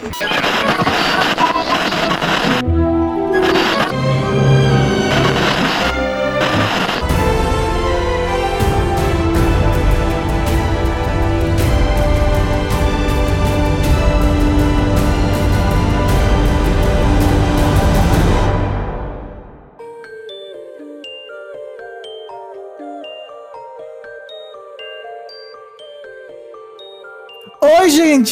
Oi, gente!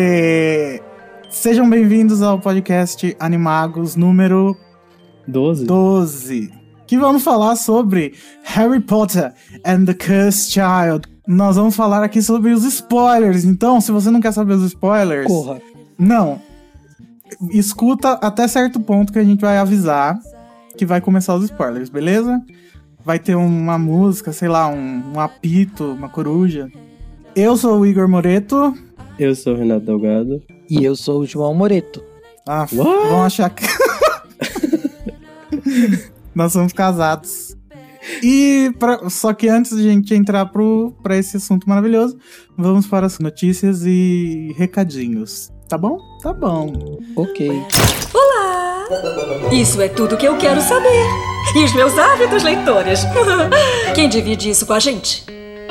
Sejam bem-vindos ao podcast Animagos número 12, que vamos falar sobre Harry Potter and the Cursed Child. Nós vamos falar aqui sobre os spoilers, então se você não quer saber os spoilers... Corra. Não. Escuta até certo ponto que a gente vai avisar que vai começar os spoilers, beleza? Vai ter uma música, sei lá, um apito, uma coruja... Eu sou o Igor Moreto. Eu sou o Renato Delgado. E eu sou o João Moreto. Ah, vão achar que... Nós somos casados. E só que antes de a gente entrar pra esse assunto maravilhoso, vamos para as notícias e recadinhos. Tá bom? Tá bom. Ok. Olá! Isso é tudo que eu quero saber. E os meus ávidos leitores. Quem divide isso com a gente?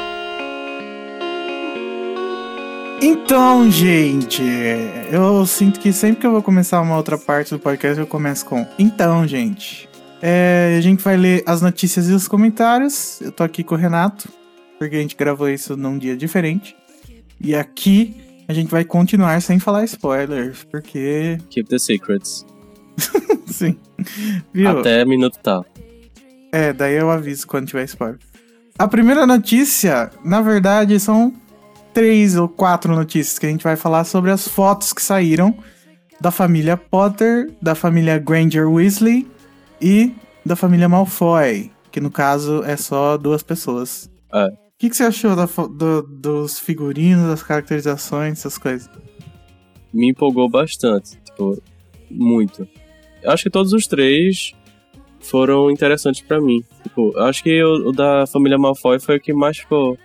Então, gente, eu sinto que sempre que eu vou começar uma outra parte do podcast, eu começo com então, gente. A gente vai ler as notícias e os comentários. Eu tô aqui com o Renato, porque a gente gravou isso num dia diferente. E aqui a gente vai continuar sem falar spoilers, porque... Keep the secrets. Sim. Viu? Até minuto tal. Daí eu aviso quando tiver spoiler. A primeira notícia, na verdade, são 3 ou 4 notícias que a gente vai falar sobre as fotos que saíram da família Potter, da família Granger Weasley e da família Malfoy, que no caso é só 2 pessoas. O que você achou dos figurinos, das caracterizações, essas coisas? Me empolgou bastante, tipo, muito. Eu acho que todos os 3 foram interessantes pra mim. Tipo, eu acho que o da família Malfoy foi o que mais ficou...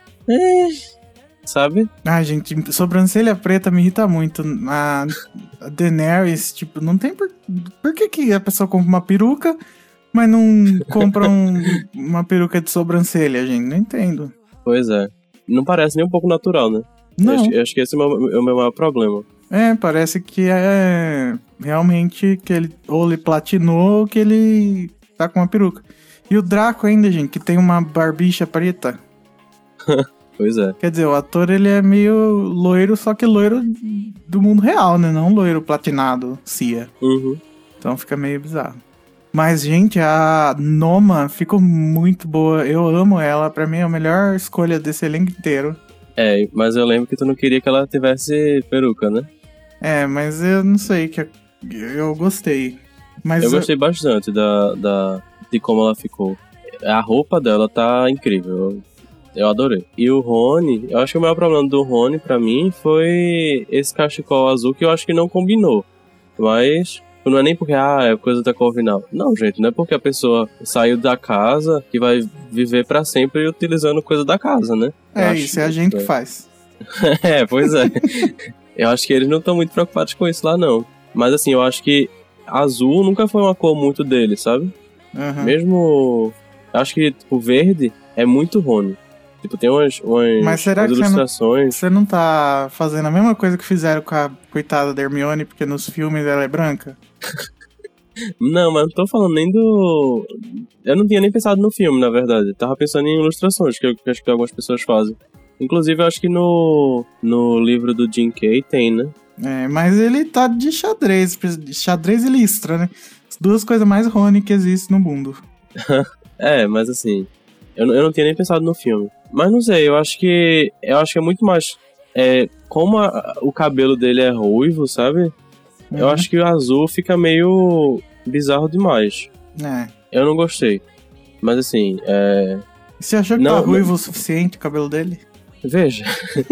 Sabe? Ah, gente, sobrancelha preta me irrita muito. A Daenerys, tipo, não tem por que a pessoa compra uma peruca, mas não compra uma peruca de sobrancelha, gente? Não entendo. Pois é. Não parece nem um pouco natural, né? Não. Eu acho que esse é o meu maior problema. Parece que é realmente que ele ou ele platinou ou que ele tá com uma peruca. E o Draco ainda, gente, que tem uma barbicha preta. Pois é. Quer dizer, o ator, ele é meio loiro, só que loiro do mundo real, né? Não loiro platinado, Cia. Uhum. Então fica meio bizarro. Mas, gente, a Noma ficou muito boa. Eu amo ela. Pra mim é a melhor escolha desse elenco inteiro. Mas eu lembro que tu não queria que ela tivesse peruca, né? Mas eu não sei, que eu gostei. Mas eu gostei bastante de como ela ficou. A roupa dela tá incrível. Eu adorei. E o Rony, eu acho que o maior problema do Rony, pra mim, foi esse cachecol azul que eu acho que não combinou. Mas não é nem porque, é coisa da Corvinal. Não, gente, não é porque a pessoa saiu da casa que vai viver pra sempre utilizando coisa da casa, né? Isso é a gente que faz. Pois é. Eu acho que eles não estão muito preocupados com isso lá, não. Mas assim, eu acho que azul nunca foi uma cor muito dele, sabe? Uhum. Mesmo... Eu acho que, tipo, verde é muito Rony. Tipo, tem umas Mas será que ilustrações... Você não tá fazendo a mesma coisa que fizeram com a coitada da Hermione, porque nos filmes ela é branca? Não, mas não tô falando nem do... Eu não tinha nem pensado no filme, na verdade. Eu tava pensando em ilustrações, que eu acho que algumas pessoas fazem. Inclusive, eu acho que no livro do Jim Kay tem, né? Mas ele tá de xadrez e listra, né? As 2 coisas mais Rony que existem no mundo. Mas assim... Eu não tinha nem pensado no filme. Mas não sei, eu acho que é muito mais... como o cabelo dele é ruivo, sabe? Uhum. Eu acho que o azul fica meio bizarro demais. Eu não gostei. Mas assim, Você achou que tá ruivo o suficiente o cabelo dele? Veja.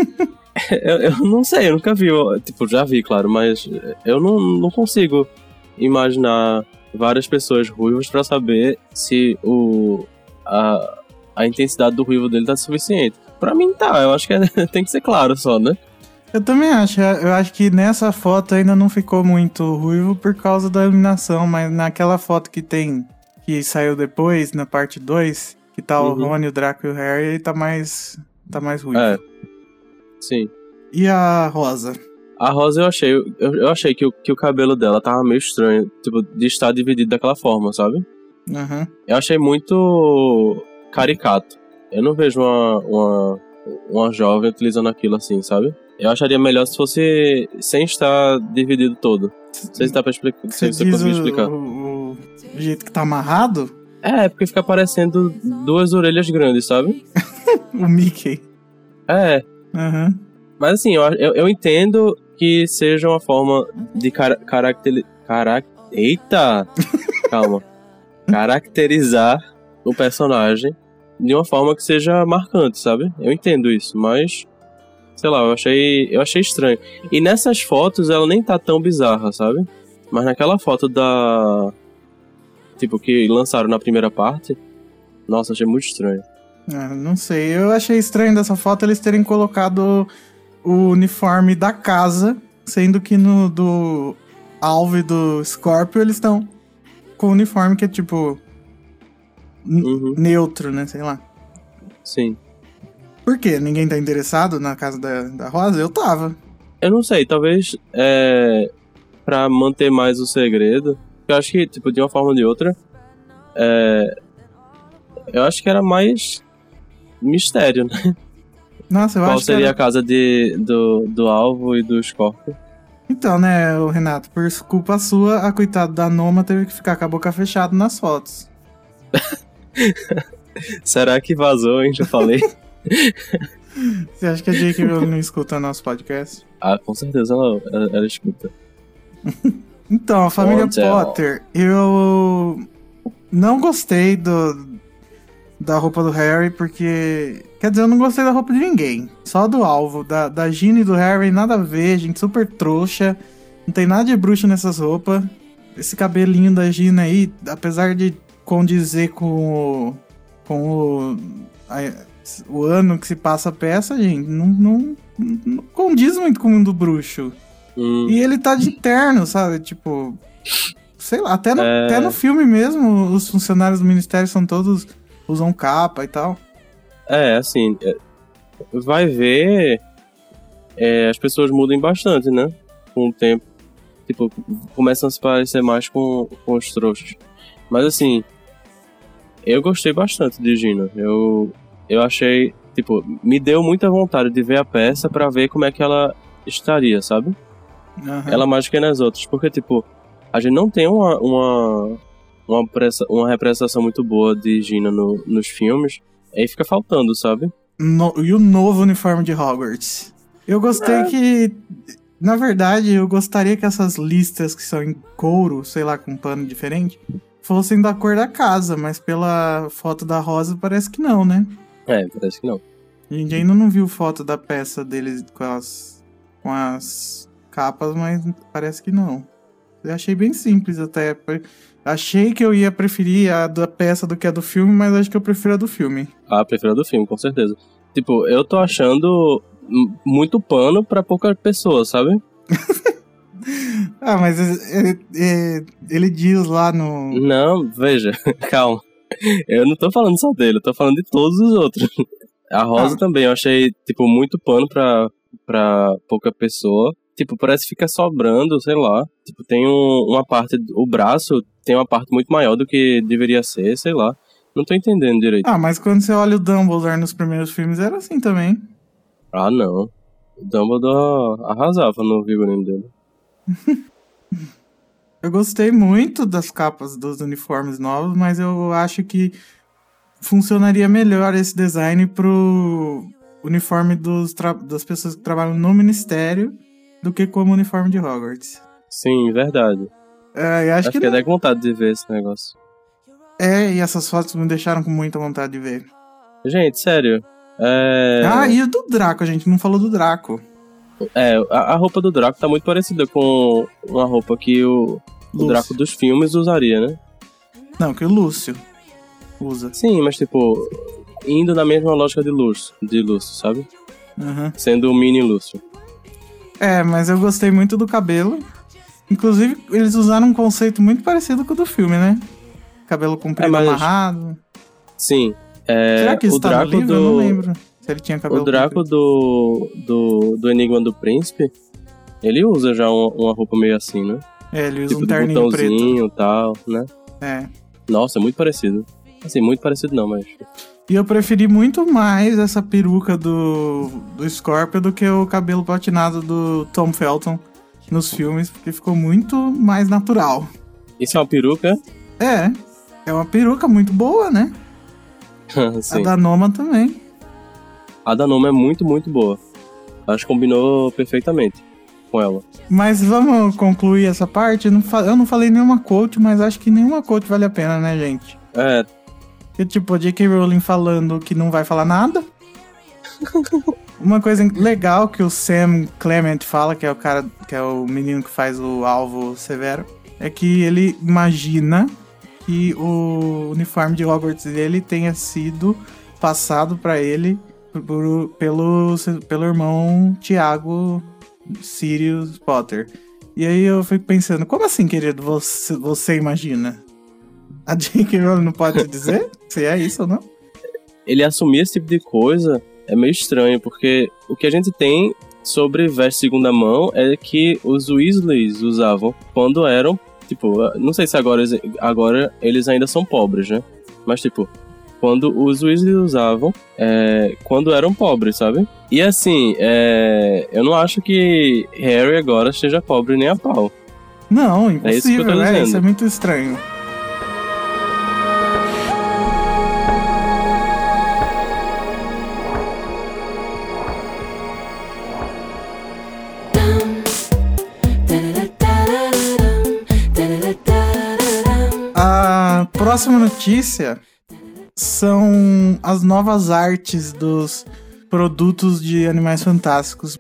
eu não sei, eu nunca vi. Tipo, já vi, claro, mas eu não consigo imaginar várias pessoas ruivas pra saber se a intensidade do ruivo dele tá suficiente. Pra mim tá, eu acho que tem que ser claro só, né? Eu também acho. Eu acho que nessa foto ainda não ficou muito ruivo por causa da iluminação, mas naquela foto que saiu depois, na parte 2, que tá o Rony, o Draco e o Harry, ele tá mais ruivo. É, sim. E a Rosa? A Rosa eu achei que o cabelo dela tava meio estranho, tipo, de estar dividido daquela forma, sabe? Uhum. Eu achei muito caricato. Eu não vejo uma jovem utilizando aquilo assim, sabe? Eu acharia melhor se fosse sem estar dividido todo. Não sei se dá pra explicar. Você Se você diz conseguir explicar. o jeito que tá amarrado? É, porque fica parecendo 2 orelhas grandes, sabe? O Mickey. É. Uhum. Mas assim, eu entendo que seja uma forma de Eita! Calma. Caracterizar o personagem de uma forma que seja marcante, sabe? Eu entendo isso, mas... Sei lá, eu achei estranho. E nessas fotos ela nem tá tão bizarra, sabe? Mas naquela foto da... Tipo, que lançaram na primeira parte... Nossa, achei muito estranho. Não sei, eu achei estranho dessa foto eles terem colocado o uniforme da casa, sendo que no do Alvo e do Scorpio eles estão com o uniforme que é tipo neutro, né, sei lá. Sim. Por quê? Ninguém tá interessado na casa da Rosa? Eu tava. Eu não sei, talvez pra manter mais o segredo. Eu acho que, tipo, de uma forma ou de outra, eu acho que era mais mistério, né? Nossa, eu Qual acho seria que a casa do Alvo e do Scorpio? Então, né, Renato, por culpa sua, a coitada da Noma teve que ficar com a boca fechada nas fotos. Será que vazou, hein? Já falei. Você acha que a J.K. Rowling não escuta nosso podcast? Ah, com certeza ela escuta. Então, a família Potter, eu não gostei da roupa do Harry, porque... Quer dizer, eu não gostei da roupa de ninguém. Só do Alvo. Da Ginny e do Harry, nada a ver, gente. Super trouxa. Não tem nada de bruxo nessas roupas. Esse cabelinho da Ginny aí, apesar de condizer com o ano que se passa a peça, gente, não condiz muito com o mundo bruxo. E ele tá de terno, sabe? Tipo... Sei lá, até no filme mesmo, os funcionários do ministério são todos... Usam capa e tal. Assim... vai ver... as pessoas mudam bastante, né? Com o tempo. Tipo, começam a se parecer mais com os trouxas. Mas assim... Eu gostei bastante de Gina. Eu achei... Tipo, me deu muita vontade de ver a peça pra ver como é que ela estaria, sabe? Uhum. Ela mais do que nas outras. Porque, tipo, a gente não tem uma representação muito boa de Gina nos filmes. Aí fica faltando, sabe? E o novo uniforme de Hogwarts. Eu gostei que... Na verdade, eu gostaria que essas listas que são em couro, sei lá, com um pano diferente, fossem da cor da casa, mas pela foto da Rosa parece que não, né? Parece que não. A gente ainda não viu foto da peça deles com as capas, mas parece que não. Eu achei bem simples até. Achei que eu ia preferir a da peça do que a do filme, mas acho que eu prefiro a do filme. Prefiro a do filme, com certeza. Tipo, eu tô achando muito pano pra pouca pessoa, sabe? Mas ele diz lá no... Não, veja, calma. Eu não tô falando só dele, eu tô falando de todos os outros. A Rosa também, eu achei, tipo, muito pano pra pouca pessoa. Tipo, parece que fica sobrando, sei lá. Tipo, tem uma parte... O braço tem uma parte muito maior do que deveria ser, sei lá. Não tô entendendo direito. Mas quando você olha o Dumbledore nos primeiros filmes, era assim também. Não. O Dumbledore arrasava no figurino dele. Eu gostei muito das capas dos uniformes novos, mas eu acho que funcionaria melhor esse design pro uniforme das pessoas que trabalham no ministério do que como uniforme de Hogwarts. Sim, verdade. Eu acho que até com vontade de ver esse negócio. E essas fotos me deixaram com muita vontade de ver. Gente, sério. E o do Draco, a gente não falou do Draco. A roupa do Draco tá muito parecida com uma roupa que o Draco dos filmes usaria, né? Não, que o Lúcio usa. Sim, mas tipo, indo na mesma lógica de Lúcio, sabe? Uhum. Sendo o mini Lúcio. Mas eu gostei muito do cabelo. Inclusive, eles usaram um conceito muito parecido com o do filme, né? Cabelo comprido, amarrado. Sim. Será que isso tá no livro? Eu não lembro se ele tinha cabelo O Draco do Enigma do Príncipe, ele usa já uma roupa meio assim, né? Ele usa tipo um terninho botãozinho e tal, né? Nossa, é muito parecido. Assim, muito parecido não, mas... E eu preferi muito mais essa peruca do Scorpio do que o cabelo platinado do Tom Felton nos filmes, porque ficou muito mais natural. Isso é uma peruca? É uma peruca muito boa, né? Sim. A da Noma também. A da Noma é muito, muito boa. Acho que combinou perfeitamente com ela. Mas vamos concluir essa parte? Eu não falei nenhuma quote, mas acho que nenhuma quote vale a pena, né, gente? Porque, tipo, a J.K. Rowling falando que não vai falar nada. Uma coisa legal que o Sam Clement fala, que é o cara, que é o menino que faz o Alvo Severo, é que ele imagina que o uniforme de Hogwarts dele tenha sido passado pra ele pelo irmão Tiago Sirius Potter. E aí eu fico pensando, como assim, querido, você imagina? A J.K. Rowling não pode dizer se é isso ou não? Ele assumir esse tipo de coisa é meio estranho, porque o que a gente tem sobre veste segunda mão é que os Weasleys usavam quando eram, tipo, não sei se agora eles ainda são pobres, né? Mas, tipo, quando os Weasleys usavam quando eram pobres, sabe? E assim, eu não acho que Harry agora esteja pobre nem a pau. Não, impossível, é isso que eu tô dizendo. Isso é muito estranho. A próxima notícia são as novas artes dos produtos de Animais Fantásticos.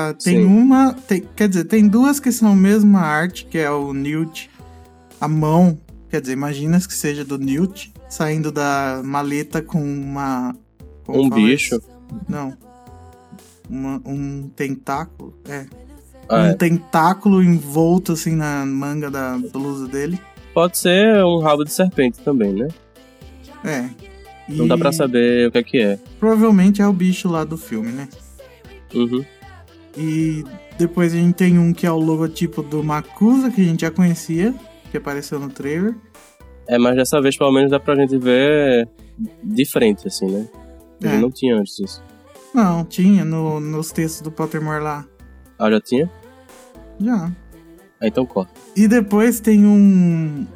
Tem duas que são a mesma arte, que é o Newt, a mão, quer dizer, imagina que seja do Newt, saindo da maleta com uma... Um bicho? Não. Um tentáculo, um tentáculo envolto assim na manga da blusa dele. Pode ser um rabo de serpente também, né? Não dá pra saber o que é. Provavelmente é o bicho lá do filme, né? Uhum. E depois a gente tem um que é o logotipo do Makusa, que a gente já conhecia, que apareceu no trailer. Mas dessa vez pelo menos dá pra gente ver de frente, assim, né? Ele não tinha antes isso. Não, tinha nos textos do Pottermore lá. Ah, já tinha? Já. Então corta. E depois tem um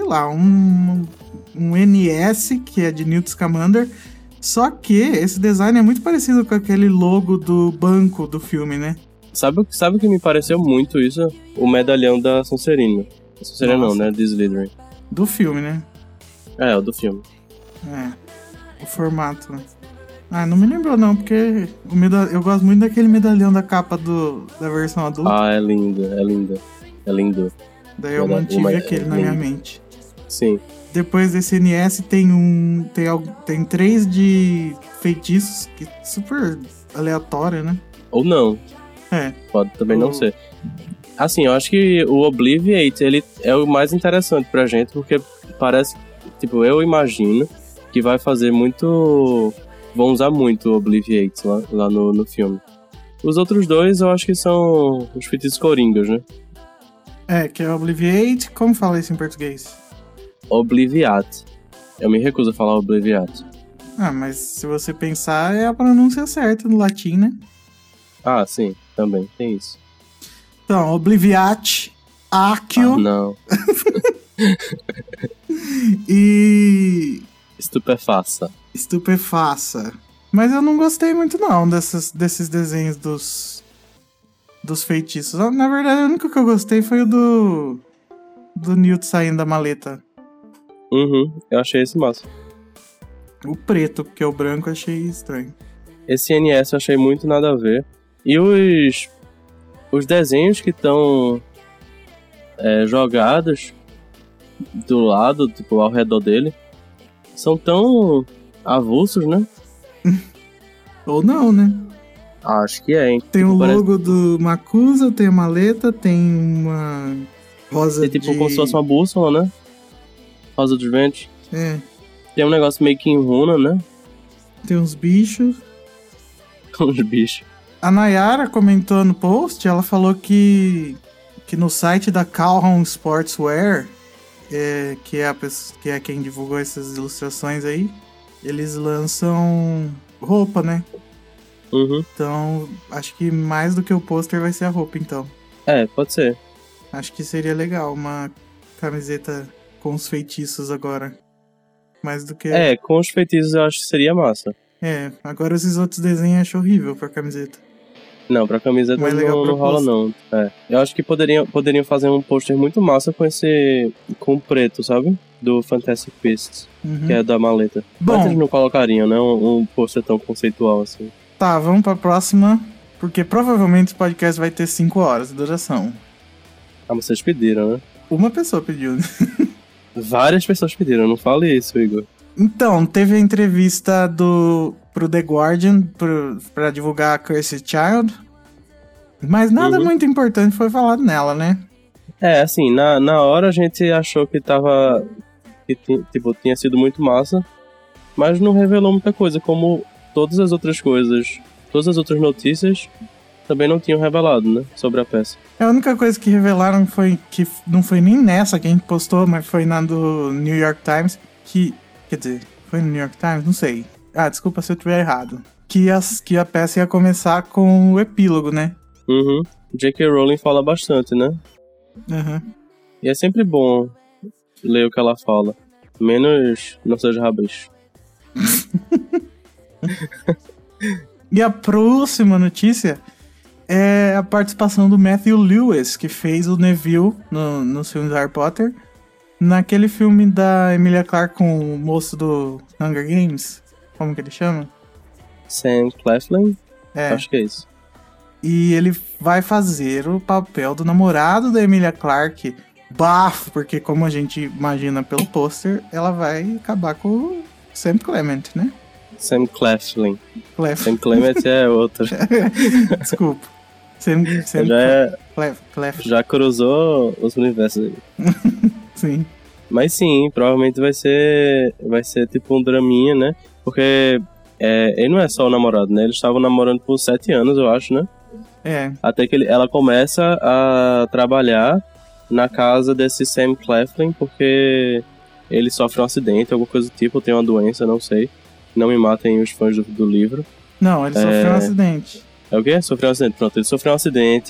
NS, que é de Newt Scamander. Só que esse design é muito parecido com aquele logo do banco do filme, né? Sabe o que me pareceu muito isso? O medalhão da Sonserina. Sonserina não, né? De Slytherin. Do filme, né? O do filme. O formato. Não me lembrou não, porque eu gosto muito daquele medalhão da capa da versão adulta. É lindo, é lindo. É lindo. Daí eu mantive aquele na minha mente. Sim. Depois desse NS tem 3 de feitiços, que é super aleatório, né? Ou não. Pode também não ser. Assim, eu acho que o Obliviate, ele é o mais interessante pra gente, porque parece, tipo, eu imagino que vai fazer muito... Vão usar muito o Obliviate lá no filme. Os outros dois eu acho que são os feitiços coringas, né? Que é Obliviate. Como fala isso em português? Obliviate. Eu me recuso a falar Obliviate. Mas se você pensar, é a pronúncia certa no latim, né? Sim, também tem isso. Então, Obliviate, Accio... não. E... Estupefaça. Mas eu não gostei muito não desses desenhos dos feitiços. Na verdade, o único que eu gostei foi o do Newt saindo da maleta. Eu achei esse massa. O preto, porque o branco eu achei estranho. Esse NS eu achei muito nada a ver. E os desenhos que estão jogados do lado, tipo, ao redor dele, são tão avulsos, né? Ou não, né? Acho que é, hein? Tem Tipo, o parece- logo do Makusa, tem a maleta, tem uma rosa É tipo de... como se fosse uma bússola, né? Rosa dos Ventos. É, Tem um negócio meio que em runa, né? tem uns bichos. Com os bichos. A Nayara comentou no post, ela falou que no site da Calhoun Sportswear, que é quem divulgou essas ilustrações aí, eles lançam roupa, né? Uhum. Então, acho que mais do que o pôster vai ser a roupa, então. É, pode ser. Acho que seria legal uma camiseta com os feitiços agora. Mais do que... É, com os feitiços eu acho que seria massa. Agora esses outros desenhos eu acho horrível pra camiseta. Não, pra camiseta Mais legal não, pra não rola pôster. não. É. Eu acho que poderiam fazer um pôster muito massa com o preto, sabe? Do Fantastic Beasts, Uhum. que é da maleta. Bom. Mas eles não colocariam, né? Um pôster tão conceitual assim. Tá, vamos pra próxima, porque provavelmente esse podcast vai ter 5 horas de duração. Ah, mas vocês pediram, né? Uma pessoa pediu, né? Várias pessoas pediram, não fale isso, Igor. Então, teve a entrevista pro The Guardian pra divulgar a Cursed Child, mas nada Uhum. muito importante foi falado nela, né? É, assim, na hora a gente achou que tava... tipo, tinha sido muito massa, mas não revelou muita coisa, como todas as outras coisas, todas as outras notícias também não tinham revelado, né, sobre a peça. A única coisa que revelaram foi que não foi nem nessa que a gente postou, mas foi na do New York Times, quer dizer, foi no New York Times? Não sei. Ah, desculpa se eu estiver errado. Que a peça ia começar com o epílogo, né? Uhum. J.K. Rowling fala bastante, né? Uhum. E é sempre bom ler o que ela fala. Menos Não Seja Rabicho. E a próxima notícia é a participação do Matthew Lewis, que fez o Neville nos filmes do Harry Potter, naquele filme da Emilia Clarke com o moço do Hunger Games. Como que ele chama? Sam Claflin? É. Acho que é isso. E ele vai fazer o papel do namorado da Emilia Clarke, bafo, porque como a gente imagina pelo pôster, ela vai acabar com o Sam Clement, né? Sam Claflin. Clef. Sam Clement é outro. Desculpa. Sam Clef. Já cruzou os universos aí. Sim. Mas sim, provavelmente vai ser tipo um draminha, né? Porque ele não é só o namorado, né? Eles estavam namorando por 7 anos, eu acho, né? É. Até que ela começa a trabalhar na casa desse Sam Claflin, porque ele sofre um acidente, alguma coisa do tipo, tem uma doença, não sei. Não me matem os fãs do livro. Não, ele sofreu um acidente. É o quê? Sofreu um acidente. Pronto, ele sofreu um acidente.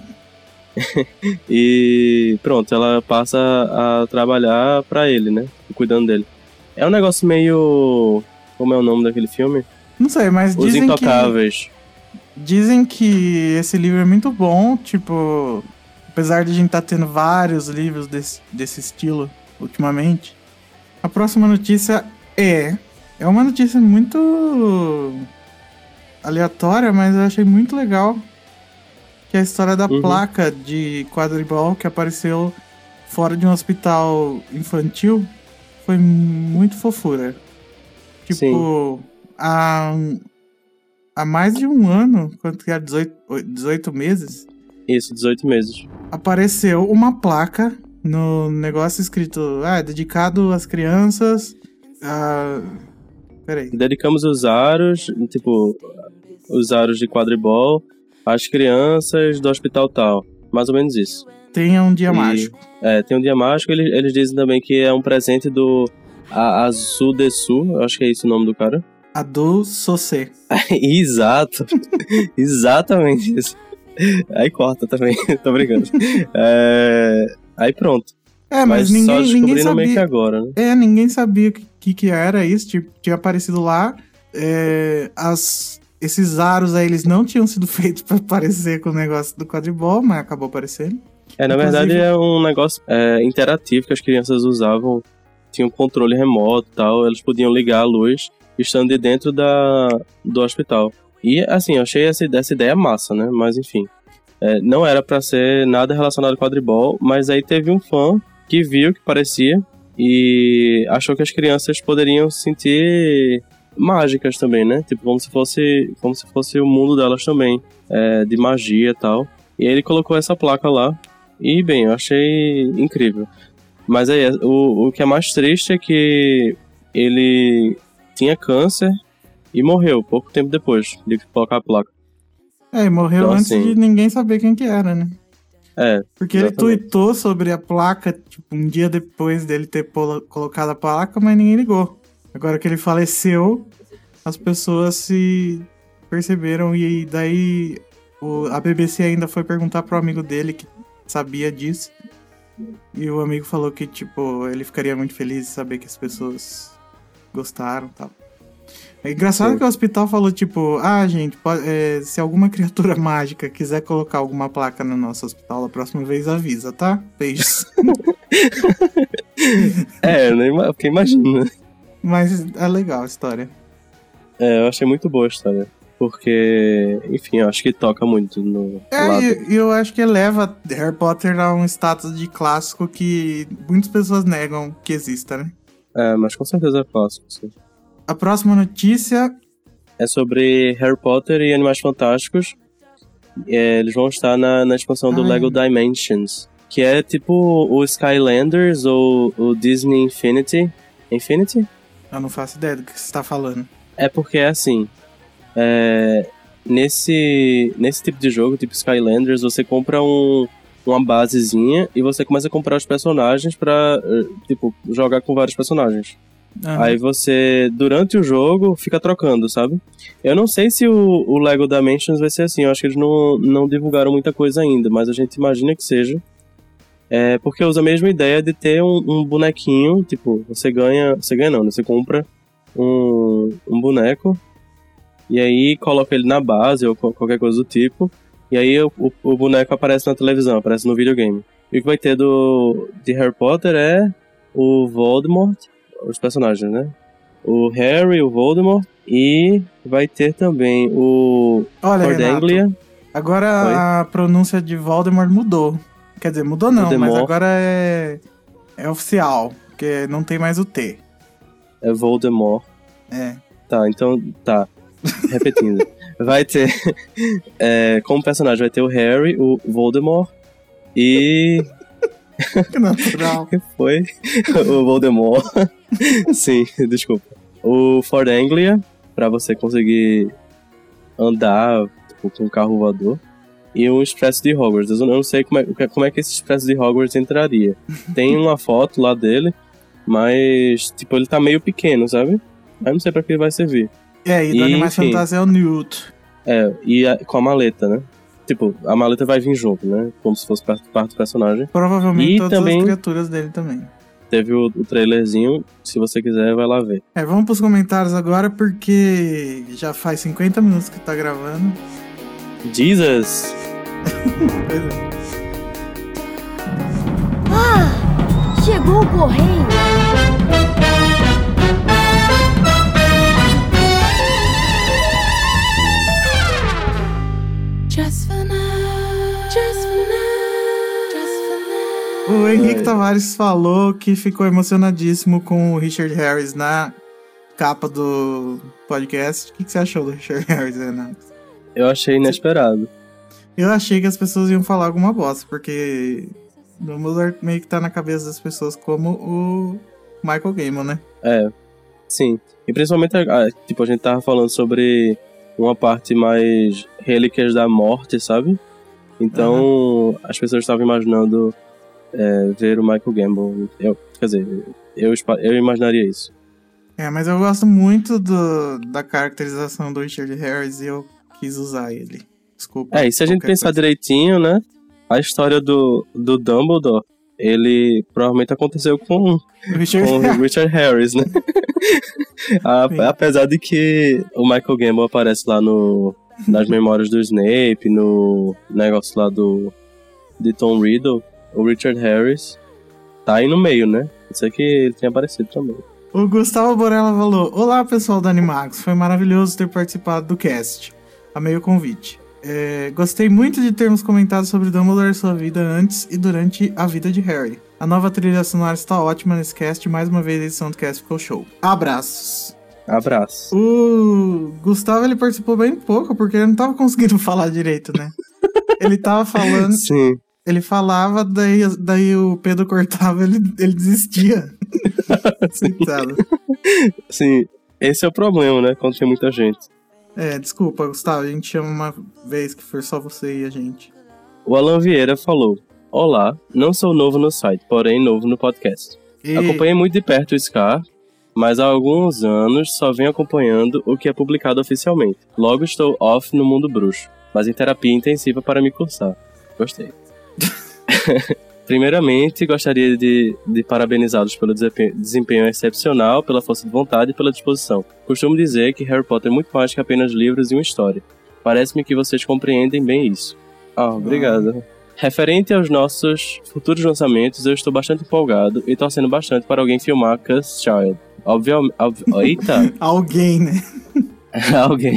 E pronto, ela passa a trabalhar pra ele, né? Cuidando dele. É um negócio meio... Como é o nome daquele filme? Não sei, mas Os Intocáveis. Dizem que esse livro é muito bom, tipo... Apesar de a gente tá tendo vários livros desse estilo ultimamente. A próxima notícia é uma notícia muito aleatória, mas eu achei muito legal. Que é a história da placa de quadribol que apareceu fora de um hospital infantil. Foi muito fofura. Tipo, há mais de um ano, quanto que era? 18 meses? Isso, 18 meses. Apareceu uma placa no negócio escrito, dedicado às crianças. Peraí. Dedicamos os aros, tipo, os aros de quadribol às crianças do hospital tal. Mais ou menos isso. Tenha um dia mágico. Tem um dia mágico. Eles dizem também que é um presente do Azul de Sul. Eu acho que é esse o nome do cara. Adu Socé. Exato. Exatamente isso. Aí corta também. Tô brincando. Aí pronto. Mas só ninguém descobrindo meio que sabia. agora, né? Ninguém sabia o que era isso. Tipo, tinha aparecido lá. Esses aros aí, eles não tinham sido feitos pra aparecer com o negócio do quadribol, mas acabou aparecendo. Na verdade é um negócio interativo que as crianças usavam. Tinha um controle remoto e tal. Elas podiam ligar a luz estando de dentro do hospital. E assim, eu achei essa ideia massa, né? Mas enfim. Não era pra ser nada relacionado ao quadribol, mas aí teve um fã que viu que parecia e achou que as crianças poderiam sentir mágicas também, né? Tipo, como se fosse o mundo delas também, de magia e tal. E aí ele colocou essa placa lá, e bem, eu achei incrível. Mas aí, o que é mais triste é que ele tinha câncer e morreu pouco tempo depois de colocar a placa. E morreu Então, antes assim, de ninguém saber quem que era, né? Porque ele exatamente. tweetou sobre a placa, tipo, um dia depois dele ter colocado a placa, mas ninguém ligou. Agora que ele faleceu, as pessoas se perceberam e daí a BBC ainda foi perguntar pro amigo dele que sabia disso. E o amigo falou que, tipo, ele ficaria muito feliz de saber que as pessoas gostaram e tal. É engraçado que o hospital falou, tipo, gente, se alguma criatura mágica quiser colocar alguma placa no nosso hospital, a próxima vez avisa, tá? Beijos. Porque imagina. Mas é legal a história. Eu achei muito boa a história. Porque, enfim, eu acho que toca muito no lado. E eu acho que eleva Harry Potter a um status de clássico que muitas pessoas negam que exista, né? Mas com certeza é clássico, sim. A próxima notícia é sobre Harry Potter e Animais Fantásticos. Eles vão estar na expansão do Lego Dimensions, que é tipo o Skylanders ou o Disney Infinity. Infinity? Eu não faço ideia do que você está falando. É porque é assim, nesse tipo de jogo, tipo Skylanders, você compra uma basezinha e você começa a comprar os personagens pra, tipo, jogar com vários personagens. Aí você, durante o jogo, fica trocando, sabe? Eu não sei se o Lego Dimensions vai ser assim. Eu acho que eles não divulgaram muita coisa ainda, mas a gente imagina que seja. Porque usa a mesma ideia de ter um bonequinho. Tipo, você ganha não, né? Você compra um boneco e aí coloca ele na base ou qualquer coisa do tipo. E aí o boneco aparece na televisão, aparece no videogame. E o que vai ter de Harry Potter é o Voldemort, os personagens, né? O Harry, o Voldemort, e vai ter também o Cordelia. Agora Oi? A pronúncia de Voldemort mudou. Quer dizer, mudou não, Voldemort. Mas agora é oficial, porque não tem mais o T. É Voldemort. Tá, então, tá. Repetindo. Vai ter, como personagem, vai ter o Harry, o Voldemort e... Que natural. que foi? O Voldemort. Sim, desculpa. O Ford Anglia, pra você conseguir andar tipo, com um carro voador. E um Expresso de Hogwarts. Eu não sei como é que esse Expresso de Hogwarts entraria. Tem uma foto lá dele, mas tipo, ele tá meio pequeno, sabe? Aí não sei pra que ele vai servir. E do Animais Fantásticos é o Newt. Com a maleta, né? Tipo, a maleta vai vir junto, né? Como se fosse parte do personagem. Provavelmente e todas também as criaturas dele também. Teve o trailerzinho, se você quiser, vai lá ver. Vamos pros comentários agora, porque já faz 50 minutos que tá gravando. Jesus! Pois é. Chegou o correio! O Henrique Tavares falou que ficou emocionadíssimo com o Richard Harris na capa do podcast. O que você achou do Richard Harris, Renato? Eu achei inesperado. Eu achei que as pessoas iam falar alguma bosta, porque o Dumbledore meio que tá na cabeça das pessoas como o Michael Gambon, né? Sim. E principalmente, tipo, a gente tava falando sobre uma parte mais relíquias da morte, sabe? Então, as pessoas estavam imaginando ver o Michael Gambon. Quer dizer, eu imaginaria isso. Mas eu gosto muito da caracterização do Richard Harris e eu quis usar ele. Desculpa. E se a gente pensar direitinho, né? A história do Dumbledore, ele provavelmente aconteceu com o Richard Harris, né? Apesar de que o Michael Gambon aparece lá nas memórias do Snape, no negócio lá de Tom Riddle, o Richard Harris tá aí no meio, né? Isso é que ele tinha aparecido também. O Gustavo Borella falou: olá, pessoal da Animax, foi maravilhoso ter participado do cast. Amei o convite. Gostei muito de termos comentado sobre Dumbledore e sua vida antes e durante a vida de Harry. A nova trilha sonora está ótima nesse cast e mais uma vez a edição do cast ficou show. Abraços. Abraço. O Gustavo, ele participou bem pouco, porque ele não tava conseguindo falar direito, né? Ele tava falando... Sim. Ele falava, daí o Pedro cortava, ele desistia. Coitado. Sim, esse é o problema, né? Quando tem muita gente. Desculpa, Gustavo, a gente chama uma vez que for só você e a gente. O Alan Vieira falou: Olá, não sou novo no site, porém novo no podcast. Acompanhei muito de perto o Scar, mas há alguns anos só venho acompanhando o que é publicado oficialmente. Logo estou off no mundo bruxo, mas em terapia intensiva para me cursar. Gostei. Primeiramente, gostaria de parabenizá-los pelo desempenho excepcional, pela força de vontade e pela disposição. Costumo dizer que Harry Potter é muito mais que apenas livros e uma história. Parece-me que vocês compreendem bem isso. Obrigado. Referente aos nossos futuros lançamentos, eu estou bastante empolgado e torcendo bastante para alguém filmar Cursed Child. Eita! Alguém, né? Alguém.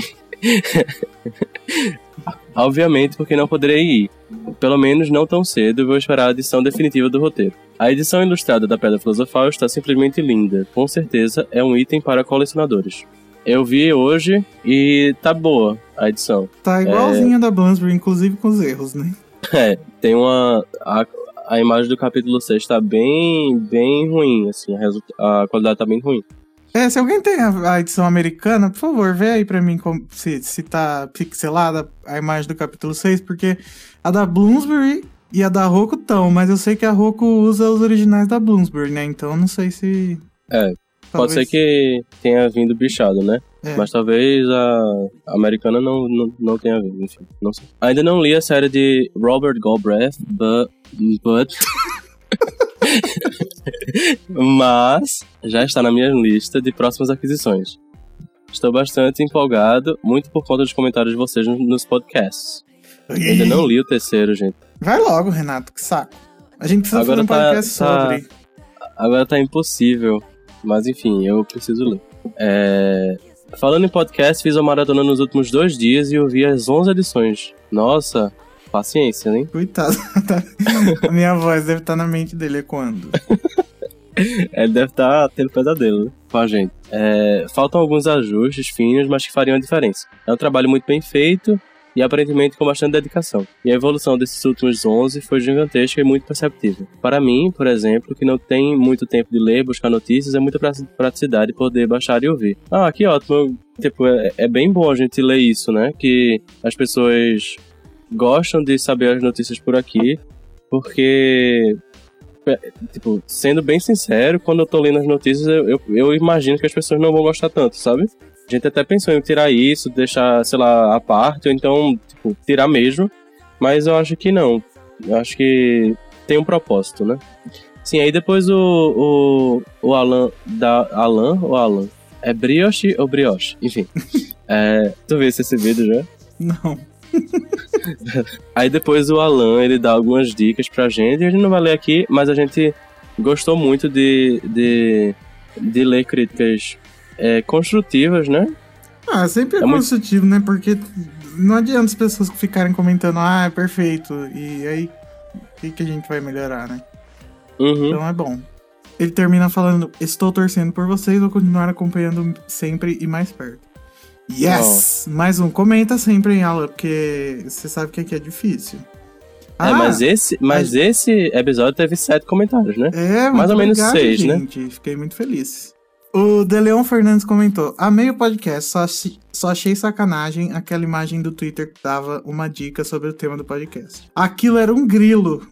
Obviamente, porque não poderei ir. Pelo menos não tão cedo, vou esperar a edição definitiva do roteiro. A edição ilustrada da Pedra Filosofal está simplesmente linda. Com certeza é um item para colecionadores. Eu vi hoje e tá boa a edição. Tá igualzinha da Bloomsbury, inclusive com os erros, né? Tem uma... A imagem do capítulo 6 tá bem ruim, assim, a qualidade tá bem ruim. Se alguém tem a edição americana, por favor, vê aí pra mim se tá pixelada a imagem do capítulo 6, porque a da Bloomsbury e a da Roku estão, mas eu sei que a Roku usa os originais da Bloomsbury, né? Então não sei se... Pode ser que tenha vindo bichado, né? Mas talvez a americana não tenha vindo, enfim, não sei. Ainda não li a série de Robert Galbraith, but... mas já está na minha lista de próximas aquisições. Estou bastante empolgado, muito por conta dos comentários de vocês nos podcasts. Ainda não li o terceiro, gente. Vai logo, Renato, que saco. A gente precisa fazer um podcast sobre. Agora tá impossível, mas enfim, eu preciso ler. Falando em podcast, fiz uma maratona nos últimos 2 dias e ouvi as 11 edições. Nossa... Paciência, né? Coitado. A minha voz deve estar na mente dele ecoando. Ele deve estar tendo pesadelo, né? Com a gente. Faltam alguns ajustes finos, mas que fariam a diferença. É um trabalho muito bem feito e aparentemente com bastante dedicação. E a evolução desses últimos 11 foi gigantesca e muito perceptível. Para mim, por exemplo, que não tem muito tempo de ler, buscar notícias, é muita praticidade poder baixar e ouvir. Que ótimo. Tipo, é bem bom a gente ler isso, né? Que as pessoas... gostam de saber as notícias por aqui, porque, tipo, sendo bem sincero, quando eu tô lendo as notícias, eu imagino que as pessoas não vão gostar tanto, sabe? A gente até pensou em tirar isso, deixar, sei lá, a parte, ou então, tipo, tirar mesmo, mas eu acho que não. Eu acho que tem um propósito, né? Sim, aí depois o Alan, Alan? É brioche ou brioche? Enfim. Tu viu esse vídeo já? Não. Aí depois o Alan, ele dá algumas dicas pra gente, a gente não vai ler aqui, mas a gente gostou muito de ler críticas construtivas, né? Sempre é construtivo, né? Porque não adianta as pessoas ficarem comentando, é perfeito, e aí o que a gente vai melhorar, né? Uhum. Então é bom. Ele termina falando, estou torcendo por vocês, vou continuar acompanhando sempre e mais perto. Yes! Mais um, comenta sempre em aula, porque você sabe que aqui é difícil. Mas esse episódio teve 7 comentários, né? Mais ou menos 6, gente. né? Fiquei muito feliz. O De Leon Fernandes comentou, amei o podcast, só achei sacanagem aquela imagem do Twitter que dava uma dica sobre o tema do podcast. Aquilo era um grilo.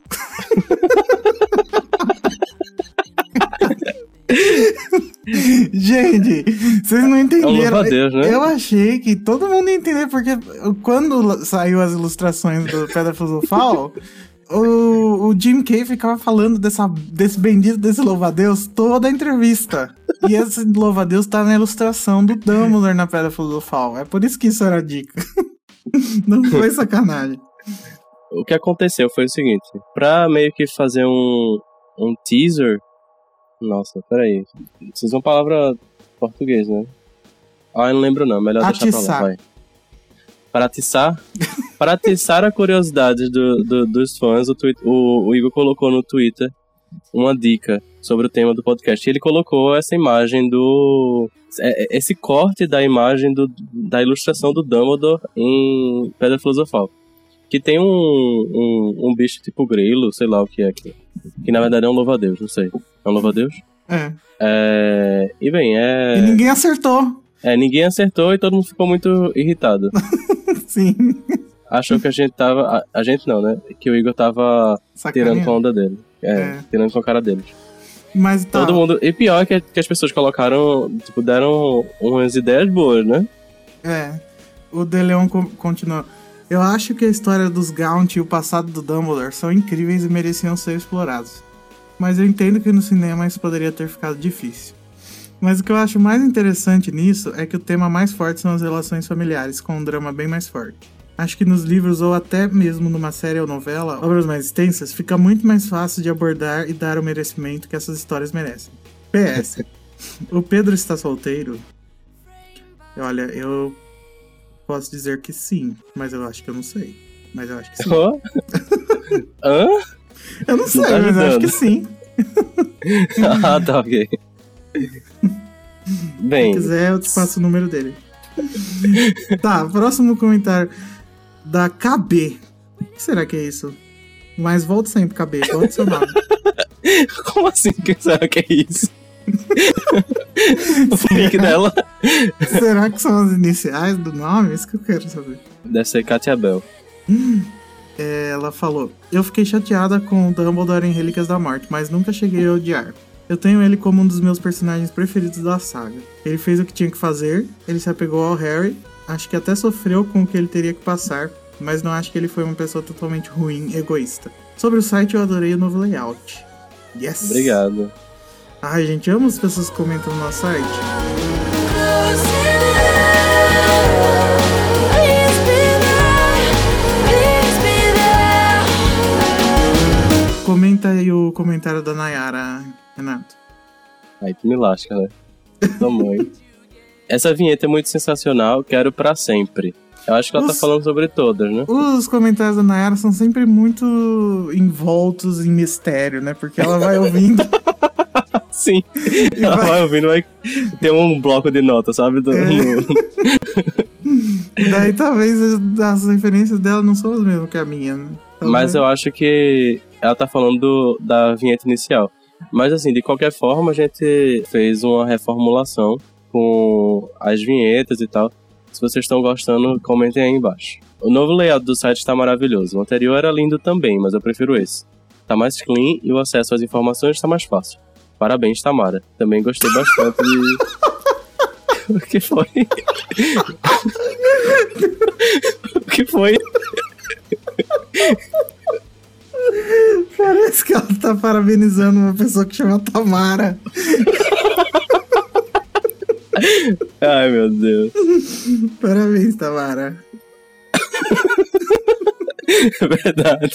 Gente, vocês não entenderam. Deus, né? Eu achei que todo mundo ia entender, porque quando saiu as ilustrações do Pedra Filosofal, o Jim Kay ficava falando desse bendito desse louva-a-Deus toda a entrevista. E esse louva-a-Deus tá na ilustração do Dumbledore na Pedra Filosofal. É por isso que isso era dica. Não foi sacanagem. O que aconteceu foi o seguinte, pra meio que fazer um teaser. Nossa, peraí. Precisa uma palavra português, né? Eu não lembro não, melhor deixar pra lá, vai. Para atiçar a curiosidade dos fãs, o Igor colocou no Twitter uma dica. sobre o tema do podcast. E ele colocou essa imagem esse corte da imagem da ilustração do Dumbledore em Pedra Filosofal. Que tem um bicho tipo grilo, sei lá o que é aqui. Que na verdade é um louva-a-Deus, não sei. É um louva-a-Deus? E bem, E ninguém acertou. Ninguém acertou e todo mundo ficou muito irritado. Sim. Achou que a gente tava... A gente não, né? Que o Igor tava tirando com a onda dele. Tirando com a cara deles. Mas tá. Todo mundo... E pior que as pessoas colocaram... Tipo, deram umas ideias boas, né? O De Leon continua. Eu acho que a história dos Gaunt e o passado do Dumbledore são incríveis e mereciam ser explorados. Mas eu entendo que no cinema isso poderia ter ficado difícil. Mas o que eu acho mais interessante nisso é que o tema mais forte são as relações familiares, com um drama bem mais forte. Acho que nos livros ou até mesmo numa série ou novela, obras mais extensas, fica muito mais fácil de abordar e dar o merecimento que essas histórias merecem. PS. O Pedro está solteiro? Olha, eu posso dizer que sim, mas eu acho que eu não sei. Mas eu acho que sim. Hã? Eu não sei, mas eu acho que sim. Tá, ok. Bem... Se quiser, eu te passo o número dele. Tá, próximo comentário da KB. O que será que é isso? Mas volta sempre, KB. Volta seu nome. Como assim? O que será que é isso? O link dela. Será que são as iniciais do nome? Isso que eu quero saber. Deve ser Katia Bell. Ela falou: eu fiquei chateada com o Dumbledore em Relíquias da Morte, mas nunca cheguei a odiar. Eu tenho ele como um dos meus personagens preferidos da saga. Ele fez o que tinha que fazer, ele se apegou ao Harry, acho que até sofreu com o que ele teria que passar, mas não acho que ele foi uma pessoa totalmente ruim, egoísta. Sobre o site, eu adorei o novo layout. Yes! Obrigado. Ai, gente, amo as pessoas que comentam no nosso site. Comenta aí o comentário da Nayara, Renato. Aí tu me lasca, né? Tamanho. Essa vinheta é muito sensacional, quero pra sempre. Eu acho que ela tá falando sobre todas, né? Os comentários da Nayara são sempre muito envoltos em mistério, né? Porque ela vai ouvindo... Sim, ela vai ouvindo, vai ter um bloco de notas, sabe? Daí talvez as referências dela não são as mesmas que a minha, né? Mas eu acho que ela tá falando da vinheta inicial. Mas assim, de qualquer forma, a gente fez uma reformulação com as vinhetas e tal. Se vocês estão gostando, comentem aí embaixo. O novo layout do site está maravilhoso. O anterior era lindo também, mas eu prefiro esse. Tá mais clean e o acesso às informações está mais fácil. Parabéns, Tamara. Também gostei bastante de... O que foi? O que foi? Parece que ela tá parabenizando uma pessoa que chama Tamara. Ai, meu Deus. Parabéns, Tamara. É verdade.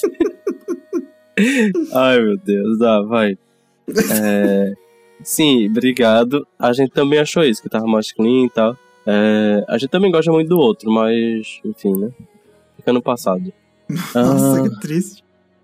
Ai, meu Deus. Vai. Sim, obrigado. A gente também achou isso, que tava mais clean e tal. A gente também gosta muito do outro, mas, enfim, né? Fica no passado. Nossa, que triste.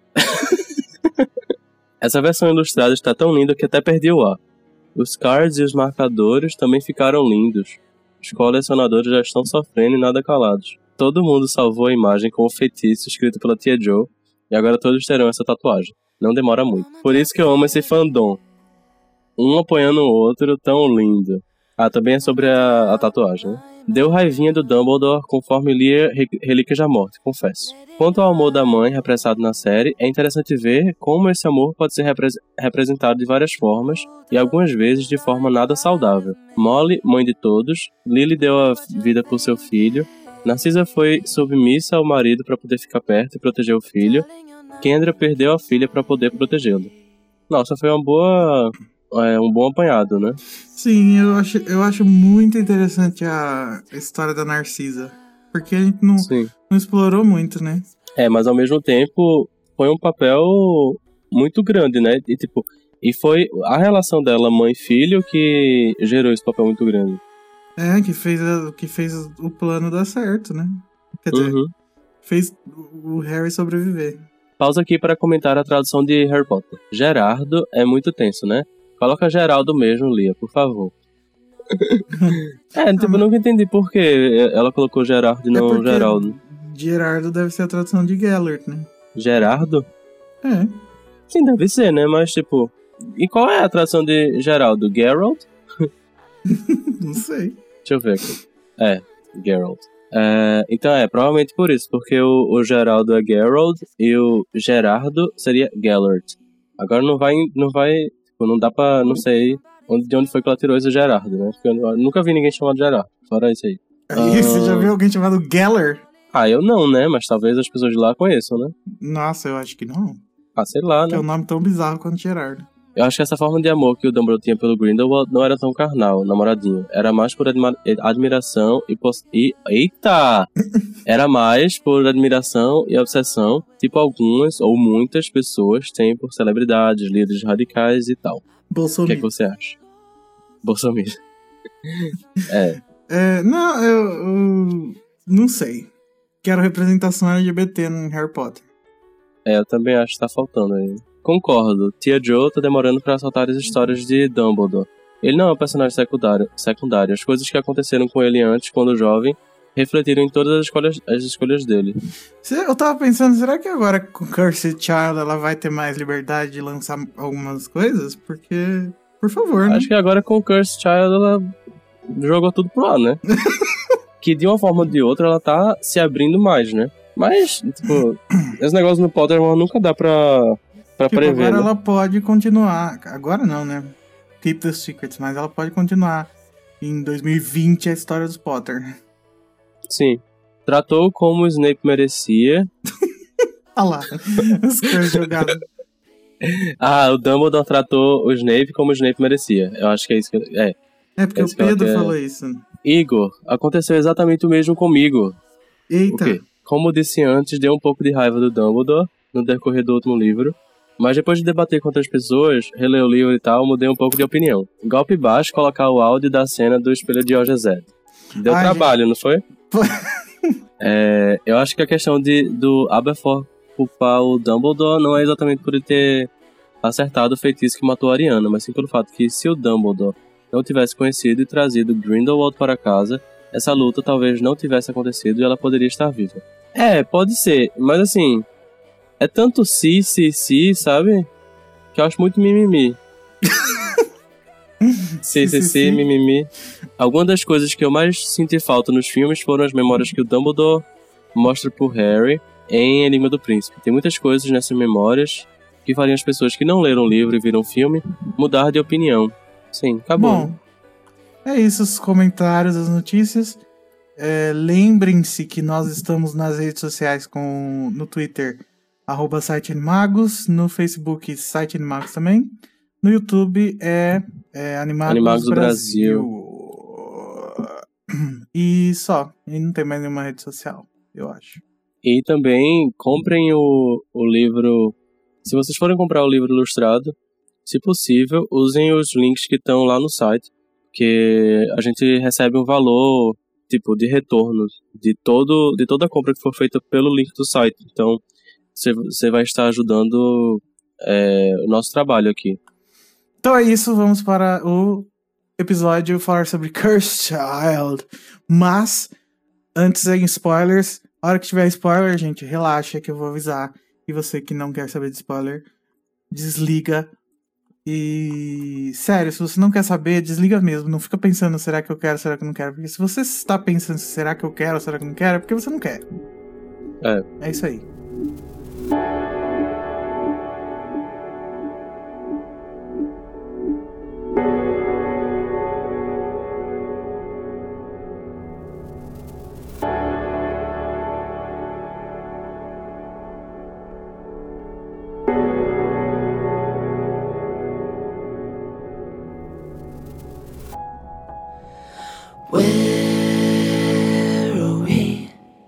Essa versão ilustrada está tão linda que até perdi o ar. Os cards e os marcadores também ficaram lindos. Os colecionadores já estão sofrendo e nada calados. Todo mundo salvou a imagem com o feitiço escrito pela tia Joe, e agora todos terão essa tatuagem. Não demora muito. Por isso que eu amo esse fandom. Um apoiando o outro, tão lindo. Também é sobre a tatuagem, né? Deu raivinha do Dumbledore conforme lia Relíquias da Morte, confesso. Quanto ao amor da mãe representado na série, é interessante ver como esse amor pode ser representado de várias formas e algumas vezes de forma nada saudável. Molly, mãe de todos, Lily deu a vida por seu filho, Narcisa foi submissa ao marido para poder ficar perto e proteger o filho, Kendra perdeu a filha para poder protegê-lo. Nossa, foi um bom apanhado, né? Sim, eu acho muito interessante a história da Narcisa. Porque a gente não explorou muito, né? Mas ao mesmo tempo foi um papel muito grande, né? E foi a relação dela, mãe-filho, que gerou esse papel muito grande. Que fez o plano dar certo, né? Quer dizer, fez o Harry sobreviver. Pausa aqui para comentar a tradução de Harry Potter. Gerardo é muito tenso, né? Coloca Geraldo mesmo, Lia, por favor. Eu nunca entendi por que ela colocou Gerardo e não Geraldo. Gerardo deve ser a tradução de Gellert, né? Gerardo? É. Sim, deve ser, né? Mas, tipo... E qual é a tradução de Geraldo? Geralt? Não sei. Deixa eu ver aqui. Geralt. Então provavelmente por isso, porque o Geraldo é Geralt e o Gerardo seria Gellert. Agora não vai, tipo, não dá pra, não sei de onde foi que ela tirou esse Gerardo, né? Porque eu nunca vi ninguém chamado Gerardo, fora isso aí. Você já viu alguém chamado Geller? Eu não, né? Mas talvez as pessoas de lá conheçam, né? Nossa, eu acho que não. Sei lá, né? É um nome tão bizarro quanto Gerardo. Eu acho que essa forma de amor que o Dumbledore tinha pelo Grindelwald não era tão carnal, namoradinho. Era mais por admiração Eita! Era mais por admiração e obsessão, tipo algumas ou muitas pessoas têm por celebridades, líderes radicais e tal. Bolsonaro. O que é que você acha? Bolsonaro. Não, eu não sei. Quero representação LGBT no Harry Potter. Eu também acho que tá faltando aí. Concordo, Tia Joe tá demorando pra soltar as histórias de Dumbledore. Ele não é um personagem secundário. As coisas que aconteceram com ele antes, quando jovem, refletiram em todas as escolhas dele. Eu tava pensando, será que agora com Cursed Child ela vai ter mais liberdade de lançar algumas coisas? Porque, por favor, né? Acho que agora com Cursed Child ela jogou tudo pro ar, né? Que de uma forma ou de outra ela tá se abrindo mais, né? Mas, tipo, esse negócio no Pottermore nunca dá pra prever, agora né? ela pode continuar. Agora não, né? Keep the Secrets, mas ela pode continuar em 2020 a história dos Potter. Sim. Tratou como o Snape merecia. Olha lá, as coisas jogadas. O Dumbledore tratou o Snape como o Snape merecia. Eu acho que é isso que... É porque o Pedro falou isso. Igor, aconteceu exatamente o mesmo comigo. Eita. O quê? Como disse antes, deu um pouco de raiva do Dumbledore no decorrer do último livro. Mas depois de debater com outras pessoas, reler o livro e tal, mudei um pouco de opinião. Golpe baixo, colocar o áudio da cena do espelho de Ogezed. Deu trabalho, não foi? Eu acho que a questão do Aberforth culpar o Dumbledore não é exatamente por ele ter acertado o feitiço que matou a Ariana, mas sim pelo fato que se o Dumbledore não tivesse conhecido e trazido Grindelwald para casa, essa luta talvez não tivesse acontecido e ela poderia estar viva. Pode ser, mas assim... É tanto si, sabe? Que eu acho muito mimimi. Si, mimimi. Algumas das coisas que eu mais senti falta nos filmes foram as memórias que o Dumbledore mostra pro Harry em Enigma do Príncipe. Tem muitas coisas nessas memórias que fariam as pessoas que não leram o livro e viram o filme mudar de opinião. Sim, acabou. Bom, é isso, os comentários, as notícias. Lembrem-se que nós estamos nas redes sociais no Twitter... @Site Animagos, no Facebook Site Animagos também, no YouTube Animagos Brasil. E só, e não tem mais nenhuma rede social, eu acho. E também comprem o livro, se vocês forem comprar o livro ilustrado, se possível, usem os links que estão lá no site, que a gente recebe um valor tipo de retorno de toda a compra que for feita pelo link do site, então você vai estar ajudando o nosso trabalho aqui. Então é isso, vamos para o episódio falar sobre Cursed Child. Mas, antes em spoilers, a hora que tiver spoiler, gente, relaxa que eu vou avisar. E você que não quer saber de spoiler, desliga. E, sério, se você não quer saber, desliga mesmo. Não fica pensando, será que eu quero, será que eu não quero. Porque se você está pensando, será que eu quero, será que eu não quero, é porque você não quer. É isso aí. Where are we?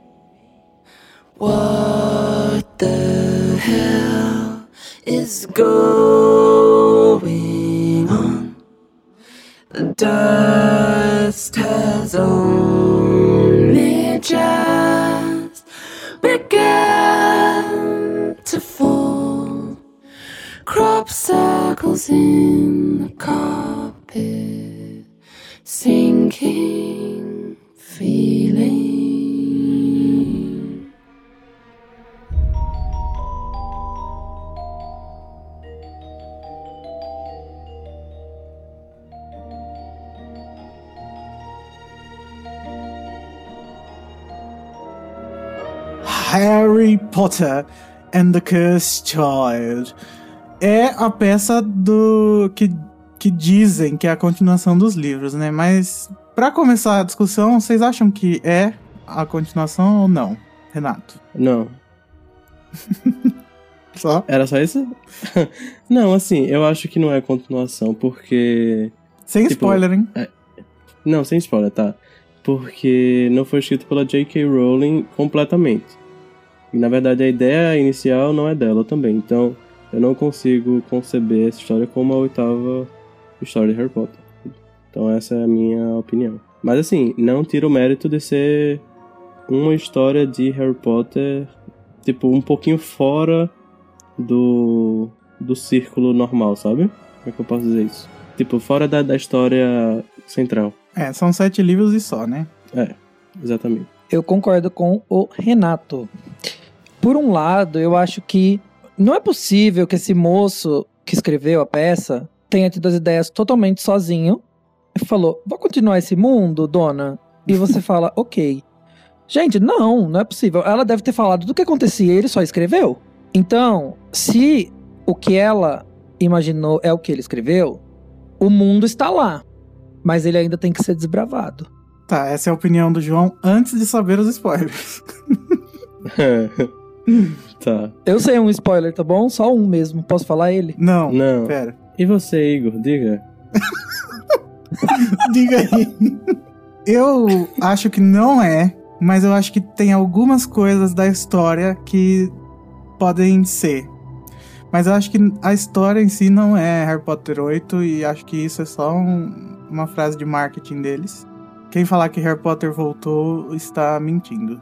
What the hell is going on? The dust has only just begun to form. circles in the carpet, sinking feeling. Harry Potter and the Cursed Child é a peça do que dizem que é a continuação dos livros, né? Mas pra começar a discussão, vocês acham que é a continuação ou não, Renato? Não. Só? Era só isso? Não, assim, eu acho que não é continuação, porque... Sem tipo, spoiler, hein? Não, sem spoiler, tá? Porque não foi escrito pela J.K. Rowling completamente. E, na verdade, a ideia inicial não é dela também. Então, eu não consigo conceber essa história como a 8ª história de Harry Potter. Então, essa é a minha opinião. Mas, assim, não tira o mérito de ser uma história de Harry Potter, tipo, um pouquinho fora do círculo normal, sabe? Como é que eu posso dizer isso? Tipo, fora da história central. São 7 livros e só, né? Exatamente. Eu concordo com o Renato. Por um lado, eu acho que não é possível que esse moço que escreveu a peça tenha tido as ideias totalmente sozinho e falou, vou continuar esse mundo, dona? E você fala, ok. Gente, não é possível. Ela deve ter falado do que acontecia e ele só escreveu. Então, se o que ela imaginou é o que ele escreveu, o mundo está lá. Mas ele ainda tem que ser desbravado. Tá, essa é a opinião do João antes de saber os spoilers. Tá. Eu sei um spoiler, tá bom? Só um mesmo. Posso falar ele? Não, Não. pera. E você, Igor? Diga. Diga aí. Eu acho que não é, mas eu acho que tem algumas coisas da história que podem ser. Mas eu acho que a história em si não é Harry Potter 8 e acho que isso é só uma frase de marketing deles. Quem falar que Harry Potter voltou está mentindo.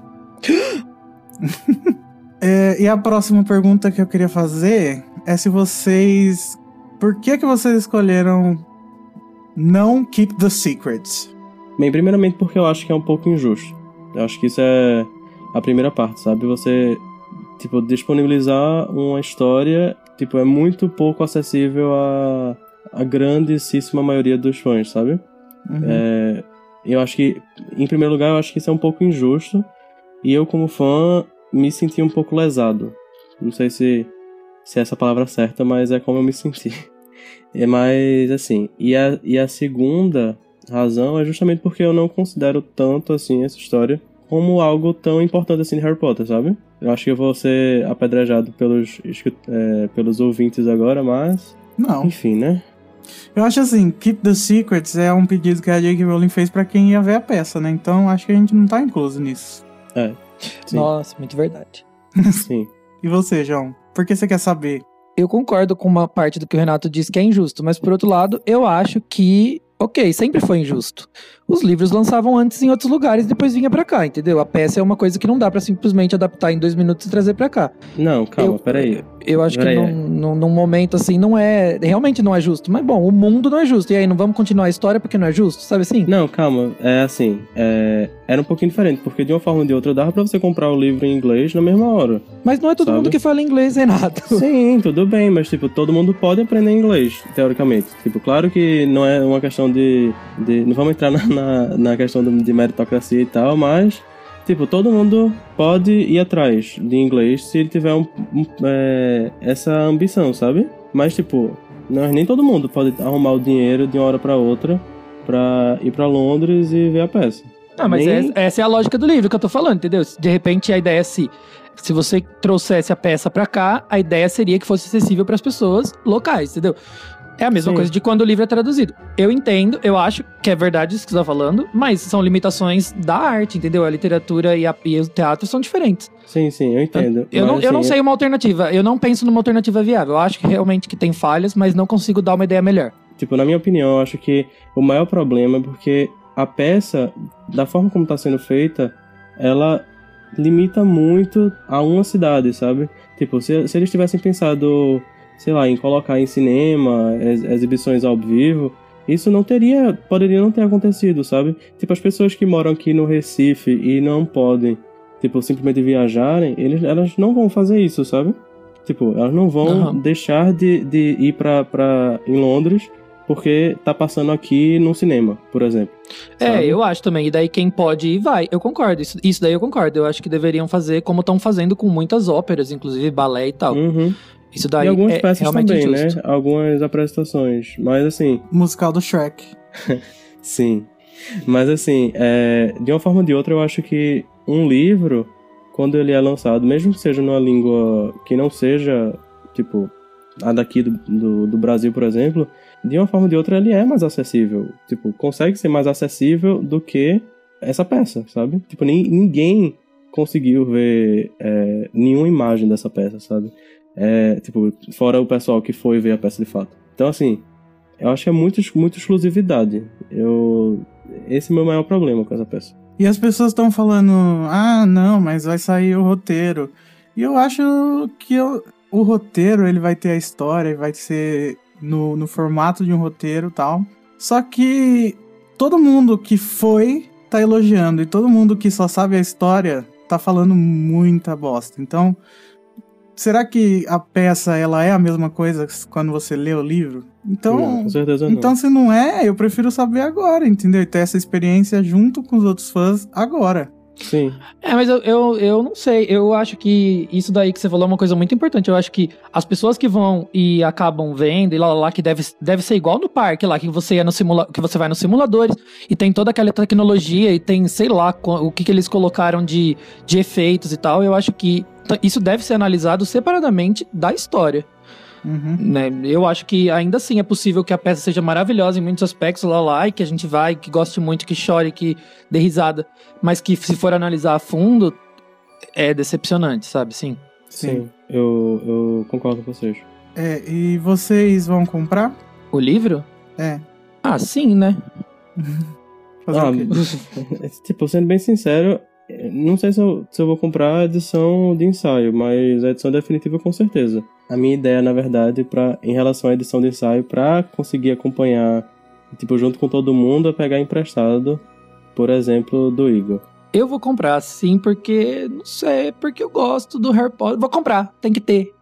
E a próxima pergunta que eu queria fazer é se vocês... Por que vocês escolheram não Keep the Secrets? Bem, primeiramente porque eu acho que é um pouco injusto. Eu acho que isso é a primeira parte, sabe? Você, tipo, disponibilizar uma história, tipo, é muito pouco acessível à grandíssima maioria dos fãs, sabe? Uhum. Eu acho que, em primeiro lugar, eu acho que isso é um pouco injusto. E eu, como fã, me senti um pouco lesado. Não sei se é essa palavra certa, mas é como eu me senti. Mas, assim, e a segunda razão é justamente porque eu não considero tanto, assim, essa história como algo tão importante assim de Harry Potter, sabe? Eu acho que eu vou ser apedrejado pelos ouvintes agora, mas... Não. Enfim, né? Eu acho assim, Keep the Secrets é um pedido que a J.K. Rowling fez pra quem ia ver a peça, né? Então acho que a gente não tá incluso nisso. Sim. Nossa, muito verdade. Sim. E você, João? Por que você quer saber? Eu concordo com uma parte do que o Renato disse que é injusto, mas por outro lado, eu acho que, ok, sempre foi injusto. Os livros lançavam antes em outros lugares e depois vinha pra cá, entendeu? A peça é uma coisa que não dá pra simplesmente adaptar em 2 minutos e trazer pra cá. Não, calma, peraí. Eu acho que num momento assim realmente não é justo. Mas bom, o mundo não é justo. E aí, não vamos continuar a história porque não é justo, sabe assim? Não, calma, era um pouquinho diferente, porque de uma forma ou de outra dava pra você comprar o livro em inglês na mesma hora. Mas não é todo mundo que fala inglês, Renato. Sim, tudo bem, mas tipo, todo mundo pode aprender inglês, teoricamente. Tipo, claro que não é uma questão de não vamos entrar na questão de meritocracia e tal, mas tipo, todo mundo pode ir atrás de inglês se ele tiver essa ambição, sabe? Mas tipo, nem todo mundo pode arrumar o dinheiro de uma hora pra outra pra ir pra Londres e ver a peça. Ah, mas essa é a lógica do livro que eu tô falando, entendeu? De repente a ideia é se você trouxesse a peça pra cá, a ideia seria que fosse acessível pras pessoas locais, entendeu? É a mesma coisa de quando o livro é traduzido. Eu entendo, eu acho que é verdade isso que você tá falando, mas são limitações da arte, entendeu? A literatura e o teatro são diferentes. Sim, eu entendo. Eu não sei uma alternativa, eu não penso numa alternativa viável. Eu acho que realmente que tem falhas, mas não consigo dar uma ideia melhor. Tipo, na minha opinião, eu acho que o maior problema é porque a peça, da forma como tá sendo feita, ela limita muito a uma cidade, sabe? Tipo, se eles tivessem pensado, sei lá, em colocar em cinema, exibições ao vivo, isso poderia não ter acontecido, sabe? Tipo, as pessoas que moram aqui no Recife e não podem, tipo, simplesmente viajarem, elas não vão fazer isso, sabe? Tipo, elas não vão deixar de ir em Londres porque tá passando aqui no cinema, por exemplo. Sabe? Eu acho também. E daí quem pode ir, vai. Eu concordo. Isso daí eu concordo. Eu acho que deveriam fazer como estão fazendo com muitas óperas, inclusive balé e tal. Uhum. Isso daí e algumas peças realmente também, injusto. né? Algumas apresentações. Mas assim... Musical do Shrek. Sim. Mas assim, de uma forma ou de outra, eu acho que um livro, quando ele é lançado, mesmo que seja numa língua que não seja, tipo, a daqui do Brasil, por exemplo, de uma forma ou de outra ele é mais acessível. Tipo, consegue ser mais acessível do que essa peça, sabe? Tipo, ninguém conseguiu ver nenhuma imagem dessa peça, sabe? Tipo, fora o pessoal que foi ver a peça de fato. Então, assim, eu acho que é muito exclusividade. Esse é o meu maior problema com essa peça. E as pessoas estão falando, não, mas vai sair o roteiro. E eu acho que o roteiro, ele vai ter a história, vai ser no formato de um roteiro e tal. Só que todo mundo que foi tá elogiando, e todo mundo que só sabe a história tá falando muita bosta. Então, será que a peça, ela é a mesma coisa quando você lê o livro? Então, não, com certeza não. Então, se não é, eu prefiro saber agora, entendeu? E ter essa experiência junto com os outros fãs agora. Sim. Mas eu não sei. Eu acho que isso daí que você falou é uma coisa muito importante. Eu acho que as pessoas que vão e acabam vendo, e lá que deve ser igual no parque, lá que você ia que você vai nos simuladores e tem toda aquela tecnologia e tem, sei lá, o que eles colocaram de efeitos e tal. Eu acho que isso deve ser analisado separadamente da história. Uhum. Né? Eu acho que ainda assim é possível que a peça seja maravilhosa em muitos aspectos lá e que a gente vai, que goste muito, que chore, que dê risada, mas que se for analisar a fundo é decepcionante, sabe? Sim, eu concordo com vocês. E vocês vão comprar? O livro? Sim, né? Fazer o quê? Tipo, sendo bem sincero, não sei se eu vou comprar a edição de ensaio, mas a edição definitiva com certeza. A minha ideia, na verdade, em relação à edição de ensaio, pra conseguir acompanhar, tipo, junto com todo mundo, é pegar emprestado, por exemplo, do Igor. Eu vou comprar, sim, porque, não sei, porque eu gosto do Harry Potter. Vou comprar, tem que ter.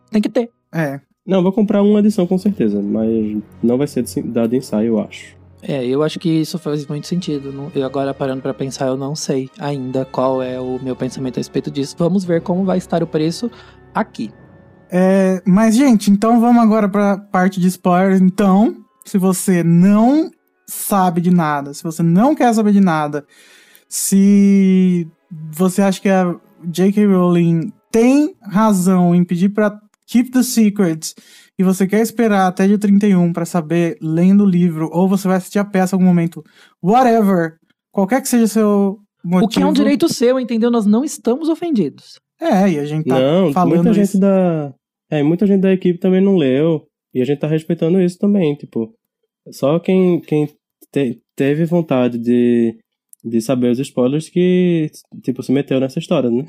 Não, vou comprar uma edição com certeza, mas não vai ser da de ensaio, eu acho. Eu acho que isso faz muito sentido. Eu agora, parando pra pensar, eu não sei ainda qual é o meu pensamento a respeito disso. Vamos ver como vai estar o preço aqui. Mas, gente, então vamos agora pra parte de spoilers. Então, se você não sabe de nada, se você não quer saber de nada, se você acha que a J.K. Rowling tem razão em pedir pra keep the secrets e você quer esperar até dia 31 pra saber lendo o livro, ou você vai assistir a peça em algum momento, whatever, qualquer que seja o seu motivo. O que é um direito seu, entendeu? Nós não estamos ofendidos. E a gente tá falando muita isso. Muita gente da equipe também não leu, e a gente tá respeitando isso também, tipo, só quem teve vontade de saber os spoilers que, tipo, se meteu nessa história, né?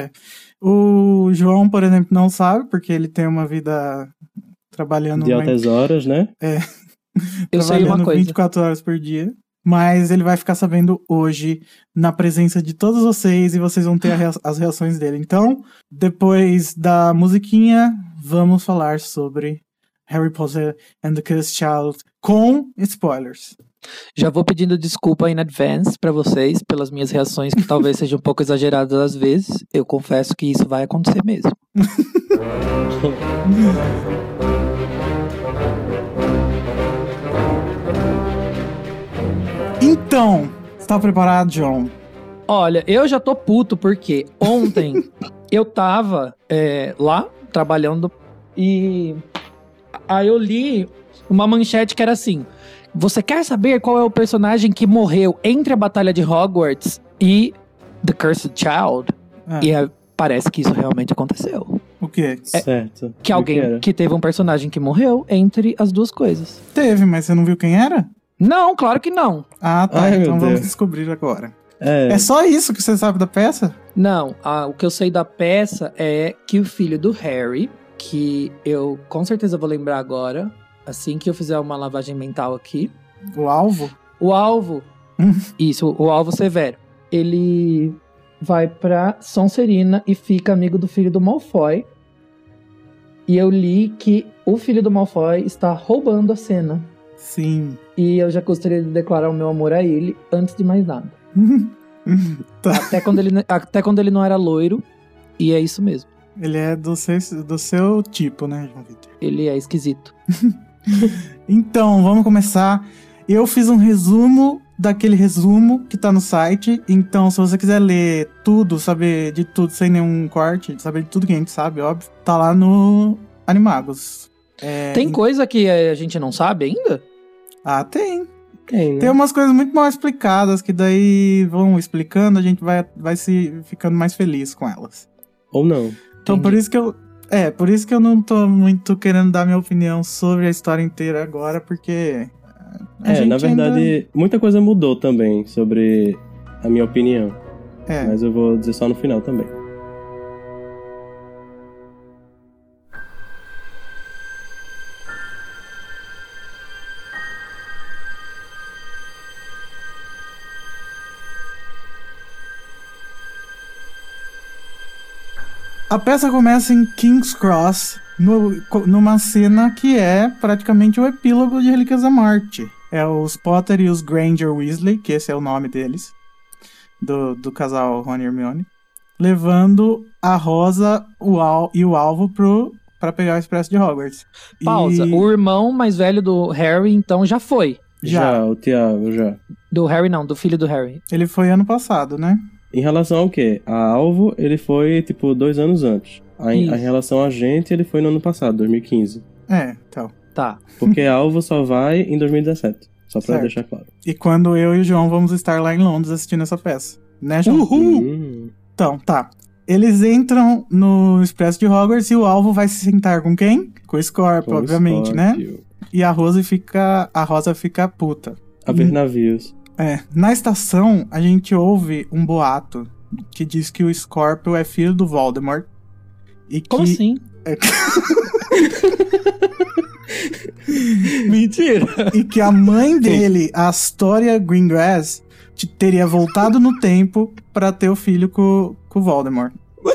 O João, por exemplo, não sabe, porque ele tem uma vida trabalhando... De altas horas, né? Eu sei uma coisa. 24 horas por dia. Mas ele vai ficar sabendo hoje, na presença de todos vocês, e vocês vão ter as reações dele. Então, depois da musiquinha, vamos falar sobre Harry Potter and the Cursed Child com spoilers. Já vou pedindo desculpa in advance pra vocês pelas minhas reações, que talvez sejam um pouco exageradas às vezes. Eu confesso que isso vai acontecer mesmo. Então, está preparado, John? Olha, eu já tô puto porque ontem eu tava lá trabalhando e aí eu li uma manchete que era assim: você quer saber qual é o personagem que morreu entre a Batalha de Hogwarts e The Cursed Child? E parece que isso realmente aconteceu. O quê? Certo. Que alguém que teve um personagem que morreu entre as duas coisas. Teve, mas você não viu quem era? Não, claro que não. Ah, tá. Ai, então meu vamos Deus. descobrir agora. É só isso que você sabe da peça? Não, o que eu sei da peça é que o filho do Harry que eu com certeza vou lembrar agora, assim que eu fizer uma lavagem mental aqui. O alvo? O alvo, isso, o alvo Severo, ele vai pra Sonserina e fica amigo do filho do Malfoy. E eu li que o filho do Malfoy está roubando a cena. Sim. E eu já gostaria de declarar o meu amor a ele antes de mais nada. Tá. Até quando ele não era loiro. E é isso mesmo. Ele é do seu tipo, né, João Vitor? Ele é esquisito. Então, vamos começar. Eu fiz um resumo daquele resumo que tá no site. Então, se você quiser ler tudo, saber de tudo sem nenhum corte, saber de tudo que a gente sabe, óbvio, tá lá no Animagos. Tem coisa que a gente não sabe ainda? Ah, tem. Tem, né? Tem umas coisas muito mal explicadas que daí vão explicando, a gente vai se ficando mais feliz com elas. Ou não. Então, Entendi. por isso que eu não tô muito querendo dar minha opinião sobre a história inteira agora, porque Na verdade, muita coisa mudou também sobre a minha opinião. Mas eu vou dizer só no final também. A peça começa em King's Cross, numa cena que é praticamente o epílogo de Relíquias da Morte. É os Potter e os Granger Weasley, que esse é o nome deles, do casal Ron e Hermione, levando a Rosa e o Alvo pra pegar o Expresso de Hogwarts. Pausa. O irmão mais velho do Harry, então, já foi. Já. O Tiago, já. Do Harry não, do filho do Harry. Ele foi ano passado, né? Em relação ao quê? A Alvo, ele foi, 2 anos antes. Em relação a gente, ele foi no ano passado, 2015. Então. Tá. Porque a Alvo só vai em 2017. Só pra Certo. deixar claro. E quando eu e o João vamos estar lá em Londres assistindo essa peça. Né, João? Então, tá. Eles entram no Expresso de Hogwarts e o Alvo vai se sentar com quem? Com o Scorpio, obviamente, né? E a Rosa fica puta. A ver navios. Na estação, a gente ouve um boato que diz que o Scorpio é filho do Voldemort. E Como que... assim? Mentira! E que a mãe dele, a Astoria Greengrass, teria voltado no tempo pra ter o filho com o Voldemort.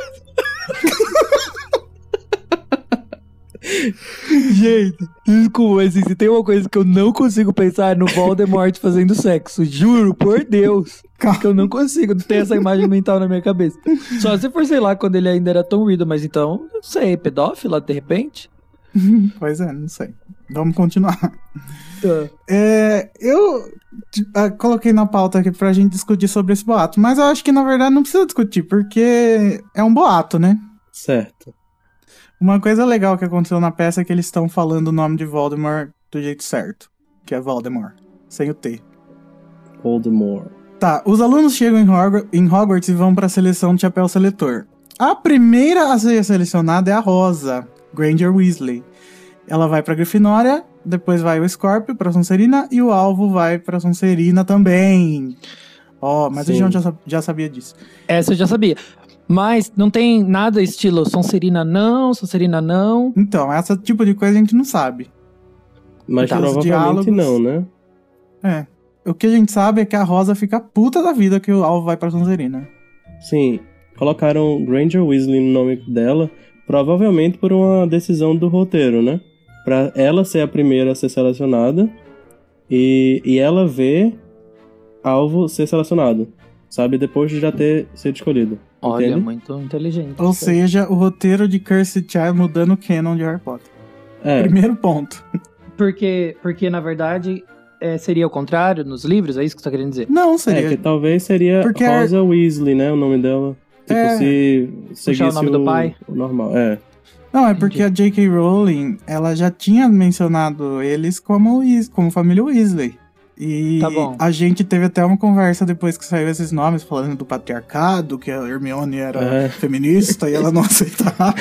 Gente, desculpa, mas se tem uma coisa que eu não consigo pensar é no Voldemort fazendo sexo. Juro, por Deus. Que eu não consigo ter essa imagem mental na minha cabeça. Só se for, sei lá, quando ele ainda era Tom Riddle, mas então, não sei, pedófila, de repente? Pois é, não sei. Vamos continuar. Tá. Eu coloquei na pauta aqui pra gente discutir sobre esse boato, mas eu acho que na verdade não precisa discutir, porque é um boato, né? Certo. Uma coisa legal que aconteceu na peça é que eles estão falando o nome de Voldemort do jeito certo, que é Voldemort, sem o T. Voldemort. Tá, os alunos chegam em Hogwarts e vão pra seleção de chapéu seletor. A primeira a ser selecionada é a Rosa, Granger Weasley. Ela vai pra Grifinória, depois vai o Scorpio pra Sonserina e o Alvo vai pra Sonserina também. Mas o João já sabia disso. Essa eu já sabia. Mas não tem nada estilo Sonserina não. Então, esse tipo de coisa a gente não sabe. Mas Tá, os provavelmente diálogos- não, né? O que a gente sabe é que a Rosa fica puta da vida que o Alvo vai pra Sonserina. Sim, colocaram Granger Weasley no nome dela, provavelmente por uma decisão do roteiro, né? Pra ela ser a primeira a ser selecionada e ela ver Alvo ser selecionado, sabe? Depois de já ter sido escolhido. Olha, Entende? muito inteligente. Ou seja, o roteiro de Cursed Child mudando o canon de Harry Potter. Primeiro ponto. Porque na verdade, seria o contrário nos livros? É isso que você tá querendo dizer? Não, seria. que talvez seria Porque Rosa Weasley, né? O nome dela. Tipo, se seguisse o nome do pai. o normal. Não, é porque a J.K. Rowling, ela já tinha mencionado eles como família Weasley. E Tá bom. a gente teve até uma conversa depois que saiu esses nomes, falando do patriarcado, que a Hermione era feminista e ela não aceitava.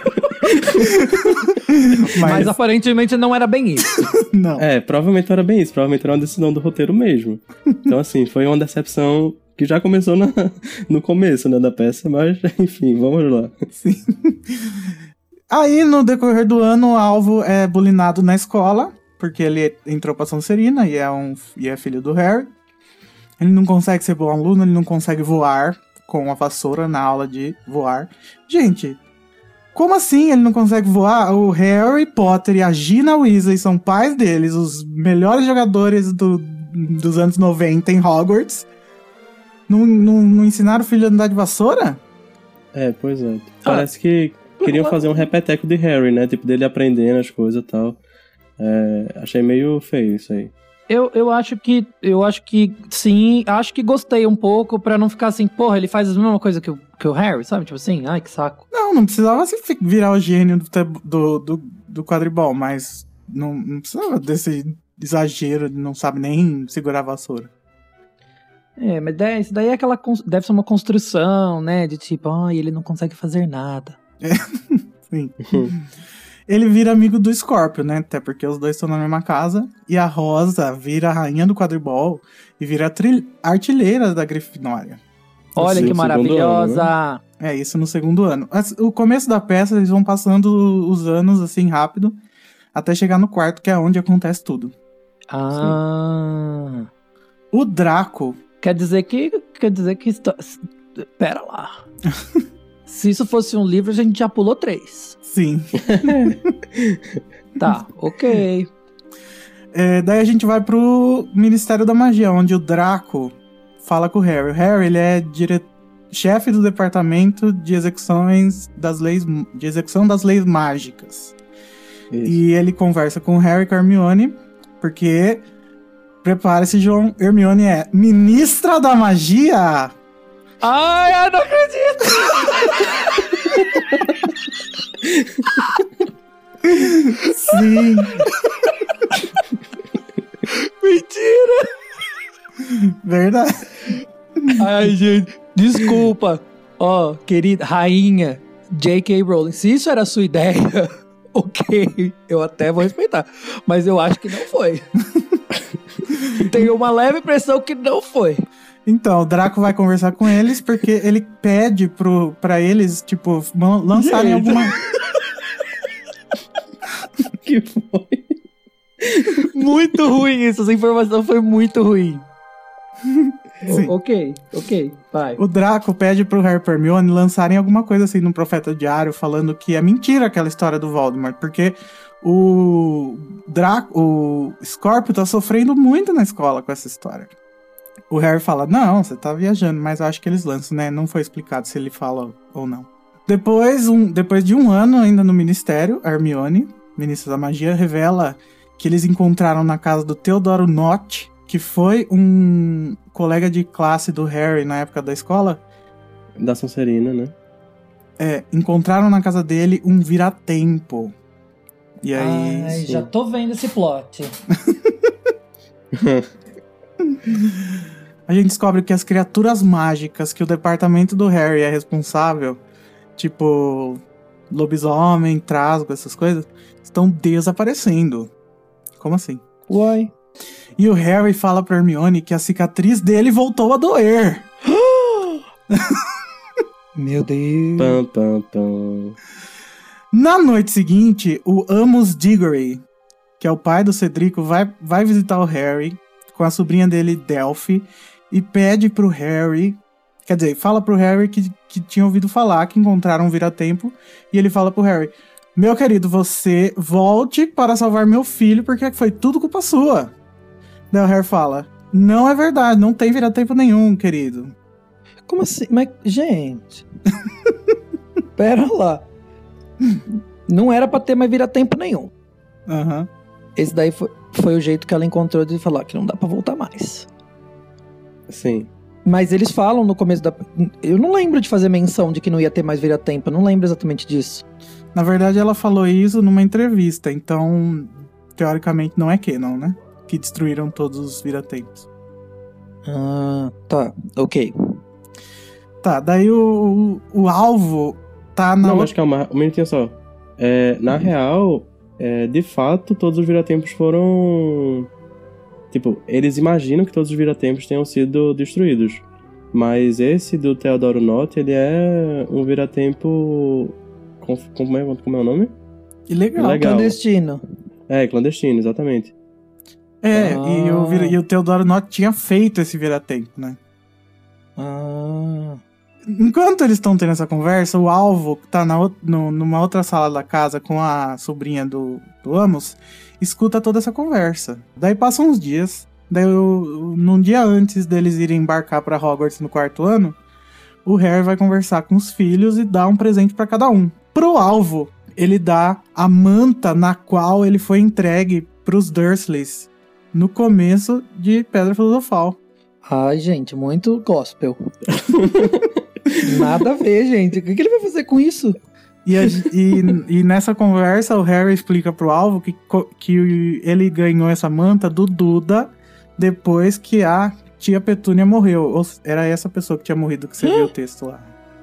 Mas aparentemente não era bem isso. Não. Provavelmente não era bem isso. Provavelmente era uma decisão do roteiro mesmo. Então, assim, foi uma decepção que já começou no começo, né, da peça. Mas, enfim, vamos lá. Sim. Aí, no decorrer do ano, o Alvo é bulinado na escola, porque ele entrou pra Sonserina e é filho do Harry. Ele não consegue ser bom aluno, ele não consegue voar com a vassoura na aula de voar. Gente, como assim ele não consegue voar? O Harry Potter e a Gina Weasley são pais deles, os melhores jogadores dos anos 90 em Hogwarts. Não ensinaram o filho a andar de vassoura? Pois é. Parece que queriam fazer um repeteco de Harry, né? Tipo, dele aprendendo as coisas e tal. Achei meio feio isso aí. Eu acho que sim, acho que gostei um pouco pra não ficar assim, porra, ele faz a mesma coisa que o Harry, sabe? Tipo assim, ai, que saco. Não precisava assim, virar o gênio do quadribol, mas não precisava desse exagero de não sabe nem segurar a vassoura. Mas isso daí é deve ser uma construção, né? De tipo, ele não consegue fazer nada. Sim. Ele vira amigo do Scorpio, né? Até porque os dois estão na mesma casa. E a Rosa vira a rainha do quadribol e vira artilheira da Grifinória. Olha que maravilhosa! Ano, né? Isso no segundo ano. O começo da peça, eles vão passando os anos assim, rápido, até chegar no quarto, que é onde acontece tudo. Ah! O Draco... Quer dizer que... Pera lá. Se isso fosse um livro, a gente já pulou 3. Sim. Tá, ok. Daí a gente vai pro Ministério da Magia, onde o Draco fala com o Harry. O Harry, ele é chefe do departamento de execução das leis mágicas. Isso. E ele conversa com o Harry e com a Hermione, porque, prepare-se, João, Hermione é ministra da magia. Ai, eu não acredito! Sim. Mentira! Verdade. Ai, gente, desculpa. Querida rainha J.K. Rowling, se isso era a sua ideia, ok, eu até vou respeitar. Mas eu acho que não foi. Tenho uma leve impressão que não foi. Então, o Draco vai conversar com eles porque ele pede pra eles, tipo, lançarem alguma... Que foi? Muito ruim isso, essa informação foi muito ruim. Ok, vai. O Draco pede pro Harry e Hermione lançarem alguma coisa assim no Profeta Diário, falando que é mentira aquela história do Voldemort, porque o Scorpio tá sofrendo muito na escola com essa história. O Harry fala, não, você tá viajando, mas eu acho que eles lançam, né? Não foi explicado se ele fala ou não. Depois de um ano ainda no Ministério, a Hermione, ministra da magia, revela que eles encontraram na casa do Theodoro Nott, que foi um colega de classe do Harry na época da escola. Da Sonserina, né? Encontraram na casa dele um vira-tempo. E aí... Ai, já tô vendo esse plot. A gente descobre que as criaturas mágicas que o departamento do Harry é responsável, tipo lobisomem, trasgo, essas coisas, estão desaparecendo. Como assim? Uai. E o Harry fala pra Hermione que a cicatriz dele voltou a doer. Meu Deus. Pam, pam, pam. Na noite seguinte, o Amos Diggory, que é o pai do Cedrico, vai visitar o Harry com a sobrinha dele, Delphi, e pede pro Harry... Quer dizer, fala pro Harry que tinha ouvido falar que encontraram um vira-tempo, e ele fala pro Harry, meu querido, você volte para salvar meu filho, porque foi tudo culpa sua. Daí o Harry fala, não é verdade, não tem vira-tempo nenhum, querido. Como assim? Mas, gente... Pera lá. Não era pra ter mais vira-tempo nenhum. Aham. Esse daí foi o jeito que ela encontrou de falar que não dá pra voltar mais. Sim. Mas eles falam no começo da... Eu não lembro de fazer menção de que não ia ter mais vira-tempo. Eu não lembro exatamente disso. Na verdade, ela falou isso numa entrevista. Então, teoricamente, não é canon, né? Que destruíram todos os vira-tempos. Ah, tá. Ok. Tá, daí o alvo tá na... Não, mas calma, um minutinho só. Na real, de fato, todos os viratempos foram... Tipo, eles imaginam que todos os viratempos tenham sido destruídos. Mas esse do Theodoro Nott, ele é um viratempo como é o nome? Ilegal. Ilegal. Clandestino. Clandestino, exatamente. E o Teodoro Nott tinha feito esse vira-tempo, né? Ah. Enquanto eles estão tendo essa conversa, o Alvo, que tá numa outra sala da casa com a sobrinha do Amos, escuta toda essa conversa. Daí passam uns dias. Daí, num dia antes deles irem embarcar pra Hogwarts no 4º ano, o Harry vai conversar com os filhos e dá um presente pra cada um. Pro Alvo, ele dá a manta na qual ele foi entregue pros Dursleys no começo de Pedra Filosofal. Ai, gente, muito gospel. Nada a ver, gente. O que ele vai fazer com isso? E nessa conversa, o Harry explica pro Alvo que ele ganhou essa manta do Duda depois que a tia Petúnia morreu. Ou era essa pessoa que tinha morrido que você viu o texto lá.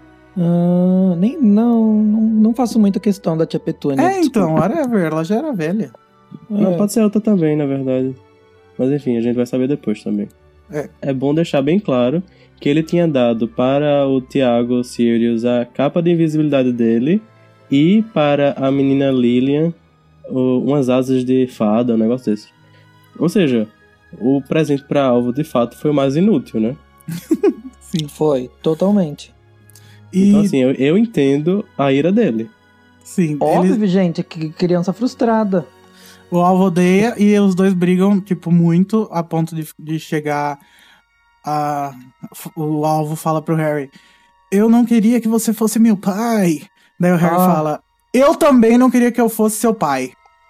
Não faço muita questão da tia Petúnia. Então, whatever, ela já era velha. Não, pode ser outra também, na verdade. Mas enfim, a gente vai saber depois também. É bom deixar bem claro que ele tinha dado para o Tiago Sirius a capa de invisibilidade dele e para a menina Lilian umas asas de fada, um negócio desse. Ou seja, o presente para Alvo de fato foi o mais inútil, né? Sim. Foi, totalmente. Então assim, eu entendo a ira dele. Sim. Óbvio, gente, que criança frustrada. O Alvo odeia e os dois brigam, tipo, muito a ponto de chegar a... O Alvo fala pro Harry: eu não queria que você fosse meu pai. Daí o Harry fala: eu também não queria que eu fosse seu pai.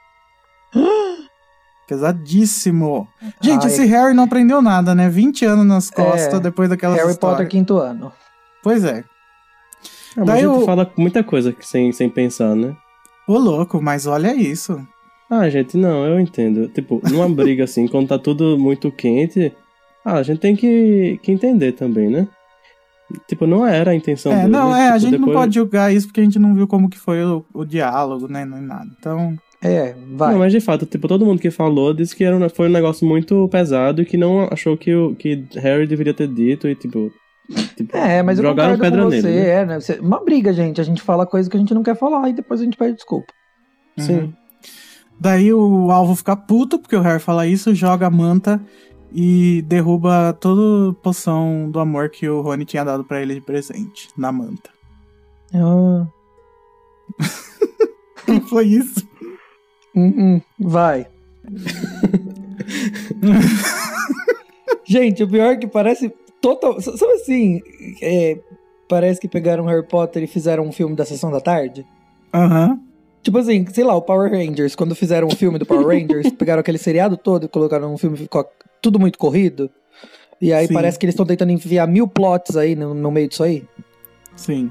Pesadíssimo. Gente, esse Harry não aprendeu nada, né? 20 anos nas costas depois daquela Harry história. Potter 5º ano. Pois é. Mas a gente fala muita coisa sem pensar, né? Ô, louco, mas olha isso. Gente, não, eu entendo. Tipo, numa briga assim, quando tá tudo muito quente, a gente tem que entender também, né? Tipo, não era a intenção dele. A gente não pode julgar isso porque a gente não viu como que foi o diálogo, né? Nem nada. Então... vai. Não, mas de fato, tipo, todo mundo que falou disse que foi um negócio muito pesado e que não achou que Harry deveria ter dito e, tipo mas eu jogaram concordo pedra com você, nele. né? Uma briga, gente. A gente fala coisa que a gente não quer falar e depois a gente pede desculpa. Sim. Daí o Alvo fica puto porque o Harry fala isso, joga a manta e derruba toda a poção do amor que o Rony tinha dado pra ele de presente na manta. Foi isso? Vai. Gente, o pior é que parece total... Sabe assim, parece que pegaram Harry Potter e fizeram um filme da Sessão da Tarde? Tipo assim, sei lá, o Power Rangers, quando fizeram um filme do Power Rangers, pegaram aquele seriado todo e colocaram um filme e ficou tudo muito corrido. E aí parece que eles estão tentando enfiar 1000 plots aí no meio disso aí. Sim.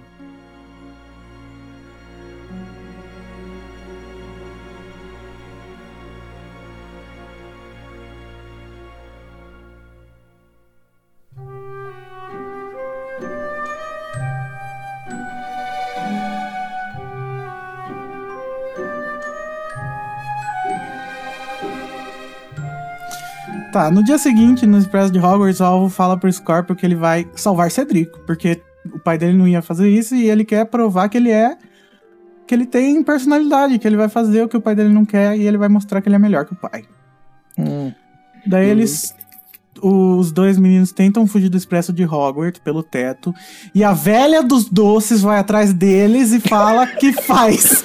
Tá, no dia seguinte, no Expresso de Hogwarts, o Alvo fala pro Scorpio que ele vai salvar Cedrico, porque o pai dele não ia fazer isso e ele quer provar que ele tem personalidade, que ele vai fazer o que o pai dele não quer e ele vai mostrar que ele é melhor que o pai. Daí os dois meninos tentam fugir do Expresso de Hogwarts pelo teto e a velha dos doces vai atrás deles e fala que faz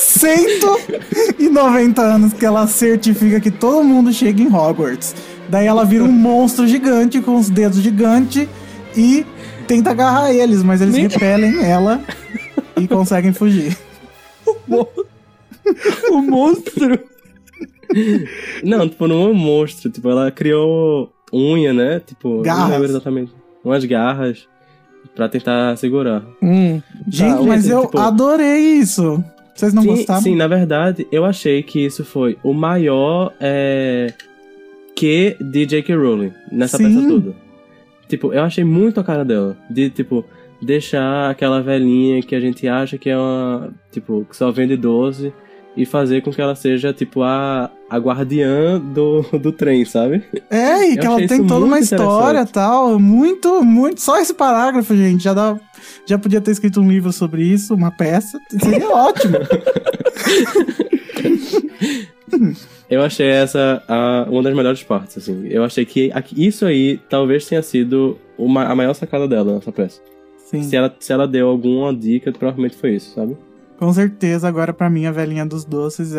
190 anos que ela certifica que todo mundo chega em Hogwarts. Daí ela vira um monstro gigante com os dedos gigantes e tenta agarrar eles, mas eles repelem ela e conseguem fugir. O monstro? Não, tipo, não é um monstro. Tipo, ela criou unha, né? Tipo, garras. Não lembro exatamente. Umas garras pra tentar segurar. Gente, mas eu adorei isso. Vocês não gostaram? Sim, na verdade, eu achei que isso foi o maior que de J.K. Rowling nessa peça toda. Tipo, eu achei muito a cara dela. De, tipo, deixar aquela velhinha que a gente acha que é uma... Tipo, que só vende doce e fazer com que ela seja, tipo, a a guardiã do trem, sabe? É, e que Eu ela achei tem isso toda uma muito história e interessante. tal. Muito, muito. Só esse parágrafo, gente, já podia ter escrito um livro sobre isso, uma peça. Seria ótimo. Eu achei essa uma das melhores partes, assim. Eu achei que isso aí talvez tenha sido a maior sacada dela nessa peça. Sim, Se ela deu alguma dica, provavelmente foi isso, sabe? com certeza. Agora, pra mim, a velhinha dos doces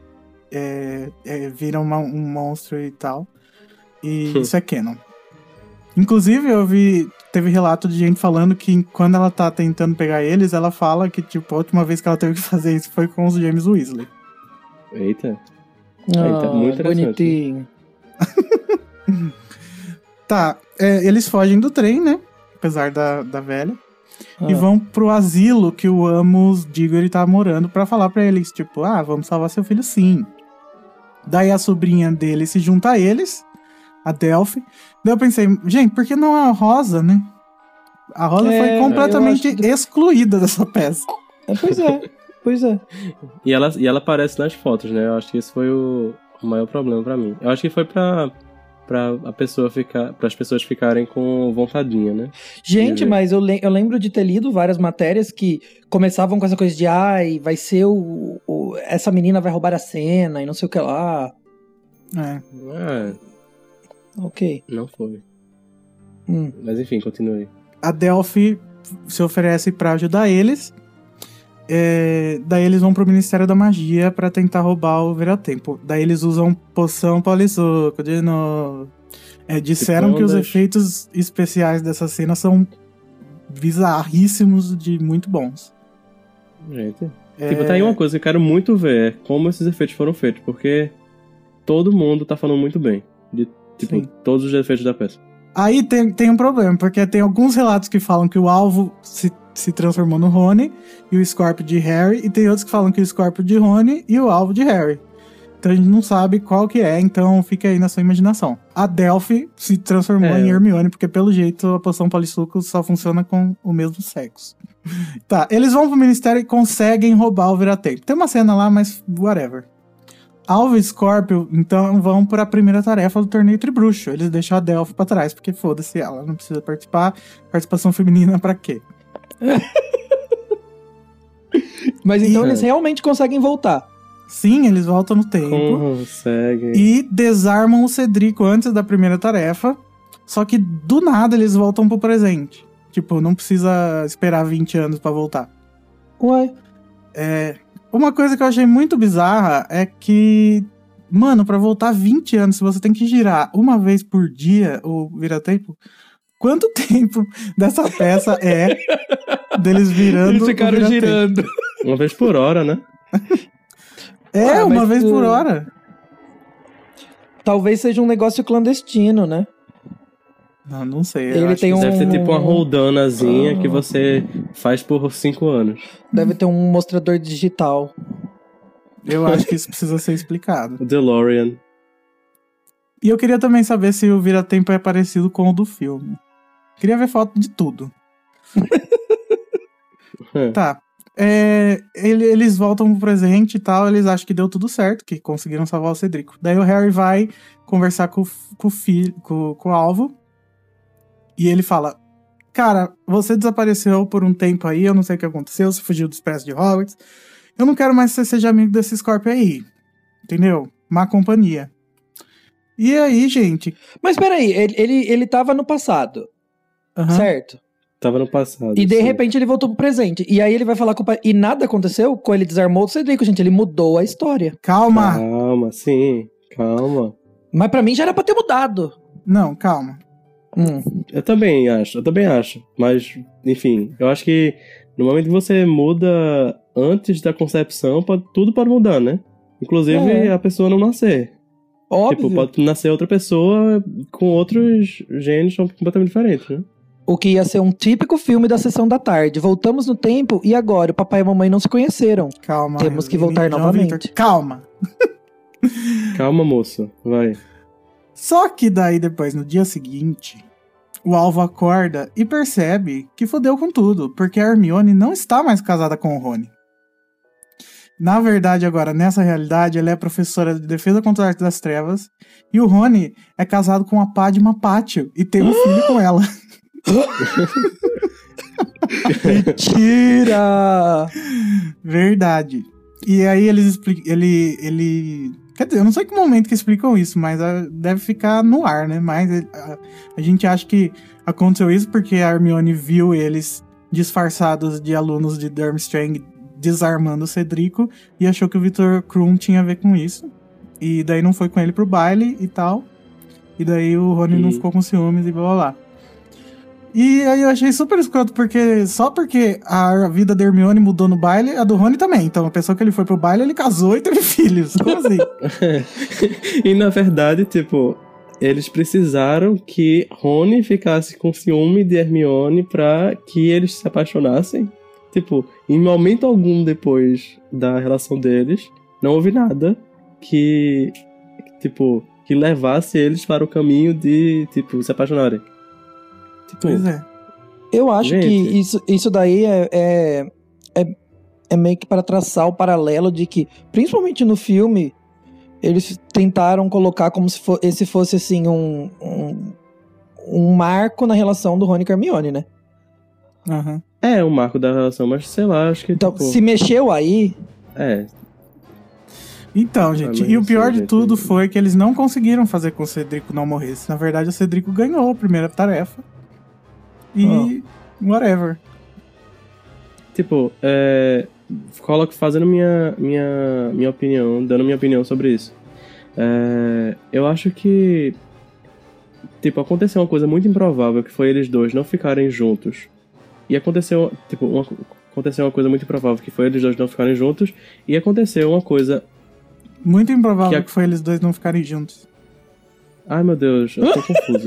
vira um monstro e tal. E isso é canon. Inclusive, teve relato de gente falando que quando ela tá tentando pegar eles, ela fala que, tipo, a última vez que ela teve que fazer isso foi com os James Weasley. Eita. Ah, muito interessante. bonitinho. Tá, eles fogem do trem, né? Apesar da velha. E Ah. vão pro asilo que o Amos Diggory tá morando pra falar pra eles, tipo, vamos salvar seu filho sim. Daí a sobrinha dele se junta a eles, a Delphi. Daí eu pensei, gente, por que não a Rosa, né? A Rosa foi completamente eu acho que- excluída dessa peça. Pois é. E ela aparece nas fotos, né? Eu acho que esse foi o maior problema pra mim. Eu acho que foi pra as pessoas ficarem com vontadinha, né? Gente, mas eu lembro de ter lido várias matérias que começavam com essa coisa de vai ser essa menina vai roubar a cena e não sei o que lá. Ok. Não foi. Hum. Mas enfim, continue. A Delphi se oferece pra ajudar eles. Daí eles vão pro Ministério da Magia pra tentar roubar o Vira-Tempo. Daí eles usam poção polissuco de novo. Disseram que os efeitos especiais dessa cena são bizarríssimos de muito bons. Gente. Tipo, tá aí uma coisa que eu quero muito ver, como esses efeitos foram feitos, porque todo mundo tá falando muito bem de, tipo, Sim. todos os efeitos da peça. Aí tem um problema, porque tem alguns relatos que falam que o alvo se transformou no Rony e o Scorpio de Harry, e tem outros que falam que o Scorpio de Rony e o alvo de Harry. Então a gente não sabe qual que é, então fica aí na sua imaginação. A Delphi se transformou em Hermione, porque pelo jeito a poção polissuco só funciona com o mesmo sexo. Tá, eles vão pro ministério e conseguem roubar o Vira-Tempo. Tem uma cena lá, mas whatever. Alvo e Scorpio, então, vão pra primeira tarefa do torneio Tribruxo. Eles deixam a Delphi pra trás, porque foda-se ela, não precisa participar. Participação feminina pra quê? Mas então eles realmente conseguem voltar. Sim, eles voltam no tempo. Conseguem. E desarmam o Cedrico antes da primeira tarefa. Só que do nada eles voltam pro presente. Tipo, não precisa esperar 20 anos pra voltar. Uai. Uma coisa que eu achei muito bizarra é que, mano, pra voltar 20 anos, se você tem que girar uma vez por dia o Vira-Tempo, quanto tempo dessa peça deles virando Eles ficaram o Vira-Tempo? girando. Uma vez por hora, né? Uma vez por hora. Talvez seja um negócio clandestino, né? Não sei. Ele tem Deve ter tipo uma roldanazinha que você faz por 5 anos. Deve ter um mostrador digital. Eu acho que isso precisa ser explicado. O DeLorean. E eu queria também saber se o Vira-Tempo é parecido com o do filme. Queria ver foto de tudo. Tá. Eles voltam pro presente e tal, eles acham que deu tudo certo, que conseguiram salvar o Cedrico. Daí o Harry vai conversar com o filho, com o alvo, e ele fala: cara, você desapareceu por um tempo aí, eu não sei o que aconteceu, você fugiu do Expresso de Hogwarts, eu não quero mais que você seja amigo desse Scorpio aí, entendeu? Má companhia. E aí, gente... Mas peraí, ele tava no passado, certo? Tava no passado. E de sim. repente ele voltou pro presente. E aí ele vai falar com o pai. E nada aconteceu com ele desarmou o Cedrico, gente. Ele mudou a história. Calma! Calma. Mas pra mim já era pra ter mudado. Não, calma. Eu também acho. Mas, enfim, eu acho que no momento que você muda antes da concepção, tudo pode mudar, né? Inclusive a pessoa não nascer. Óbvio. Tipo, pode nascer outra pessoa com outros genes completamente diferentes, né? O que ia ser um típico filme da sessão da tarde. Voltamos no tempo e agora o papai e a mamãe não se conheceram. Calma. Temos que voltar João novamente. Vitor, calma. Calma, moço. Vai. Só que daí depois, no dia seguinte, o alvo acorda e percebe que fodeu com tudo, porque a Hermione não está mais casada com o Rony. Na verdade, agora, nessa realidade, ela é professora de defesa contra a arte das trevas. E o Rony é casado com a Padma Pátio e tem um filho com ela. Mentira! Verdade. E aí eles explicam. Quer dizer, eu não sei que momento que explicam isso, mas deve ficar no ar, né? Mas a gente acha que aconteceu isso porque a Hermione viu eles disfarçados de alunos de Durmstrang desarmando o Cedrico e achou que o Victor Krum tinha a ver com isso. E daí não foi com ele pro baile e tal. E daí o Rony não ficou com ciúmes e blá blá blá. E aí eu achei super escroto, porque só porque a vida da Hermione mudou no baile, a do Rony também. Então a pessoa que ele foi pro baile, ele casou e teve filhos. Como assim? E na verdade, tipo, eles precisaram que Rony ficasse com ciúme de Hermione pra que eles se apaixonassem. Tipo, em momento algum depois da relação deles, não houve nada que levasse eles para o caminho de, tipo, se apaixonarem. Tipo, Pois é. Eu acho Gente. que isso daí é meio que para traçar o paralelo de que, principalmente no filme, eles tentaram colocar como se esse fosse assim um marco na relação do Rony com a Hermione, né? Aham. É o marco da relação, mas sei lá, acho que Então, tipo, se mexeu aí, Então, gente, mas e o pior isso, de gente, tudo foi que eles não conseguiram fazer com que o Cedrico não morresse. Na verdade, o Cedrico ganhou a primeira tarefa. E whatever. tipo, fazendo minha opinião, dando minha opinião sobre isso. Eu acho que, tipo, aconteceu uma coisa muito improvável, que foi eles dois não ficarem juntos. E aconteceu, tipo, aconteceu uma coisa muito improvável, que foi eles dois não ficarem juntos. E aconteceu uma coisa... Muito improvável que foi eles dois não ficarem juntos. Ai, meu Deus, eu tô confuso.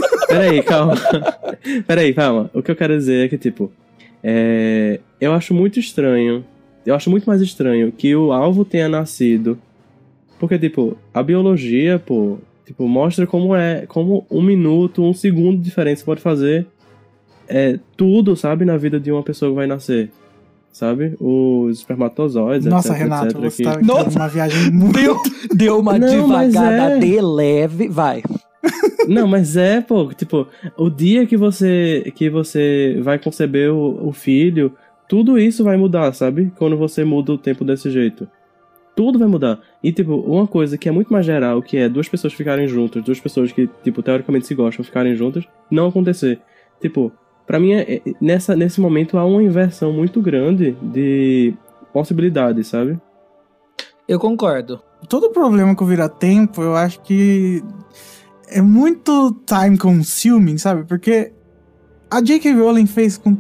Peraí, calma. O que eu quero dizer é que, tipo, eu acho muito estranho, eu acho muito mais estranho que o alvo tenha nascido, porque, tipo, a biologia, pô, tipo, mostra como um minuto, um segundo de diferença pode fazer tudo, sabe, na vida de uma pessoa que vai nascer. Sabe? Os espermatozoides, Nossa, etc, Renato, etc, você que... tá entrando numa viagem muito... deu uma Não, mas devagada de leve, vai. Não, mas pô, tipo, o dia que você vai conceber o filho, tudo isso vai mudar, sabe? Quando você muda o tempo desse jeito. Tudo vai mudar. E, tipo, uma coisa que é muito mais geral, que é duas pessoas ficarem juntas, duas pessoas que, tipo, teoricamente se gostam ficarem juntas, não acontecer. Tipo, pra mim, nesse momento, há uma inversão muito grande de possibilidades, sabe? Eu concordo. Todo problema com o vira-tempo, eu acho que é muito time consuming, sabe? Porque a J.K. Rowling fez com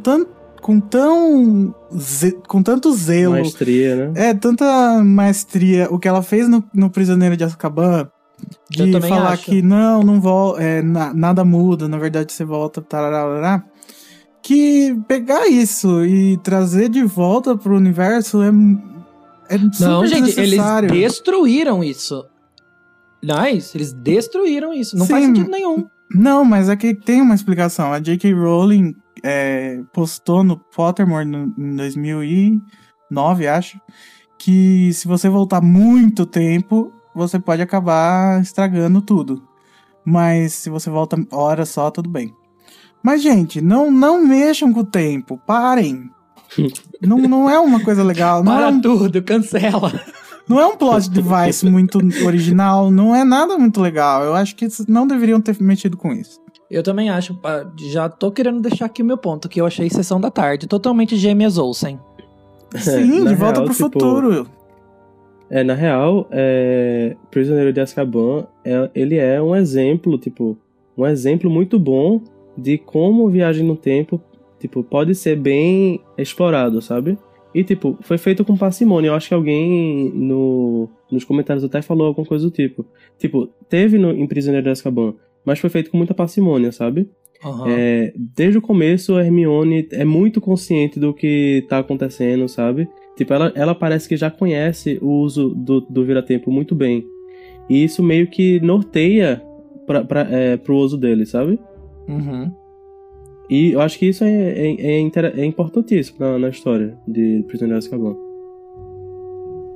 tanto zelo. Maestria, né? Tanta maestria. O que ela fez no Prisioneiro de Azkaban, Eu de também falar acho. que não volta, nada muda, na verdade você volta, tarará, que pegar isso e trazer de volta pro universo é super Não, gente, eles desnecessário. destruíram isso. Nice, eles destruíram isso. Não Sim. faz sentido nenhum. Não, mas é que tem uma explicação. A J.K. Rowling postou no Pottermore em 2009, acho, que se você voltar muito tempo, você pode acabar estragando tudo. Mas se você volta hora só, tudo bem. Mas, gente, não mexam com o tempo. Parem. não é uma coisa legal. Para tudo, cancela. Não é um plot device muito original. Não é nada muito legal. Eu acho que não deveriam ter mexido com isso. Eu também acho. Já tô querendo deixar aqui o meu ponto, que eu achei Sessão da Tarde. Totalmente Gêmeas Olsen. Sim, Na de volta real, pro tipo, futuro. Na real, Prisioneiro de Azkaban, ele é um exemplo, tipo, um exemplo muito bom de como viagem no tempo, tipo, pode ser bem explorado, sabe? E, tipo, foi feito com parcimônia. Eu acho que alguém nos comentários até falou alguma coisa do tipo. Tipo, teve em Prisioneiro de Azkaban, mas foi feito com muita parcimônia, sabe? Uhum. Desde o começo, a Hermione é muito consciente do que tá acontecendo, sabe? Tipo, ela parece que já conhece o uso do vira-tempo muito bem. E isso meio que norteia pro uso dele, sabe? Uhum. E eu acho que isso é importantíssimo na história de Prisioneiro de Azkaban.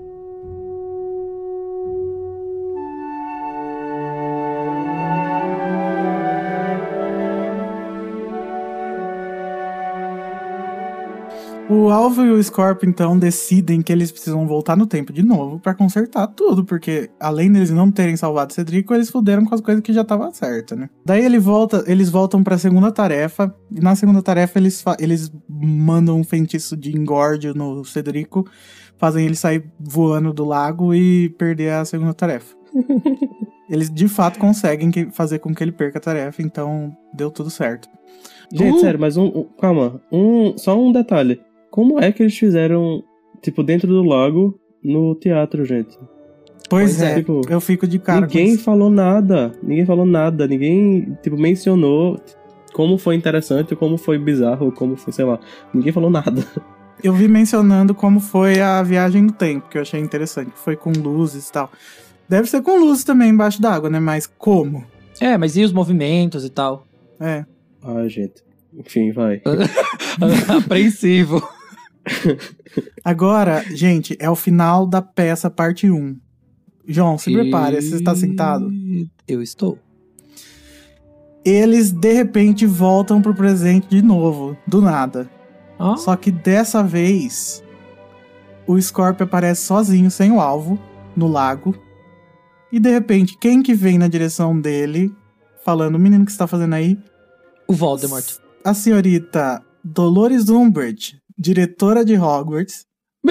O Alvo e o Scorpio, então, decidem que eles precisam voltar no tempo de novo pra consertar tudo, porque além deles não terem salvado o Cedrico, eles fuderam com as coisas que já estavam certas, né? Daí eles voltam pra segunda tarefa, e na segunda tarefa eles mandam um feitiço de engordio no Cedrico, fazem ele sair voando do lago e perder a segunda tarefa. Eles de fato conseguem fazer com que ele perca a tarefa, então deu tudo certo. Gente, sério, mas calma, só um detalhe. Como é que eles fizeram, tipo, dentro do lago, no teatro, gente? Pois é, tipo, eu fico de cara ninguém falou nada, ninguém, tipo, mencionou como foi interessante, como foi bizarro, como foi, sei lá, ninguém falou nada. Eu vi mencionando como foi a viagem no tempo, que eu achei interessante, foi com luzes e tal. Deve ser com luzes também embaixo d'água, né, mas como? Mas e os movimentos e tal? É. Ai, gente, enfim, vai. Apreensivo. Agora, gente, é o final da peça parte 1. João, se prepare, você está sentado? Eu estou. Eles, de repente, voltam pro presente de novo, do nada. Só que dessa vez, o Scorpio aparece sozinho, sem o alvo, no lago. E, de repente, quem que vem na direção dele, falando, menino, o que você tá fazendo aí? O Voldemort. A senhorita Dolores Umbridge, diretora de Hogwarts.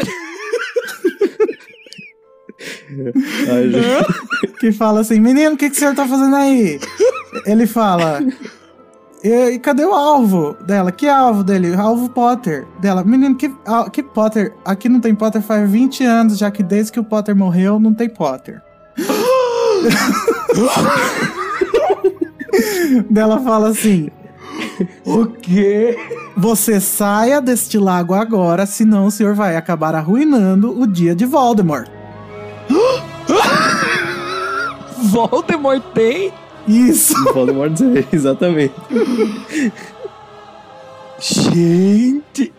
Ai, gente. Que fala assim, menino, o que o senhor tá fazendo aí? Ele fala, e cadê o alvo dela? Que alvo dele? Alvo Potter. Dela, menino, que Potter? Aqui não tem Potter faz 20 anos, já que desde que o Potter morreu, não tem Potter. Dela fala assim, o quê? Você saia deste lago agora, senão o senhor vai acabar arruinando o dia de Voldemort. Voldemort tem? Isso. Voldemort, exatamente. Gente,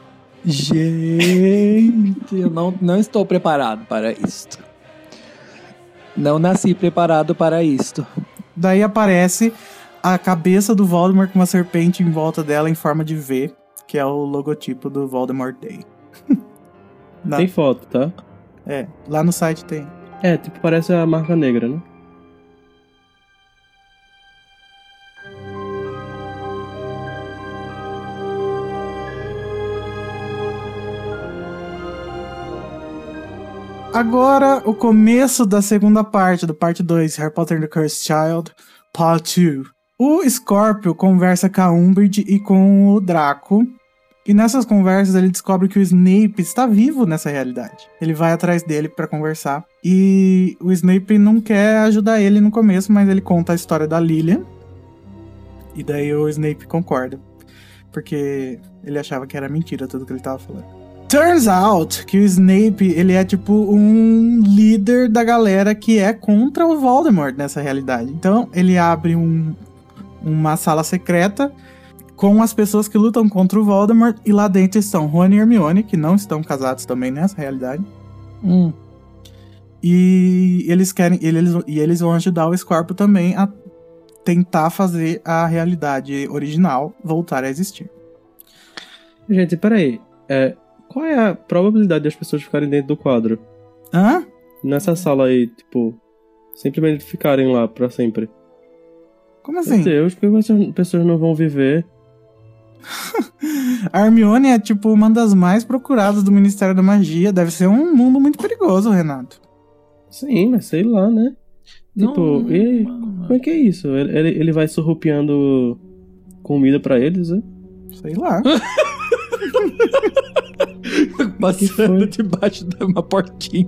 eu não estou preparado para isto. Não nasci preparado para isto. Daí aparece a cabeça do Voldemort com uma serpente em volta dela em forma de V, que é o logotipo do Voldemort Day. Tem foto, tá? É, lá no site tem. É, tipo, parece a marca negra, né? Agora, o começo da segunda parte, do parte 2, Harry Potter and the Cursed Child, Part 2. O Scorpio conversa com a Umbridge e com o Draco. E nessas conversas ele descobre que o Snape está vivo nessa realidade. Ele vai atrás dele pra conversar. E o Snape não quer ajudar ele no começo, mas ele conta a história da Lilian. E daí o Snape concorda. Porque ele achava que era mentira tudo que ele tava falando. Turns out que o Snape, ele é tipo um líder da galera que é contra o Voldemort nessa realidade. Então, ele abre uma sala secreta com as pessoas que lutam contra o Voldemort, e lá dentro estão Rony e Hermione, que não estão casados também nessa realidade. E eles vão ajudar o Scorpio também a tentar fazer a realidade original voltar a existir. Gente, peraí. Qual é a probabilidade das pessoas ficarem dentro do quadro? Hã? Nessa sala aí, tipo, simplesmente ficarem lá pra sempre. Como assim? Meu Deus, por que essas pessoas não vão viver? A Hermione é, tipo, uma das mais procuradas do Ministério da Magia. Deve ser um mundo muito perigoso, Renato. Sim, mas sei lá, né? Tipo, como é que é isso? Ele vai surrupiando comida pra eles, né? Sei lá. Passando debaixo de uma portinha.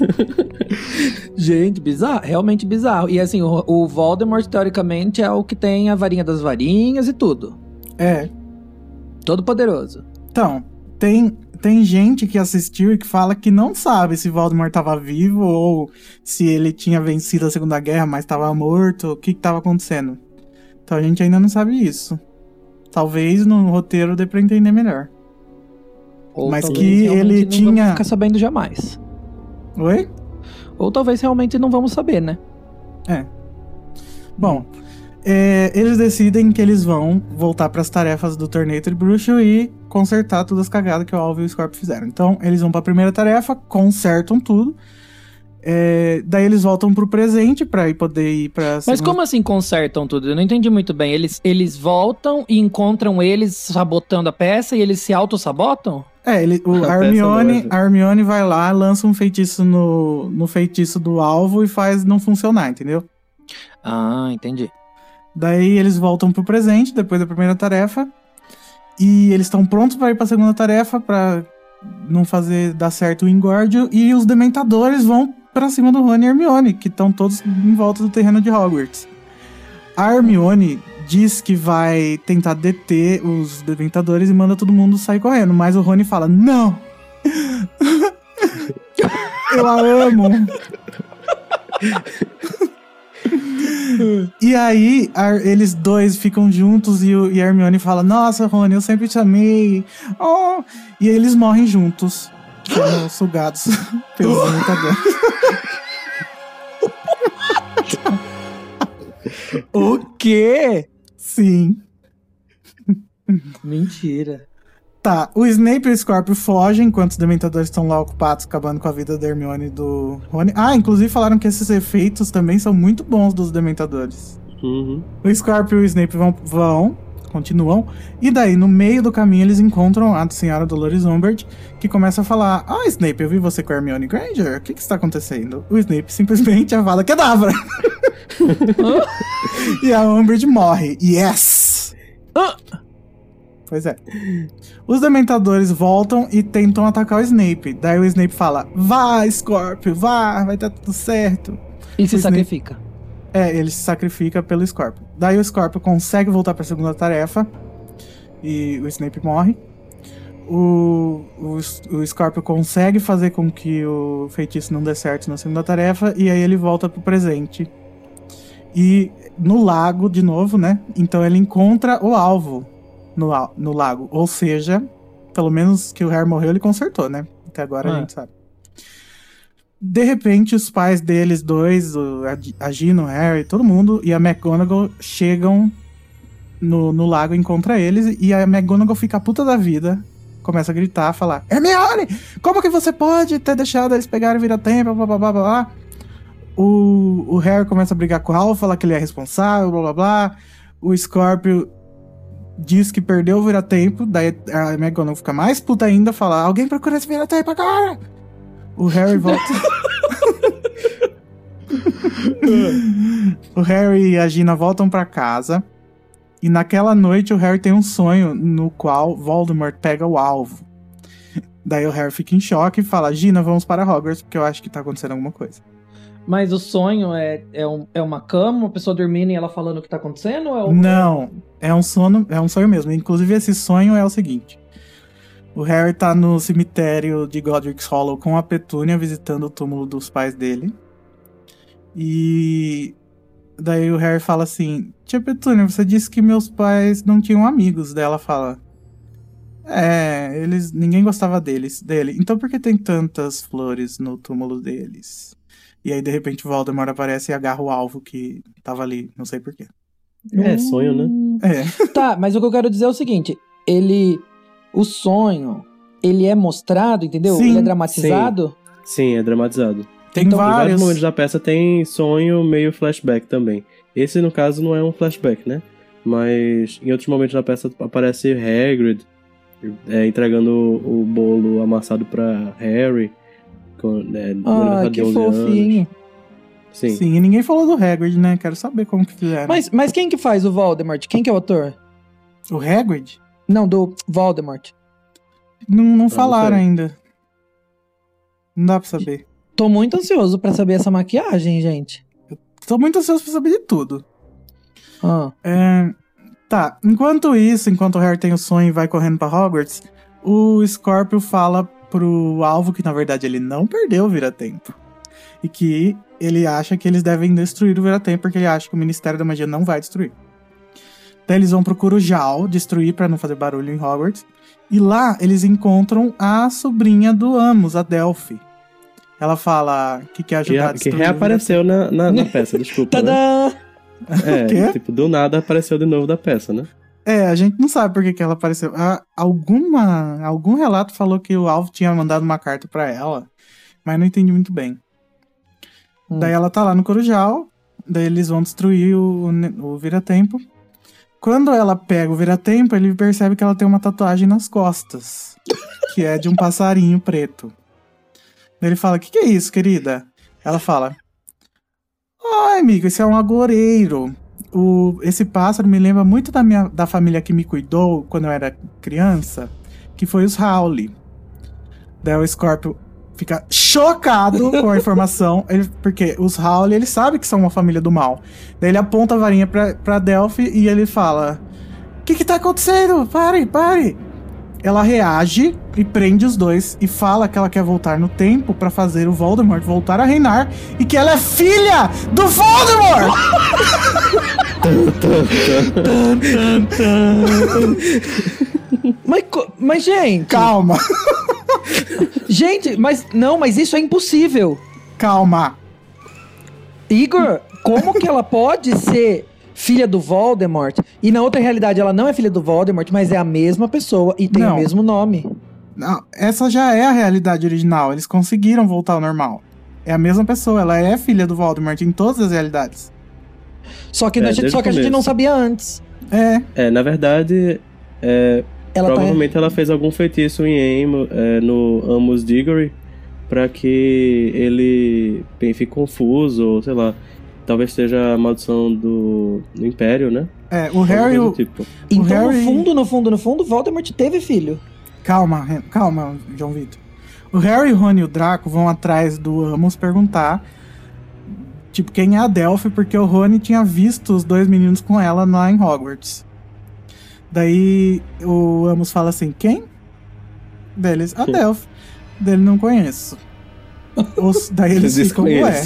Gente, bizarro, realmente bizarro. E assim, o Voldemort, teoricamente, é o que tem a varinha das varinhas e tudo. É. Todo poderoso. Então, tem gente que assistiu e que fala que não sabe se Voldemort tava vivo ou se ele tinha vencido a Segunda Guerra, mas tava morto, o que tava acontecendo. Então a gente ainda não sabe isso. Talvez no roteiro dê pra entender melhor. Ou mas talvez que ele não tinha... vamos ficar sabendo jamais. Oi? Ou talvez realmente não vamos saber, né? É. Bom, Eles decidem que eles vão voltar pras tarefas do torneio Tribruxo e consertar todas as cagadas que o Alvo e o Scorpio fizeram. Então, eles vão pra primeira tarefa, consertam tudo. Daí eles voltam pro presente pra poder ir pra... Mas como assim consertam tudo? Eu não entendi muito bem. Eles voltam e encontram eles sabotando a peça e eles se auto-sabotam? A Hermione vai lá, lança um feitiço no feitiço do alvo e faz não funcionar, entendeu? Ah, entendi. Daí eles voltam pro presente, depois da primeira tarefa. E eles estão prontos pra ir pra segunda tarefa, pra não dar certo o engordio. E os Dementadores vão pra cima do Rony e Hermione, que estão todos em volta do terreno de Hogwarts. A Hermione diz que vai tentar deter os Dementadores e manda todo mundo sair correndo. Mas o Rony fala, não! Eu a amo! E aí, eles dois ficam juntos e a Hermione fala, nossa, Rony, eu sempre te amei. Oh! E aí eles morrem juntos, sendo sugados pelos Dementadores. O quê? Sim. Mentira. Tá, o Snape e o Scorpio fogem enquanto os Dementadores estão lá ocupados, acabando com a vida da Hermione e do Rony. Ah, inclusive falaram que esses efeitos também são muito bons dos Dementadores. Uhum. O Scorpio e o Snape continuam, e daí, no meio do caminho, eles encontram a senhora Dolores Umbridge, que começa a falar, Snape, eu vi você com a Hermione Granger, o que está acontecendo? O Snape simplesmente fala, Kedavra! E a Umbridge morre. Yes! Pois é. Os Dementadores voltam e tentam atacar o Snape. Daí o Snape fala, vá, Scorpio, vá, vai dar tudo certo. E se sacrifica. Ele se sacrifica pelo Scorpio. Daí o Scorpio consegue voltar pra segunda tarefa e o Snape morre. O Scorpio consegue fazer com que o feitiço não dê certo na segunda tarefa e aí ele volta pro presente. E no lago, de novo, né? Então ele encontra o alvo no lago. Ou seja, pelo menos que o Harry morreu, ele consertou, né? Até agora a gente sabe. De repente, os pais deles dois, a Gina, o Harry, todo mundo, e a McGonagall chegam no lago, encontra eles, e a McGonagall fica puta da vida, começa a gritar, falar, Hermione, como que você pode ter deixado eles pegarem o vira-tempo, blá, blá, blá, blá, blá. O Harry começa a brigar com o Ralph, falar que ele é responsável, blá, blá, blá. O Scorpio diz que perdeu o vira-tempo, daí a McGonagall fica mais puta ainda, fala, alguém procura esse vira-tempo agora! O Harry volta... O Harry e a Gina voltam pra casa, e naquela noite o Harry tem um sonho no qual Voldemort pega o alvo. Daí o Harry fica em choque e fala, Gina, vamos para Hogwarts, porque eu acho que tá acontecendo alguma coisa. Mas o sonho é uma cama, uma pessoa dormindo e ela falando o que tá acontecendo? Não, é um sonho mesmo. Inclusive esse sonho é o seguinte. O Harry tá no cemitério de Godric's Hollow com a Petúnia visitando o túmulo dos pais dele. E daí o Harry fala assim, tia Petúnia, você disse que meus pais não tinham amigos. Daí ela fala, ninguém gostava dele. Então por que tem tantas flores no túmulo deles? E aí, de repente, o Voldemort aparece e agarra o alvo que tava ali. Não sei porquê. É sonho, né? Tá, mas o que eu quero dizer é o seguinte. O sonho, ele é mostrado, entendeu? Sim, ele é dramatizado. Sim, é dramatizado. Tem Em vários vários momentos da peça tem sonho meio flashback também. Esse, no caso, não é um flashback, né? Mas em outros momentos da peça aparece Hagrid entregando o bolo amassado pra Harry. Que fofinho. Sim. Sim, e ninguém falou do Hagrid, né? Quero saber como que fizeram. Mas quem que faz o Voldemort? Quem que é o ator? O Hagrid? Não, do Voldemort. Não falaram sei. ainda. Não dá pra saber. Tô muito ansioso pra saber essa maquiagem, gente. Tô muito ansioso pra saber de tudo. Ah. Tá, enquanto o Harry tem o sonho e vai correndo pra Hogwarts, o Scorpio fala pro alvo que, na verdade, ele não perdeu o vira-tempo. E que ele acha que eles devem destruir o vira-tempo, porque ele acha que o Ministério da Magia não vai destruir. Daí eles vão pro Corujal destruir pra não fazer barulho em Hogwarts. E lá eles encontram a sobrinha do Amos, a Delphi. Ela fala que quer ajudar a destruir que reapareceu na peça, desculpa. Tadã! Né? Quê? Tipo, do nada apareceu de novo da peça, né? A gente não sabe por que ela apareceu. Algum relato falou que o Alvo tinha mandado uma carta pra ela, mas não entendi muito bem. Daí ela tá lá no Corujal, daí eles vão destruir o Vira-Tempo. Quando ela pega o Vira-Tempo, ele percebe que ela tem uma tatuagem nas costas, que é de um passarinho preto. Daí ele fala, o que é isso, querida? Ela fala, ai, amigo, esse é um agoureiro. Esse pássaro me lembra muito da família que me cuidou quando eu era criança, que foi os Howley. Daí o Scorpio fica chocado com a informação, porque os Howley, ele sabe que são uma família do mal. Daí ele aponta a varinha pra Delphi e ele fala, o que tá acontecendo? Pare! Ela reage e prende os dois e fala que ela quer voltar no tempo pra fazer o Voldemort voltar a reinar e que ela é filha do Voldemort! Mas, gente... Calma! Gente, mas isso é impossível. Calma! Igor, como que ela pode ser filha do Voldemort e na outra realidade ela não é filha do Voldemort, mas é a mesma pessoa e tem o mesmo nome? Não, essa já é a realidade original. Eles conseguiram voltar ao normal. É a mesma pessoa, ela é filha do Voldemort em todas as realidades. Só que a gente não sabia antes. Na verdade, provavelmente ela fez algum feitiço no Amos Diggory pra que ele fique confuso, ou sei lá, talvez seja a maldição do Império, né? O Harry... Tipo. Então, Harry... no fundo, Voldemort teve filho. Calma, João Vitor. O Harry, o Rony e o Draco vão atrás do Amos perguntar, tipo, quem é a Delphi, porque o Rony tinha visto os dois meninos com ela lá em Hogwarts. Daí o Amos fala assim, quem? Deles, a Delphi. Dele, não conheço. Daí eles ficam, ué.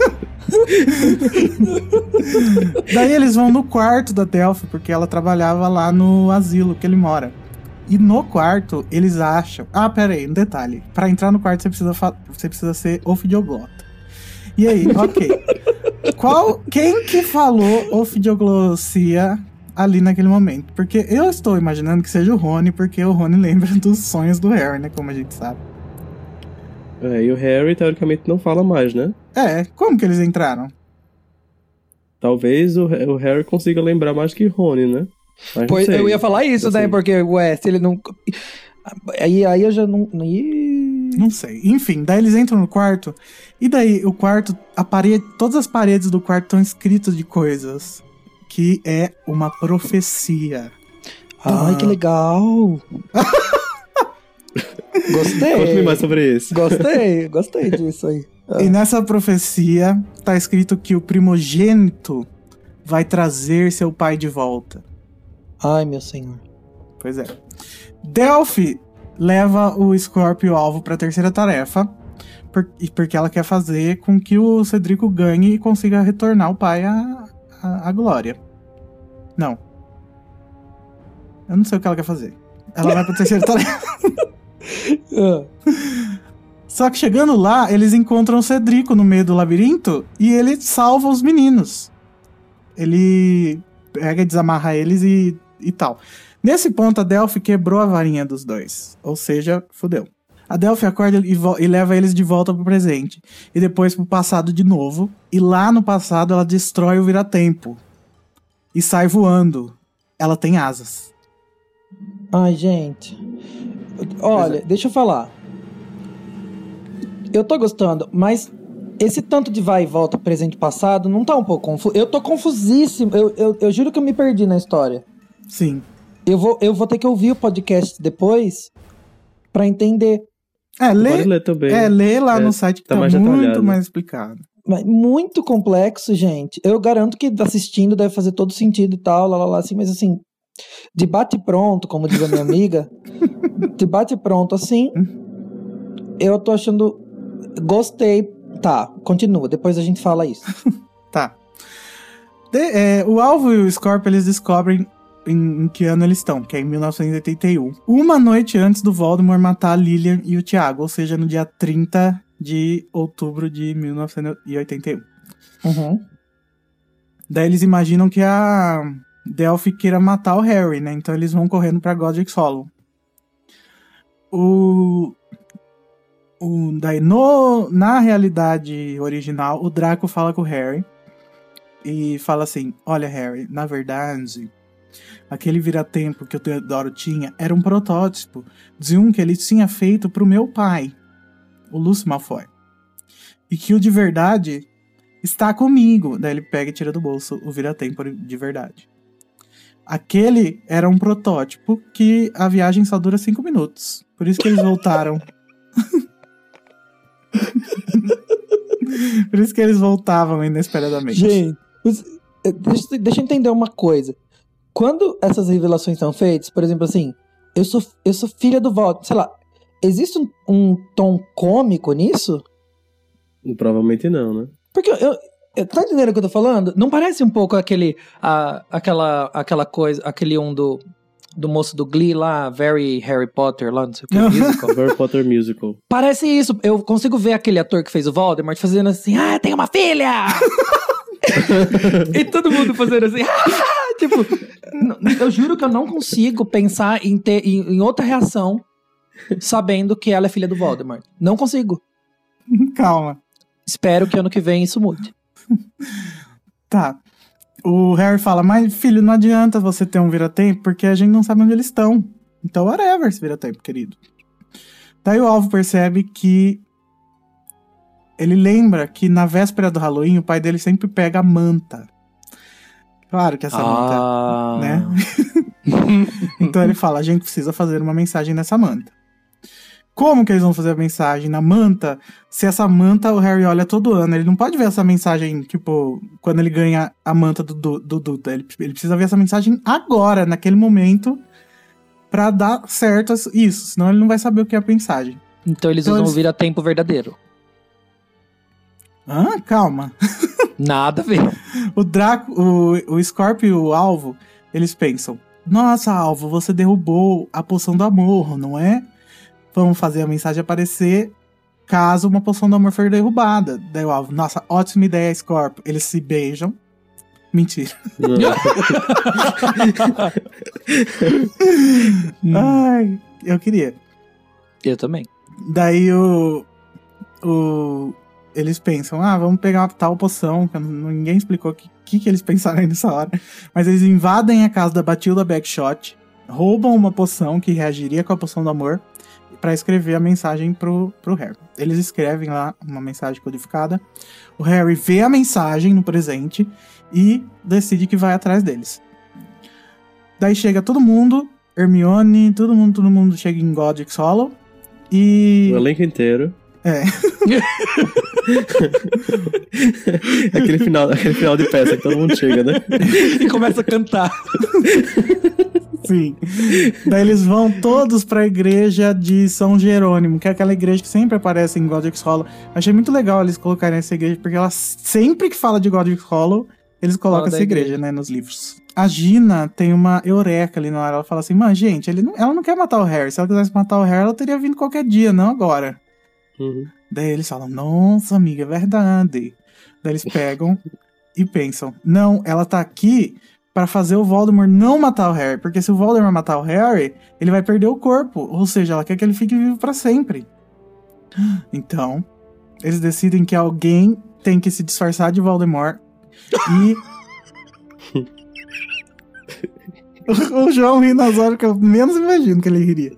Daí eles vão no quarto da Delphi, porque ela trabalhava lá no asilo que ele mora. E no quarto, eles acham... pera aí, um detalhe. Pra entrar no quarto, você precisa ser ofidioglota. E aí, ok. Quem que falou ofidioglossia ali naquele momento? Porque eu estou imaginando que seja o Rony, porque o Rony lembra dos sonhos do Harry, né? Como a gente sabe. E o Harry, teoricamente, não fala mais, né? Como que eles entraram? Talvez o Harry consiga lembrar mais que Rony, né? Mas pois eu ia falar isso, né? Porque, se ele não... Aí eu já não... Não sei. Enfim, daí eles entram no quarto. E daí o quarto, todas as paredes do quarto estão escritas de coisas. Que é uma profecia. Ai, que legal! Gostei. Conte-me mais sobre isso. Gostei disso aí. E nessa profecia tá escrito que o primogênito vai trazer seu pai de volta. Ai, meu senhor. Pois é. Delphi leva o Scorpio alvo pra terceira tarefa, porque ela quer fazer com que o Cedrico ganhe e consiga retornar o pai à glória. Não. Eu não sei o que ela quer fazer. Ela vai pra terceira tarefa. Só que chegando lá, eles encontram o Cedrico no meio do labirinto e ele salva os meninos. Ele pega e desamarra eles e tal. Nesse ponto, a Delphi quebrou a varinha dos dois. Ou seja, fodeu. A Delphi acorda e leva eles de volta pro presente. E depois pro passado de novo. E lá no passado, ela destrói o Vira-Tempo. E sai voando. Ela tem asas. Ai, gente. Olha, deixa eu falar. Eu tô gostando, mas esse tanto de vai e volta presente e passado não tá um pouco confuso? Eu tô confusíssimo. Eu juro que eu me perdi na história. Sim. Eu vou ter que ouvir o podcast depois pra entender. Pode ler também. Lê lá no site que tá muito detalhado. mais explicado. Mas muito complexo, gente. Eu garanto que assistindo deve fazer todo sentido e tal, assim, mas assim, de bate pronto, como diz a minha amiga, de bate pronto, assim, eu tô achando... Gostei. Tá, continua, depois a gente fala isso. Tá. O Alvo e o Scorpio, eles descobrem em que ano eles estão, que é em 1981. Uma noite antes do Voldemort matar a Lilian e o Tiago, ou seja, no dia 30 de outubro de 1981. Daí eles imaginam que a Delphi queira matar o Harry, né? Então eles vão correndo pra Godric's Hollow. Daí na realidade original, o Draco fala com o Harry e fala assim: olha, Harry, na verdade, aquele vira-tempo que o Teodoro tinha era um protótipo de um que ele tinha feito pro meu pai, o Lúcio Malfoy. E que o de verdade está comigo. Daí ele pega e tira do bolso o vira-tempo de verdade. Aquele era um protótipo que a viagem só dura 5 minutos. Por isso que eles voltaram. Por isso que eles voltavam inesperadamente. Gente, deixa eu entender uma coisa. Quando essas revelações são feitas, por exemplo, assim, eu sou filha do Voldemort, sei lá, existe um tom cômico nisso? Provavelmente não, né? Porque tá entendendo o que eu tô falando? Não parece um pouco aquela coisa, aquele do moço do Glee lá, Very Harry Potter lá, não sei o que, musical. Harry Potter Musical. Parece isso. Eu consigo ver aquele ator que fez o Voldemort fazendo assim, tem uma filha! E todo mundo fazendo assim, tipo, eu juro que eu não consigo pensar em outra reação sabendo que ela é filha do Voldemort. Não consigo. Calma. Espero que ano que vem isso mude. Tá. O Harry fala, mas filho, não adianta você ter um vira-tempo, porque a gente não sabe onde eles estão. Então, whatever esse vira-tempo, querido. Daí o Alvo percebe que ele lembra que na véspera do Halloween, o pai dele sempre pega a manta. Claro que essa manta, né? Então ele fala, a gente precisa fazer uma mensagem nessa manta. Como que eles vão fazer a mensagem na manta, se essa manta o Harry olha todo ano? Ele não pode ver essa mensagem, tipo, quando ele ganha a manta do Duda. Ele precisa ver essa mensagem agora, naquele momento, pra dar certo isso. Senão ele não vai saber o que é a mensagem. Então eles usam o vira-tempo verdadeiro. Calma. Nada a ver. O Draco, o Scorpio e o Alvo, eles pensam, nossa, Alvo, você derrubou a poção do amor, não é? Vamos fazer a mensagem aparecer caso uma poção do amor for derrubada. Daí o Alvo, nossa, ótima ideia, Scorpio. Eles se beijam. Mentira. Ai, eu queria. Eu também. Daí eles pensam, vamos pegar uma tal poção. Ninguém explicou o que eles pensaram aí nessa hora. Mas eles invadem a casa da Batilda Bagshot, roubam uma poção que reagiria com a poção do amor pra escrever a mensagem pro Harry. Eles escrevem lá uma mensagem codificada. O Harry vê a mensagem no presente e decide que vai atrás deles. Daí chega todo mundo, Hermione, todo mundo chega em Godric's Hollow e... O elenco inteiro. É. aquele final de peça que todo mundo chega, né? E começa a cantar. Sim. Daí eles vão todos pra igreja de São Jerônimo, que é aquela igreja que sempre aparece em Godric's Hollow. Achei muito legal eles colocarem essa igreja, porque ela sempre que fala de Godric's Hollow, eles colocam essa igreja, né, nos livros. A Gina tem uma eureka ali na hora. Ela fala assim, gente, ela não quer matar o Harry. Se ela quisesse matar o Harry, ela teria vindo qualquer dia, não agora. Uhum. Daí eles falam, nossa, amiga, é verdade. Daí eles pegam e pensam, não, ela tá aqui pra fazer o Voldemort não matar o Harry, porque se o Voldemort matar o Harry, ele vai perder o corpo, ou seja, ela quer que ele fique vivo pra sempre. Então, eles decidem que alguém tem que se disfarçar de Voldemort e... o João ri nas horas que eu menos imagino que ele riria.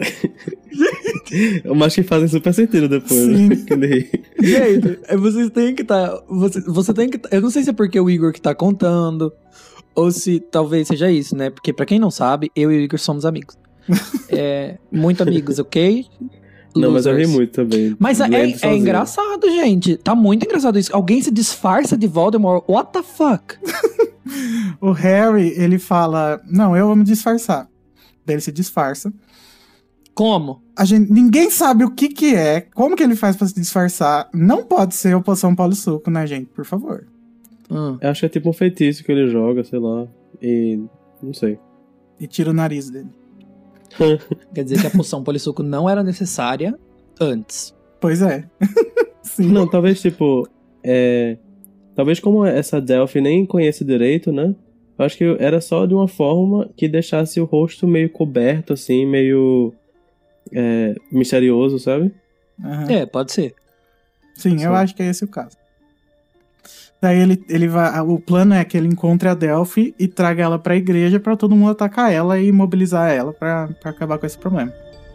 Eu acho que fazem super sentido depois. Sim. Né? Gente, vocês têm que estar... Você tem que... Eu não sei se é porque o Igor que tá contando, ou se talvez seja isso, né? Porque pra quem não sabe, eu e o Igor somos amigos. Muito amigos, ok? Não, mas eu ri Losers. muito também. Mas é engraçado, gente. Tá muito engraçado isso. Alguém se disfarça de Voldemort. What the fuck? O Harry, ele fala, não, eu vou me disfarçar. Daí ele se disfarça. Como? Ninguém sabe o que é, como que ele faz pra se disfarçar. Não pode ser a poção polissuco, né, gente? Por favor. Eu acho que é tipo um feitiço que ele joga, sei lá. E... não sei. E tira o nariz dele. Quer dizer que a poção polissuco não era necessária antes. Pois é. Sim. Não, talvez tipo... Talvez como essa Delphi nem conhece direito, né? Eu acho que era só de uma forma que deixasse o rosto meio coberto, assim, meio misterioso, sabe? Uhum. Pode ser. Sim, eu acho que é esse o caso. Daí ele vai. O plano é que ele encontre a Delphi e traga ela pra igreja pra todo mundo atacar ela e mobilizar ela pra acabar com esse problema.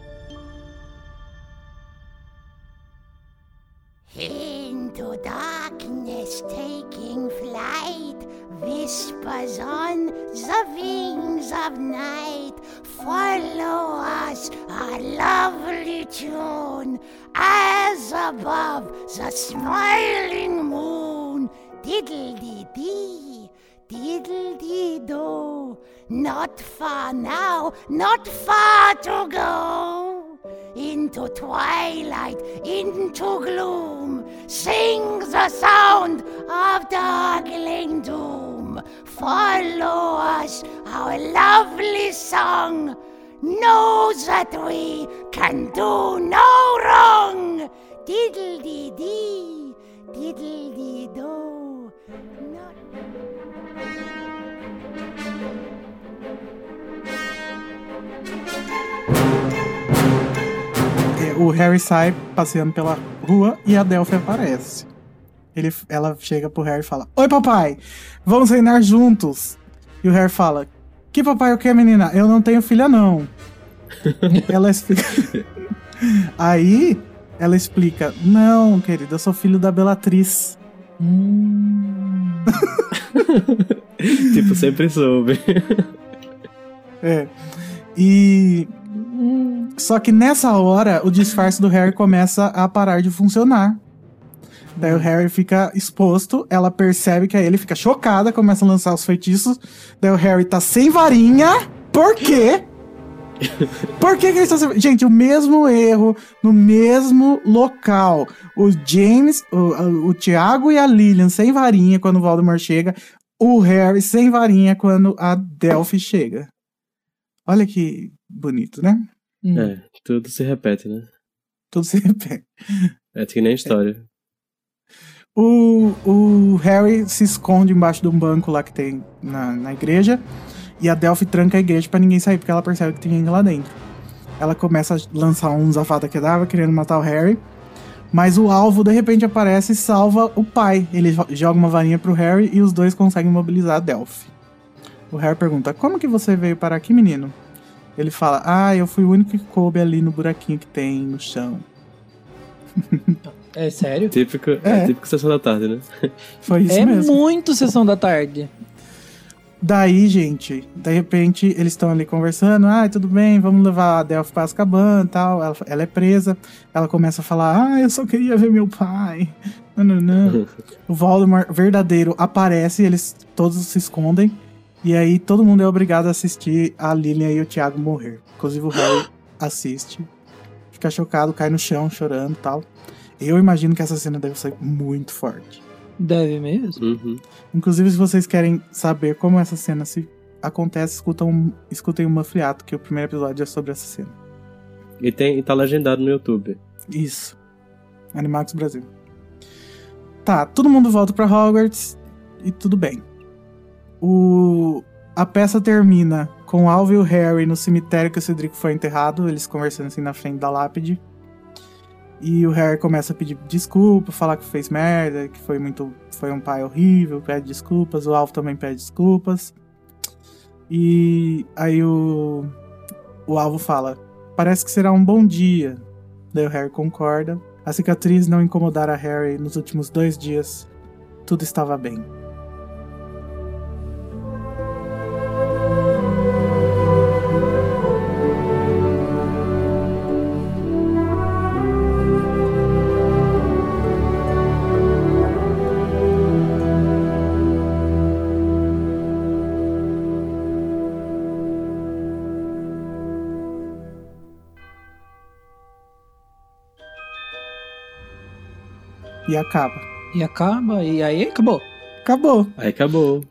Into darkness taking flight, whispers on the wings of night. Follow us, our lovely tune, as above the smiling moon. Diddle-dee-dee, diddle-dee-do. Not far now, not far to go. Into twilight, into gloom, sings the sound of darkling doom. Follow us, our lovely song knows that we can do no wrong. Diddle-dee-dee, diddle-dee-do. O Harry sai passeando pela rua e a Delphi aparece. Ela chega pro Harry e fala: Oi, papai, vamos reinar juntos. E o Harry fala: Que papai o que, menina? Eu não tenho filha, não. Ela explica. Aí ela explica: Não, querida, eu sou filho da Bellatrix. Tipo, sempre soube. E só que nessa hora o disfarce do Harry começa a parar de funcionar. Daí o Harry fica exposto, ela percebe que é ele, fica chocada, começa a lançar os feitiços. Daí o Harry tá sem varinha. Por quê? Por que ele está sem... Gente, o mesmo erro no mesmo local. O James, o Tiago e a Lilian sem varinha quando o Voldemort chega. O Harry sem varinha quando a Delphi chega. Olha que bonito, né? Tudo se repete, né? Tudo se repete. É que nem história. O Harry se esconde embaixo de um banco lá que tem na igreja. E a Delphi tranca a igreja pra ninguém sair, porque ela percebe que tem gente lá dentro. Ela começa a lançar uns Avada Kedavra, querendo matar o Harry. Mas o alvo, de repente, aparece e salva o pai. Ele joga uma varinha pro Harry e os dois conseguem mobilizar a Delphi. O Harry pergunta: Como que você veio parar aqui, menino? Ele fala: eu fui o único que coube ali no buraquinho que tem no chão. É sério? Típico Sessão da Tarde, né? Foi isso mesmo. É muito Sessão da Tarde. Daí, gente, de repente, eles estão ali conversando. Tudo bem, vamos levar a Delphi pra Azkaban e tal. Ela é presa. Ela começa a falar: eu só queria ver meu pai. Não. O Voldemort verdadeiro aparece, eles todos se escondem. E aí todo mundo é obrigado a assistir a Lilian e o Tiago morrer. Inclusive o Harry assiste. Fica chocado, cai no chão chorando e tal. Eu imagino que essa cena deve ser muito forte. Deve mesmo. Uhum. Inclusive, se vocês querem saber como essa cena se acontece, escutem o Muffliato, que o primeiro episódio é sobre essa cena. E tá legendado no YouTube. Isso. Animax Brasil. Tá, todo mundo volta pra Hogwarts e tudo bem. A peça termina com o Alvo e o Harry no cemitério que o Cedric foi enterrado, eles conversando assim na frente da lápide. E o Harry começa a pedir desculpa, falar que fez merda, que foi um pai horrível, pede desculpas. O Alvo também pede desculpas. E aí o Alvo fala: Parece que será um bom dia. Daí o Harry concorda. A cicatriz não incomodara Harry nos últimos 2 dias. Tudo estava bem. E acaba. E aí acabou. Acabou. Aí acabou.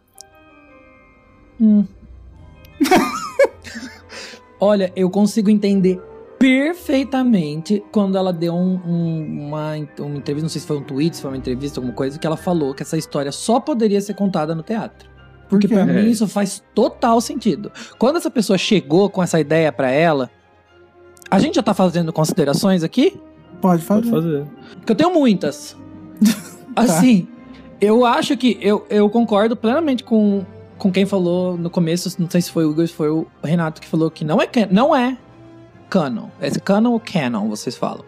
Olha, eu consigo entender perfeitamente quando ela deu uma entrevista, não sei se foi um tweet, se foi uma entrevista, alguma coisa, que ela falou que essa história só poderia ser contada no teatro. Porque pra mim isso faz total sentido. Quando essa pessoa chegou com essa ideia pra ela, a gente já tá fazendo considerações aqui? Pode fazer. Pode fazer. Porque eu tenho muitas. Assim, eu acho que eu concordo plenamente com quem falou no começo, não sei se foi o Hugo ou se foi o Renato que falou que não é canon. É canon ou canon, vocês falam?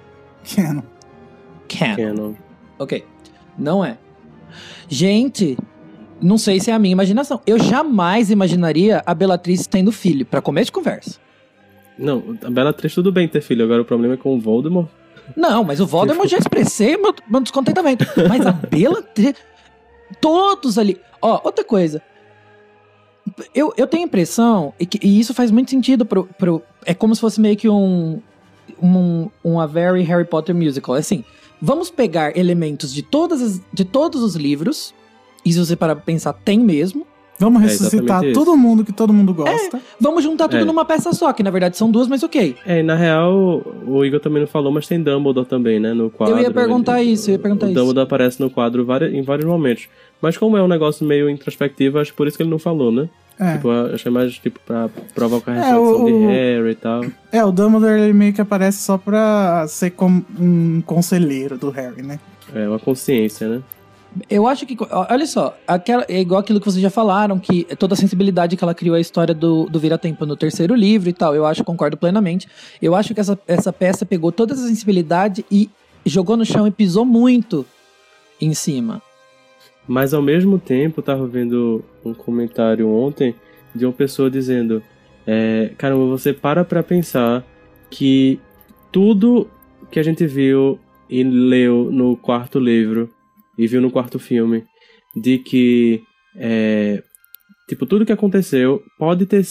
Canon. Ok. Não é. Gente, não sei se é a minha imaginação. Eu jamais imaginaria a Bellatrix tendo filho, pra começo de conversa. Não, a Bellatrix tudo bem ter filho, agora o problema é com o Voldemort. Não, mas o Voldemort já expressei meu descontentamento. Mas a Bellatrix... Todos ali... Ó, outra coisa. Eu tenho a impressão, e isso faz muito sentido é como se fosse meio que uma very Harry Potter musical. Assim, vamos pegar elementos de todos os livros, e se você parar pra pensar, tem mesmo. Vamos ressuscitar todo mundo que todo mundo gosta. Vamos juntar tudo numa peça só, que na verdade são duas, mas ok. Na real, o Igor também não falou, mas tem Dumbledore também, né, no quadro. Eu ia perguntar isso. O Dumbledore aparece no quadro em vários momentos. Mas como é um negócio meio introspectivo, acho por isso que ele não falou, né? Tipo, eu achei mais, pra provocar a reflexão de Harry e tal. O Dumbledore, ele meio que aparece só pra ser como um conselheiro do Harry, né? Uma consciência, né? Eu acho que, olha só, é igual aquilo que vocês já falaram, que toda a sensibilidade que ela criou a história do Vira-Tempo no terceiro livro e tal, eu concordo plenamente. Eu acho que essa peça pegou toda essa sensibilidade e jogou no chão e pisou muito em cima. Mas ao mesmo tempo, eu tava vendo um comentário ontem de uma pessoa dizendo: caramba, você pra pensar que tudo que a gente viu e leu no quarto livro e viu no quarto filme, de que tipo, tudo que aconteceu pode ter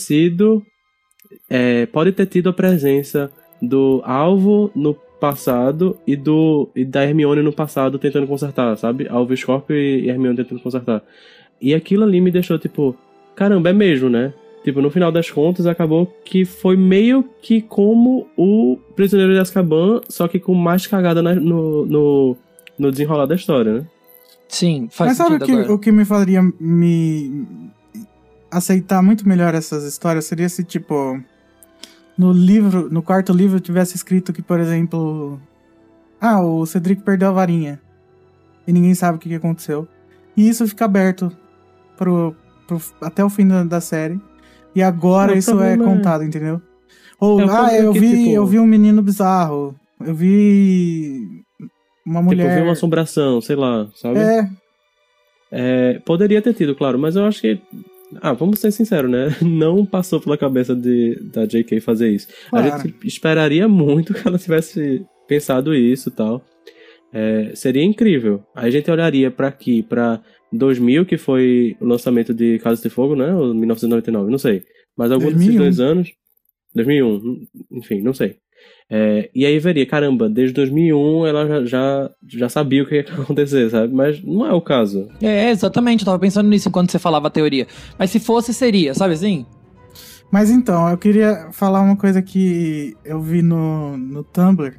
tido a presença do Alvo no passado e da Hermione no passado tentando consertar, sabe? Alvo Scorpio e Hermione tentando consertar. E aquilo ali me deixou tipo, caramba, é mesmo, né? Tipo, no final das contas, acabou que foi meio que como o Prisioneiro de Azkaban, só que com mais cagada no desenrolar da história, né? Sim, faz sentido. Mas sabe o que me faria me aceitar muito melhor essas histórias? Seria se, tipo, no quarto livro tivesse escrito que, por exemplo, o Cedric perdeu a varinha e ninguém sabe o que aconteceu. E isso fica aberto até o fim da série. E agora isso é contado, entendeu? Ou, eu vi um menino bizarro. Eu vi uma mulher... Tipo, eu vi uma assombração, sei lá, sabe? Poderia ter tido, claro, mas eu acho que... vamos ser sinceros, né? Não passou pela cabeça da J.K. fazer isso. Claro. A gente esperaria muito que ela tivesse pensado isso e tal. Seria incrível. Aí a gente olharia pra 2000, que foi o lançamento de Casa de Fogo, né? Ou 1999, não sei. Mas algum desses 2 anos... 2001, enfim, não sei. E aí veria, caramba, desde 2001 ela já sabia o que ia acontecer, sabe? Mas não é o caso. Exatamente, eu tava pensando nisso enquanto você falava a teoria. Mas se fosse, seria, sabe assim? Mas então, eu queria falar uma coisa que eu vi no Tumblr,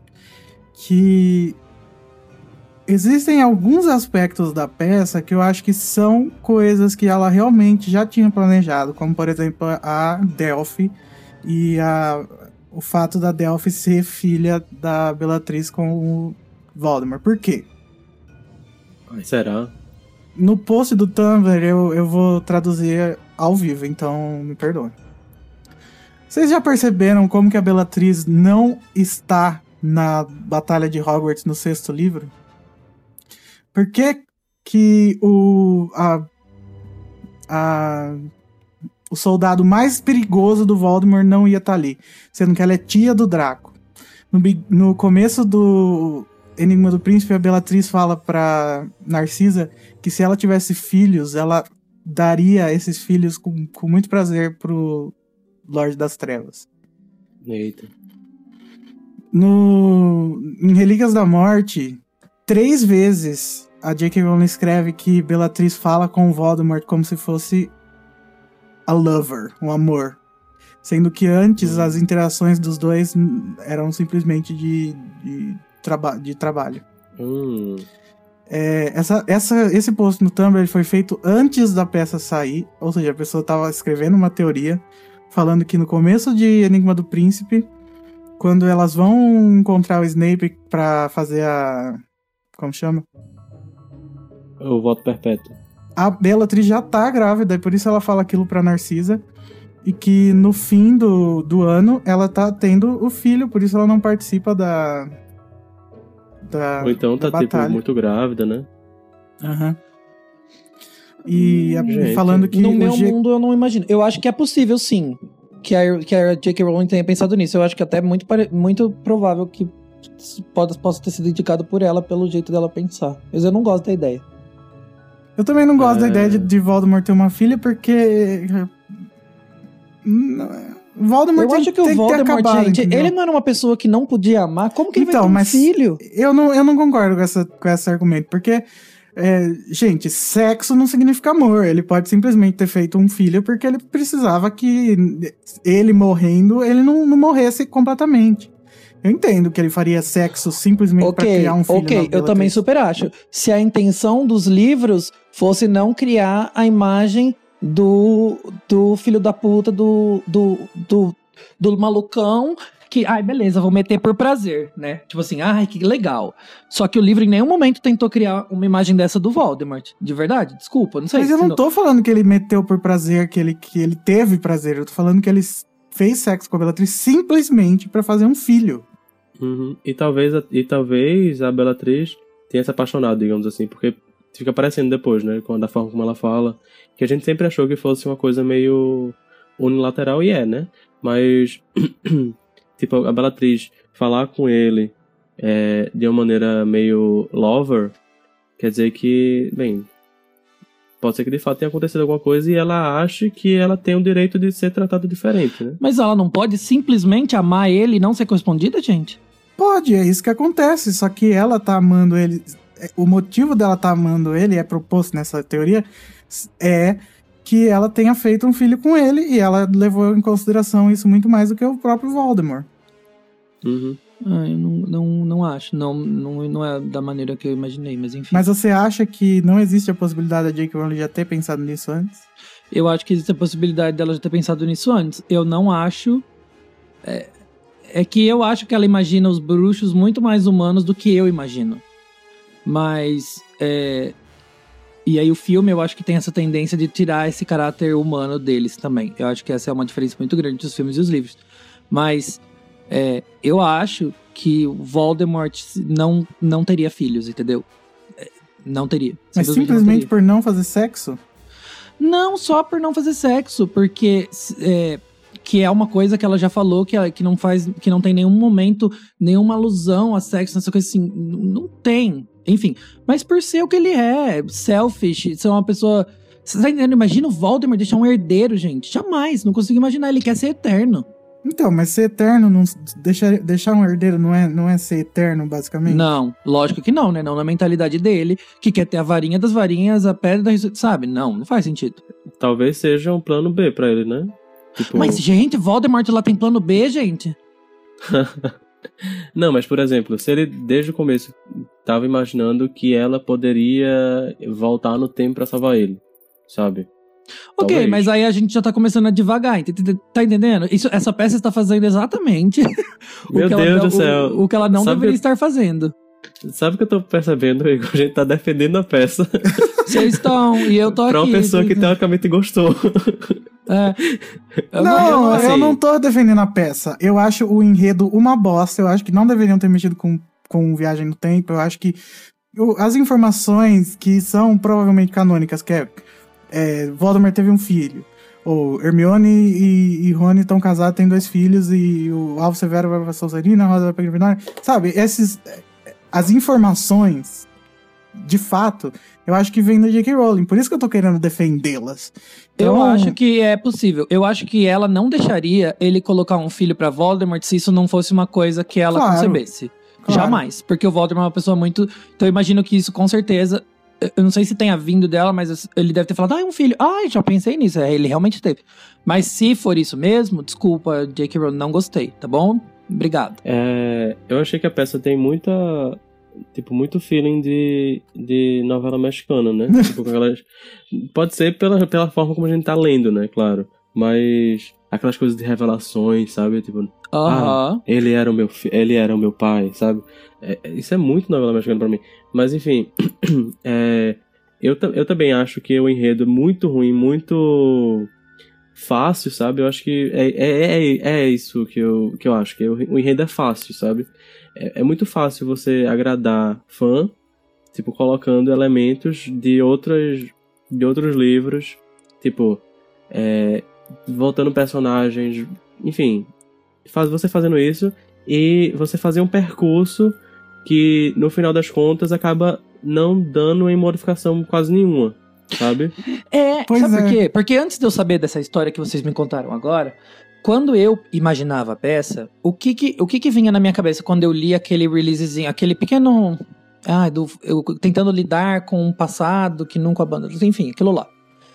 que existem alguns aspectos da peça que eu acho que são coisas que ela realmente já tinha planejado, como, por exemplo, a Delphi e o fato da Delphi ser filha da Bellatrix com o Voldemort. Por quê? Será? No post do Tumblr eu vou traduzir ao vivo, então me perdoe. Vocês já perceberam como que a Bellatrix não está na Batalha de Hogwarts no 6º livro? Por que o soldado mais perigoso do Voldemort não ia estar ali, sendo que ela é tia do Draco? No começo do Enigma do Príncipe, a Bellatrix fala pra Narcisa que se ela tivesse filhos, ela daria esses filhos com muito prazer pro Lorde das Trevas. Eita. Em Relíquias da Morte, 3 vezes a J.K. Rowling escreve que Bellatrix fala com o Voldemort como se fosse a lover, um amor. Sendo que antes as interações dos dois eram simplesmente de trabalho. Esse post no Tumblr ele foi feito antes da peça sair, ou seja, a pessoa estava escrevendo uma teoria falando que no começo de Enigma do Príncipe, quando elas vão encontrar o Snape pra fazer como chama? O voto perpétuo. A Bellatrix já tá grávida, e por isso ela fala aquilo pra Narcisa, e que no fim do ano ela tá tendo o filho, por isso ela não participa da ou então tá tipo muito grávida, né? Aham. E Gente, falando que no meu mundo eu não imagino. Eu acho que é possível, sim, que a J.K. Rowling tenha pensado nisso. Eu acho que até é muito provável que possa ter sido indicado por ela pelo jeito dela pensar. Mas eu não gosto da ideia. Eu também não gosto da ideia de Voldemort ter uma filha, porque Voldemort eu acho que o Voldemort, gente, ele não era uma pessoa que não podia amar. Como que ele vai ter um filho? Eu não concordo com esse argumento, porque gente, sexo não significa amor. Ele pode simplesmente ter feito um filho porque ele precisava que ele morrendo, ele não morresse completamente. Eu entendo que ele faria sexo simplesmente pra criar um filho. Ok, eu também super acho. Se a intenção dos livros fosse não criar a imagem do filho da puta, do malucão que, beleza, vou meter por prazer, né? Tipo assim, que legal. Só que o livro em nenhum momento tentou criar uma imagem dessa do Voldemort. De verdade, desculpa, não sei. Mas eu não tô falando que ele meteu por prazer, que ele teve prazer. Eu tô falando que ele fez sexo com a Bellatrix simplesmente pra fazer um filho. Uhum. E talvez a Bellatrix tenha se apaixonado, digamos assim, porque fica aparecendo depois, né? Da forma como ela fala, que a gente sempre achou que fosse uma coisa meio unilateral, e né? Mas tipo, a Bellatrix falar com ele de uma maneira meio lover, quer dizer que, bem, pode ser que de fato tenha acontecido alguma coisa e ela ache que ela tem o direito de ser tratada diferente, né? Mas ela não pode simplesmente amar ele e não ser correspondida, gente? Pode, é isso que acontece, só que ela tá amando ele. O motivo dela tá amando ele, é proposto nessa teoria, é que ela tenha feito um filho com ele, e ela levou em consideração isso muito mais do que o próprio Voldemort. Uhum. Eu não acho. Não é da maneira que eu imaginei, mas enfim. Mas você acha que não existe a possibilidade da J.K. Rowling já ter pensado nisso antes? Eu acho que existe a possibilidade dela já ter pensado nisso antes. Eu não acho... É que eu acho que ela imagina os bruxos muito mais humanos do que eu imagino. Mas... E aí o filme, eu acho que tem essa tendência de tirar esse caráter humano deles também. Eu acho que essa é uma diferença muito grande dos filmes e os livros. Mas... eu acho que o Voldemort não teria filhos, entendeu? Não teria. Mas simplesmente por não fazer sexo? Não só por não fazer sexo, porque que é uma coisa que ela já falou que não tem nenhum momento, nenhuma alusão a sexo, nessa coisa assim. Não tem. Enfim, mas por ser o que ele é, selfish, ser uma pessoa... Você tá entendendo? Imagina o Voldemort deixar um herdeiro, gente. Jamais, não consigo imaginar. Ele quer ser eterno. Então, mas ser eterno, deixar um herdeiro não é ser eterno, basicamente? Não, lógico que não, né? Não na mentalidade dele, que quer ter a varinha das varinhas, a pedra da ressurreição, sabe? Não faz sentido. Talvez seja um plano B pra ele, né? Tipo... Mas, gente, Voldemort lá tem plano B, gente? Não, mas, por exemplo, se ele, desde o começo, tava imaginando que ela poderia voltar no tempo pra salvar ele, sabe? Ok, Talvez. mas aí a gente já tá começando a devagar, tá entendendo? Essa peça está fazendo exatamente Meu Deus do céu. O que ela não deveria estar fazendo. Sabe o que eu tô percebendo, Igor? A gente tá defendendo a peça. Vocês estão, e eu tô aqui. Pra uma pessoa que teoricamente gostou. Eu não tô defendendo a peça. Eu acho o enredo uma bosta. Eu acho que não deveriam ter mexido com Viagem no Tempo. Eu acho que as informações que são provavelmente canônicas, que Voldemort teve um filho, ou Hermione e Rony estão casados, têm 2 filhos, e o Alvo Severo vai pra Sonserina, a Rosa vai pra Grifinória, sabe? As informações, de fato, eu acho que vem da J.K. Rowling, por isso que eu tô querendo defendê-las. Então... Eu acho que é possível. Eu acho que ela não deixaria ele colocar um filho pra Voldemort se isso não fosse uma coisa que ela concebesse. Claro. Jamais. Porque o Voldemort é uma pessoa muito... Então eu imagino que isso, com certeza... Eu não sei se tenha vindo dela, mas ele deve ter falado, é um filho. Já pensei nisso. Ele realmente teve. Mas se for isso mesmo, desculpa, J.K. Rowling, não gostei, tá bom? Obrigado. Eu achei que a peça tem muito feeling de novela mexicana, né? Tipo, pode ser pela forma como a gente tá lendo, né? Claro. Mas aquelas coisas de revelações, sabe? Tipo, ele era o meu pai, sabe? Isso é muito novela mexicana pra mim. Mas, enfim, eu também acho que o enredo é muito ruim, muito fácil, sabe? Eu acho que é isso que eu acho, que o enredo é fácil, sabe? É muito fácil você agradar fã, tipo, colocando elementos de outros livros, tipo, voltando personagens, enfim, você fazendo isso e você fazer um percurso que, no final das contas, acaba não dando em modificação quase nenhuma, sabe? Sabe por quê? Porque antes de eu saber dessa história que vocês me contaram agora, quando eu imaginava a peça, o que vinha na minha cabeça quando eu li aquele releasezinho, aquele pequeno... eu tentando lidar com um passado que nunca abandonou, enfim, aquilo lá.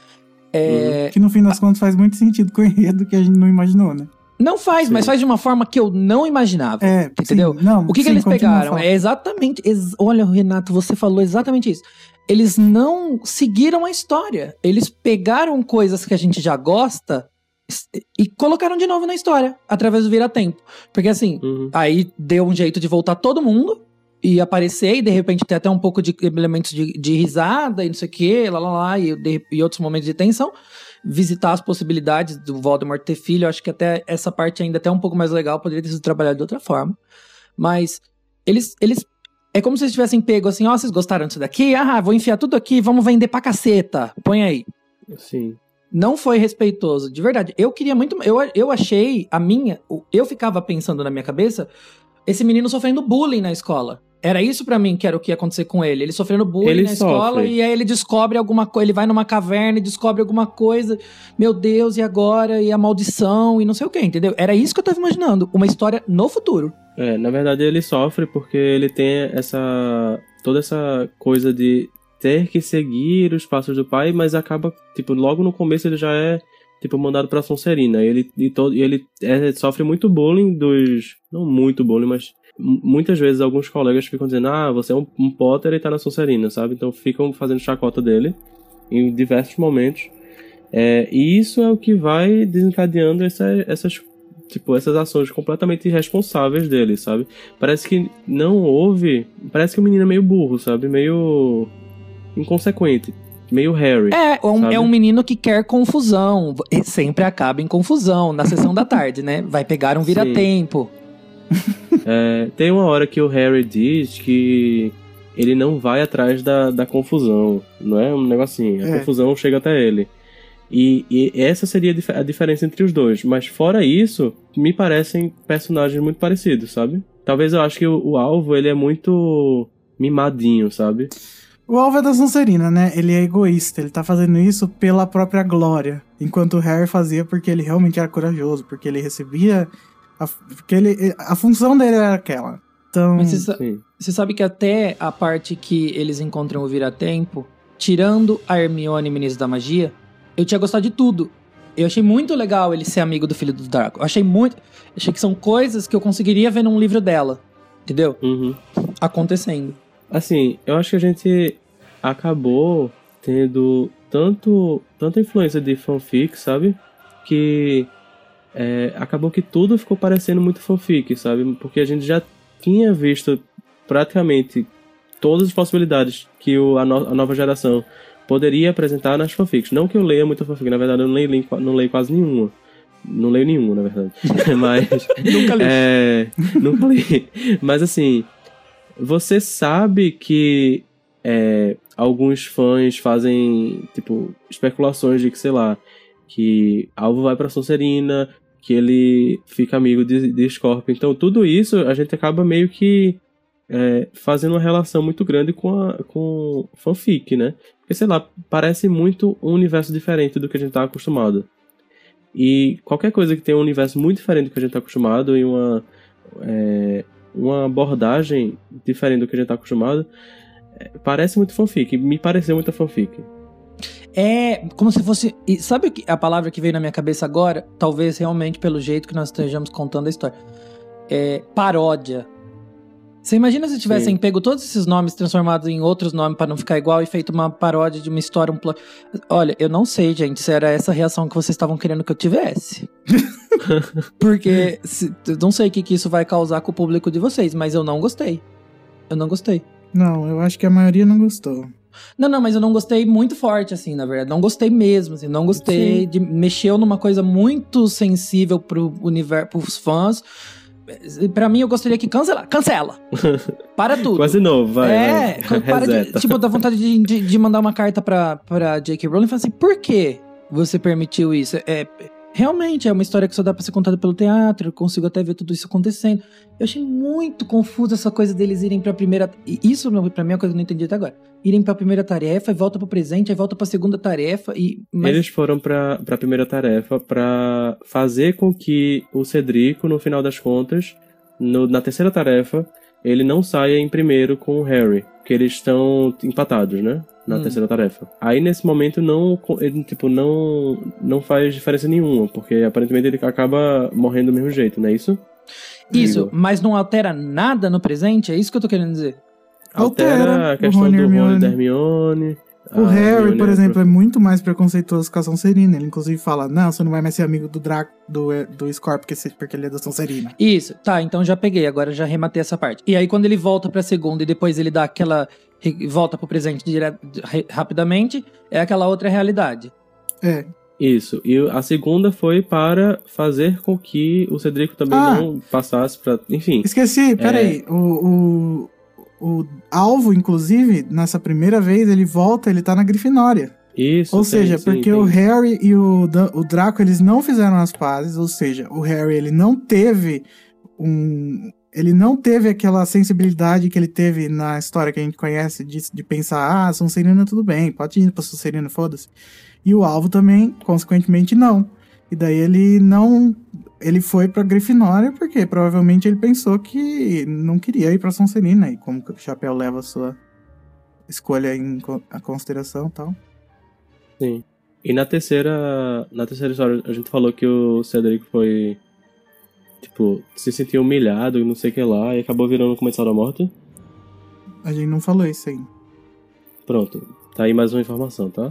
Que no fim das contas faz muito sentido com o enredo que a gente não imaginou, né? Não faz, sim, mas faz de uma forma que eu não imaginava. Entendeu? Sim, não, o que eles pegaram? É exatamente... Olha, Renato, você falou exatamente isso. Eles não seguiram a história. Eles pegaram coisas que a gente já gosta e colocaram de novo na história, através do vira-tempo. Porque assim, aí deu um jeito de voltar todo mundo e aparecer, e de repente ter até um pouco de elementos de risada e não sei o que, e outros momentos de tensão. Visitar as possibilidades do Voldemort ter filho, eu acho que até essa parte ainda até um pouco mais legal, poderia ter sido trabalhado de outra forma. Mas eles é como se eles tivessem pego assim, vocês gostaram disso daqui? Vou enfiar tudo aqui, vamos vender pra caceta, põe aí. Sim. Não foi respeitoso, de verdade. Eu queria muito, eu achei eu ficava pensando na minha cabeça, esse menino sofrendo bullying na escola. Era isso pra mim que era o que ia acontecer com ele. Ele sofrendo bullying na escola e aí ele descobre alguma coisa. Ele vai numa caverna e descobre alguma coisa. Meu Deus, e agora? E a maldição? E não sei o que, entendeu? Era isso que eu tava imaginando. Uma história no futuro. Na verdade ele sofre porque ele tem toda essa coisa de ter que seguir os passos do pai, mas acaba, tipo, logo no começo ele já é, tipo, mandado pra Sonserina. Ele sofre muito bullying não muito bullying, mas... Muitas vezes alguns colegas ficam dizendo você é um Potter e tá na Sonserina, sabe? Então ficam fazendo chacota dele em diversos momentos. E isso é o que vai desencadeando essas ações completamente irresponsáveis dele, sabe? Parece que parece que o menino é meio burro, sabe? Meio inconsequente. Meio Harry. É um menino que quer confusão. E sempre acaba em confusão na sessão da tarde, né? Vai pegar um vira-tempo. Tem uma hora que o Harry diz que ele não vai atrás da confusão, não é um negocinho, a confusão chega até ele. E essa seria a diferença entre os dois, mas fora isso, me parecem personagens muito parecidos, sabe? Talvez eu acho que o Alvo, ele é muito mimadinho, sabe? O Alvo é da Sonserina, né? Ele é egoísta, ele tá fazendo isso pela própria glória, enquanto o Harry fazia porque ele realmente era corajoso, porque ele recebia... Porque a função dele era aquela. Então... Mas você sabe que até a parte que eles encontram o vira-tempo, tirando a Hermione, Ministro da Magia, eu tinha gostado de tudo. Eu achei muito legal ele ser amigo do filho do Draco. Achei que são coisas que eu conseguiria ver num livro dela. Entendeu? Acontecendo. Assim, eu acho que a gente acabou tendo tanta influência de fanfic, sabe? Que... acabou que tudo ficou parecendo muito fanfic, sabe? Porque a gente já tinha visto praticamente todas as possibilidades que a nova geração poderia apresentar nas fanfics. Não que eu leia muita fanfic, na verdade eu não leio quase nenhuma. Não leio nenhuma, na verdade. Mas... Nunca li. Nunca li. Mas assim, você sabe que alguns fãs fazem, tipo, especulações de que, sei lá, que Alvo vai pra Sonserina, que ele fica amigo de Scorpion. Então tudo isso a gente acaba meio que fazendo uma relação muito grande com fanfic, né? Porque, sei lá, parece muito um universo diferente do que a gente tá acostumado. E qualquer coisa que tenha um universo muito diferente do que a gente tá acostumado e uma abordagem diferente do que a gente tá acostumado, Parece muito fanfic, me pareceu muita fanfic. É como se fosse... E sabe a palavra que veio na minha cabeça agora? Talvez realmente pelo jeito que nós estejamos contando a história. É paródia. Você imagina se tivessem pego todos esses nomes transformados em outros nomes pra não ficar igual e feito uma paródia de uma história, Olha, eu não sei, gente, se era essa reação que vocês estavam querendo que eu tivesse. Porque eu não sei o que isso vai causar com o público de vocês, mas eu não gostei. Eu não gostei. Não, eu acho que a maioria não gostou. Não, mas eu não gostei muito forte, assim, na verdade. Não gostei mesmo, assim. Não gostei mexeu numa coisa muito sensível pro universo, pros fãs. Pra mim, eu gostaria que cancela. Para tudo. Quase novo, vai. Para de, dá vontade de mandar uma carta pra J.K. Rowling e falar assim, por que você permitiu isso? Realmente, é uma história que só dá pra ser contada pelo teatro, eu consigo até ver tudo isso acontecendo. Eu achei muito confuso essa coisa deles irem pra primeira... Isso, pra mim, é uma coisa que eu não entendi até agora. Irem pra primeira tarefa, e volta pro presente, aí volta pra segunda tarefa, mas... Eles foram pra primeira tarefa pra fazer com que o Cedrico, no final das contas, na terceira tarefa, ele não saia em primeiro com o Harry, porque eles estão empatados, né? Na terceira tarefa. Aí, nesse momento, não faz diferença nenhuma, porque aparentemente ele acaba morrendo do mesmo jeito, não é isso? Isso, mas não altera nada no presente? É isso que eu tô querendo dizer. Altera a questão do Rony e da Hermione. O Harry, por exemplo, é muito mais preconceituoso com a Sonserina. Ele, inclusive, fala, não, você não vai mais ser amigo do Draco, do Scorpio, porque ele é da Sonserina. Isso, tá, então já peguei, agora já rematei essa parte. E aí, quando ele volta pra segunda e depois ele dá aquela... volta pro presente rapidamente, é aquela outra realidade. É. Isso, e a segunda foi para fazer com que o Cedrico também não passasse pra... Enfim. Esqueci, peraí. O Alvo, inclusive, nessa primeira vez, ele volta, ele tá na Grifinória. Isso. Ou seja, porque o Harry e o Draco, eles não fizeram as pazes, ou seja, o Harry, ele não teve aquela sensibilidade que ele teve na história que a gente conhece de pensar, Sonserina tudo bem, pode ir pra Sonserina, foda-se. E o Alvo também, consequentemente, não. E daí ele foi pra Grifinória porque provavelmente ele pensou que não queria ir pra Sonserina. E como que o Chapéu leva a sua escolha em consideração e tal. Sim. E na terceira história, a gente falou que o Cedric foi... Tipo, se sentiu humilhado e não sei o que lá, e acabou virando o Comensal da Morte. A gente não falou isso aí. Pronto. Tá aí mais uma informação, tá?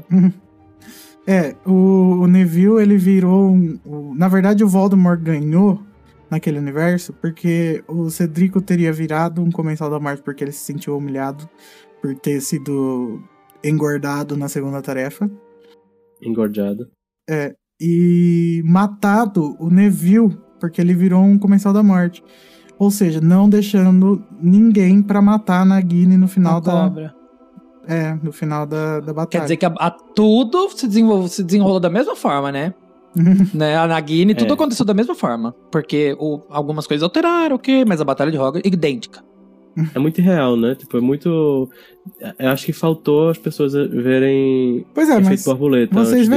O Neville, ele virou na verdade, o Voldemort ganhou naquele universo porque o Cedrico teria virado um Comensal da Morte porque ele se sentiu humilhado por ter sido engordado na segunda tarefa. Engordado. E matado o Neville porque ele virou um Comensal da Morte. Ou seja, não deixando ninguém pra matar a Nagini no final cobra. No final da batalha. Quer dizer que tudo se desenrolou da mesma forma, né? Né? A Nagini, tudo aconteceu da mesma forma. Porque algumas coisas alteraram, mas a batalha de Hogwarts é idêntica. É muito irreal, né? Tipo, é muito... Eu acho que faltou as pessoas verem efeito borboleta.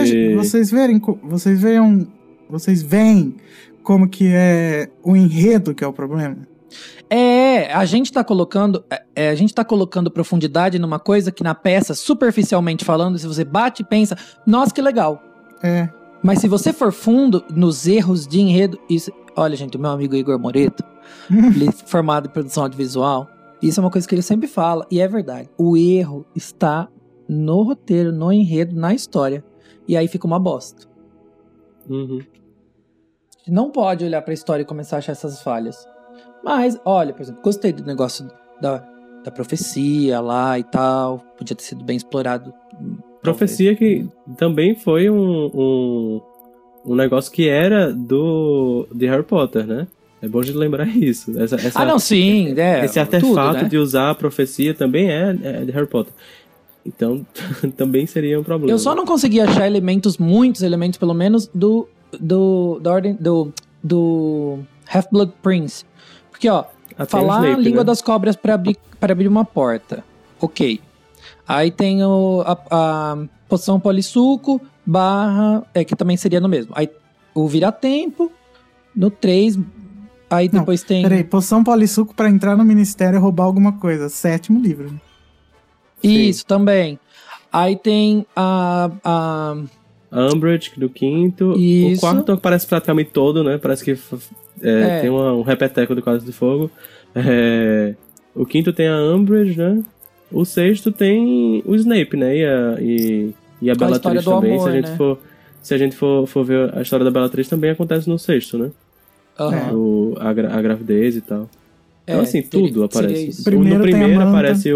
Vocês veem como que é o enredo que é o problema? A gente tá colocando profundidade numa coisa que na peça, superficialmente falando, se você bate e pensa, nossa, que legal. Mas se você for fundo nos erros de enredo, isso... Olha, gente, o meu amigo Igor Moreto, ele é formado em produção audiovisual, isso é uma coisa que ele sempre fala, e é verdade. O erro está no roteiro, no enredo, na história. E aí fica uma bosta. Uhum. Não pode olhar pra história e começar a achar essas falhas. Mas, olha, por exemplo, gostei do negócio da profecia lá e tal. Podia ter sido bem explorado. Profecia que também foi um negócio que era de Harry Potter, né? É bom de lembrar isso. Não, sim. Esse artefato tudo, né? de usar a profecia também é de Harry Potter. Então, também seria um problema. Eu só não consegui achar muitos elementos, pelo menos, da ordem do Half-Blood Prince. Porque, falar Snape, a língua né? das cobras pra abrir uma porta. Ok. Aí tem a poção polissuco / que também seria no mesmo. Aí o vira-tempo, no 3. Aí depois tem... Peraí, poção polissuco pra entrar no ministério e roubar alguma coisa. 7º livro. Isso, também. Aí tem a A Umbridge do quinto. Isso. O quarto aparece praticamente todo, né? Parece que tem um repeteco do Cálice de Fogo. O quinto tem a Umbridge, né? O sexto tem o Snape, né? E a Com a história Bellatrix do também. amor, Se a gente for ver a história da Bellatrix, também acontece no sexto, né? Aham. A gravidez e tal. Então, assim, seria- tudo seria aparece. isso. Primeiro No tem a primeiro Manta. aparece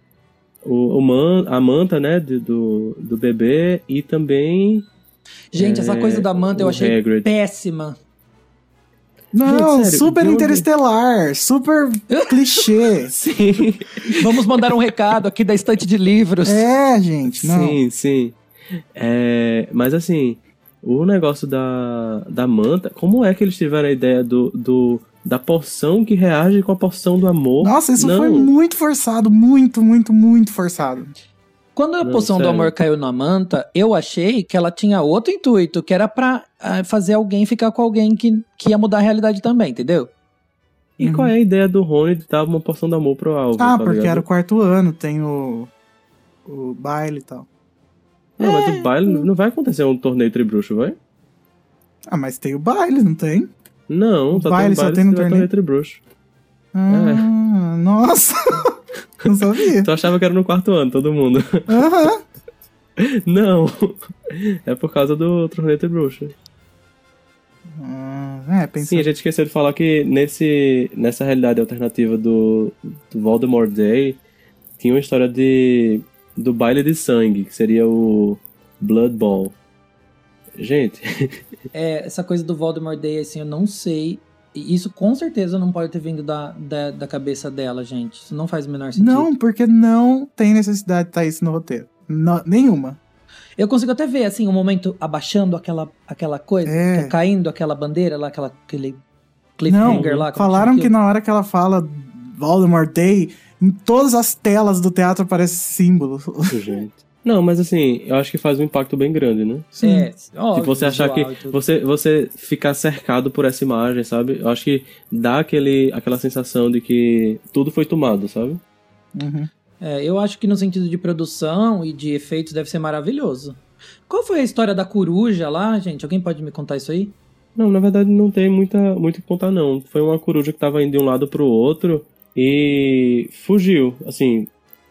a manta, né? Do bebê e também... Gente, essa coisa da Manta eu o achei Hagrid. péssima. Não, Gente, sério, super de onde- interestelar, super clichê. Sim. Vamos mandar um recado aqui da estante de livros. Gente, não. Sim. Mas assim, o negócio da manta, como é que eles tiveram a ideia da porção que reage com a porção do amor? Nossa, isso Não. foi muito forçado, muito, muito, muito forçado. Quando a Não, poção do sério. amor caiu na Manta, eu achei que ela tinha outro intuito, que era pra fazer alguém ficar com alguém que ia mudar a realidade também, entendeu? E qual é a ideia do Rony de dar uma porção do amor pro Alvo? Ah, tá porque ligado? era o quarto ano, tem o baile e tal. Não, mas o baile não vai acontecer um torneio tribruxo, vai? Ah, mas tem o baile, não tem? Não, O só baile tem só baile tem no se tiver torneio? tribruxo. Nossa! Não sabia. Tu achava que era no quarto ano, todo mundo. Aham. Não, é por causa do torneio tribruxo. Sim, Pensei. a gente esqueceu de falar que nessa realidade alternativa do Voldemort Day tinha uma história do baile de sangue, que seria o Blood Ball. Gente, Essa coisa do Voldemort Day, assim, eu não sei. E isso com certeza não pode ter vindo da cabeça dela, gente. Isso não faz o menor sentido. Não, porque não tem necessidade de estar isso no roteiro. Nenhuma. Eu consigo até ver, assim, um momento abaixando aquela coisa, caindo aquela bandeira lá, aquele cliffhanger lá. como Falaram chama que aquilo? na hora que ela fala Voldemort Day, em todas as telas do teatro aparece símbolo. gente. Não, mas assim, eu acho que faz um impacto bem grande, né? Óbvio, Tipo, você achar que visual e tudo. você ficar cercado por essa imagem, sabe? Eu acho que dá aquela sensação de que tudo foi tomado, sabe? Uhum. Eu acho que no sentido de produção e de efeitos deve ser maravilhoso. Qual foi a história da coruja lá, gente? Alguém pode me contar isso aí? Não, na verdade não tem muito o que contar, não. Foi uma coruja que tava indo de um lado pro outro e fugiu, assim,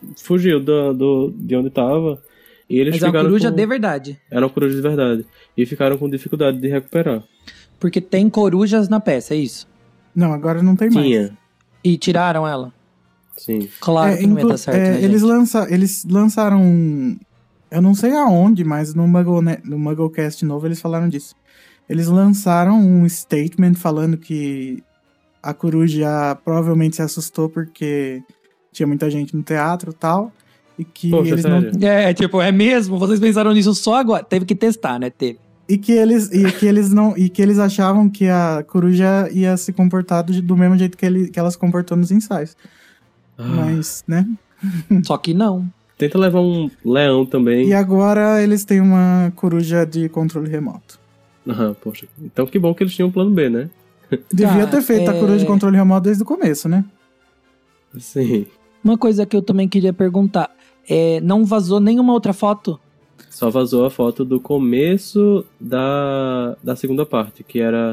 de onde tava. E eles Mas é uma ficaram coruja de verdade. Era uma coruja de verdade. E ficaram com dificuldade de recuperar. Porque tem corujas na peça, é isso? Não, agora não tem mais. Tinha, E tiraram ela. sim. Claro que não ia dar certo, né, eles, gente? eles lançaram eu não sei aonde, mas no Mugglecast novo eles falaram disso. Eles lançaram um statement falando que a coruja provavelmente se assustou porque tinha muita gente no teatro e tal. E que Poxa, eles sério? não. É mesmo? Vocês pensaram nisso só agora? Teve que testar, né? Teve. E que eles achavam que a coruja ia se comportar do mesmo jeito que ela se comportou nos ensaios. Mas, né? Só que não. Tenta levar um leão também. E agora eles têm uma coruja de controle remoto. Poxa. Então que bom que eles tinham um plano B, né? Devia ter feito a coruja de controle remoto desde o começo, né? Sim. Uma coisa que eu também queria perguntar. Não vazou nenhuma outra foto? Só vazou a foto do começo da segunda parte, que era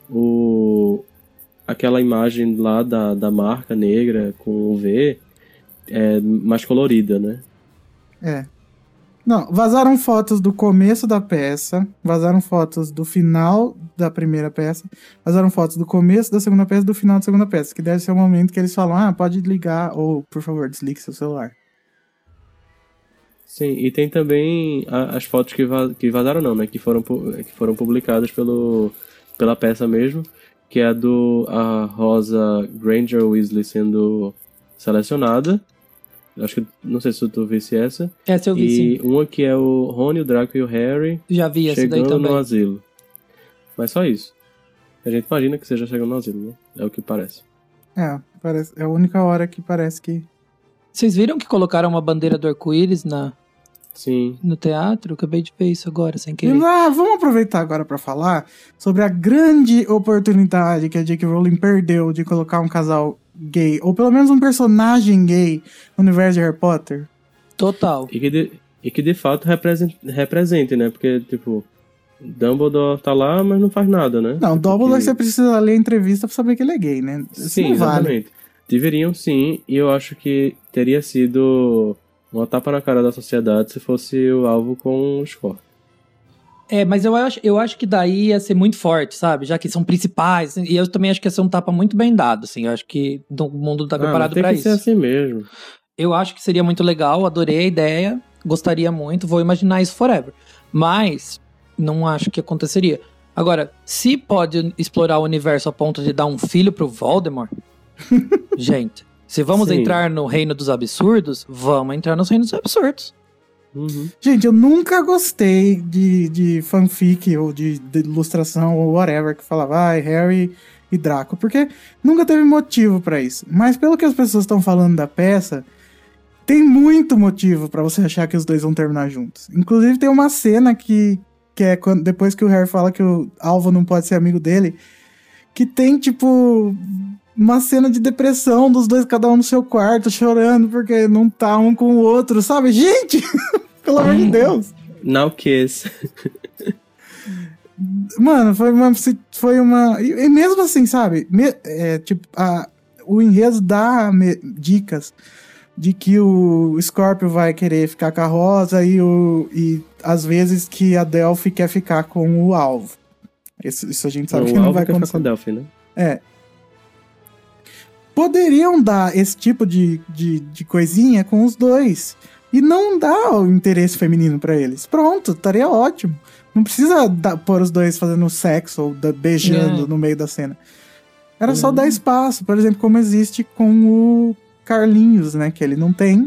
aquela imagem lá da marca negra com o V mais colorida, né? Não, vazaram fotos do começo da peça, vazaram fotos do final da primeira peça, vazaram fotos do começo da segunda peça e do final da segunda peça, que deve ser o momento que eles falam, pode ligar, ou, por favor, desligue seu celular. Sim, e tem também as fotos que vazaram não, né? Que foram publicadas pela peça mesmo, que é a Rosa Granger Weasley sendo selecionada. Acho que, não sei se tu visse essa. Essa eu vi, E sim. uma que é o Rony, o Draco e o Harry Já vi essa daí chegando também. no asilo. Mas só isso. A gente imagina que seja chegando no asilo, né? É o que parece. Parece, é a única hora que parece que... Vocês viram que colocaram uma bandeira do arco-íris Sim. no teatro? Eu acabei de ver isso agora, sem querer. Vamos aproveitar agora pra falar sobre a grande oportunidade que a J.K. Rowling perdeu de colocar um casal gay, ou pelo menos um personagem gay no universo de Harry Potter. Total. E que de fato represente, né? Porque, tipo, Dumbledore tá lá, mas não faz nada, né? Não, Dumbledore Porque... você precisa ler a entrevista pra saber que ele é gay, né? Isso Sim, não vale. exatamente. Deveriam sim, e eu acho que teria sido uma tapa na cara da sociedade se fosse o alvo com o Scorpion. Mas eu acho que daí ia ser muito forte, sabe? Já que são principais. E eu também acho que ia ser um tapa muito bem dado, assim. Eu acho que o mundo tá preparado tem pra que isso. ser assim mesmo. Eu acho que seria muito legal, adorei a ideia, gostaria muito, vou imaginar isso forever. Mas não acho que aconteceria. Agora, se pode explorar o universo a ponto de dar um filho pro Voldemort, gente, se vamos Sim. entrar no reino dos absurdos, vamos entrar nos reinos dos absurdos. Uhum. Gente, eu nunca gostei de fanfic ou de ilustração ou whatever que falava Harry e Draco, porque nunca teve motivo pra isso. Mas pelo que as pessoas estão falando da peça, tem muito motivo pra você achar que os dois vão terminar juntos. Inclusive tem uma cena que é quando, depois que o Harry fala que o Alvo não pode ser amigo dele, que tem tipo uma cena de depressão dos dois, cada um no seu quarto, chorando porque não tá um com o outro, sabe? Gente, pelo amor de Deus. Now kiss. Mano, foi uma... E mesmo assim, sabe? O enredo dá dicas de que o Scorpio vai querer ficar com a Rosa e às vezes que a Delphi quer ficar com o Alvo. Isso a gente sabe que não vai acontecer. Com a Delphi, né? Poderiam dar esse tipo de coisinha com os dois e não dar o interesse feminino pra eles. Pronto, estaria ótimo. Não precisa pôr os dois fazendo sexo ou beijando no meio da cena. Era só dar espaço, por exemplo, como existe com o Carlinhos, né? Que ele não tem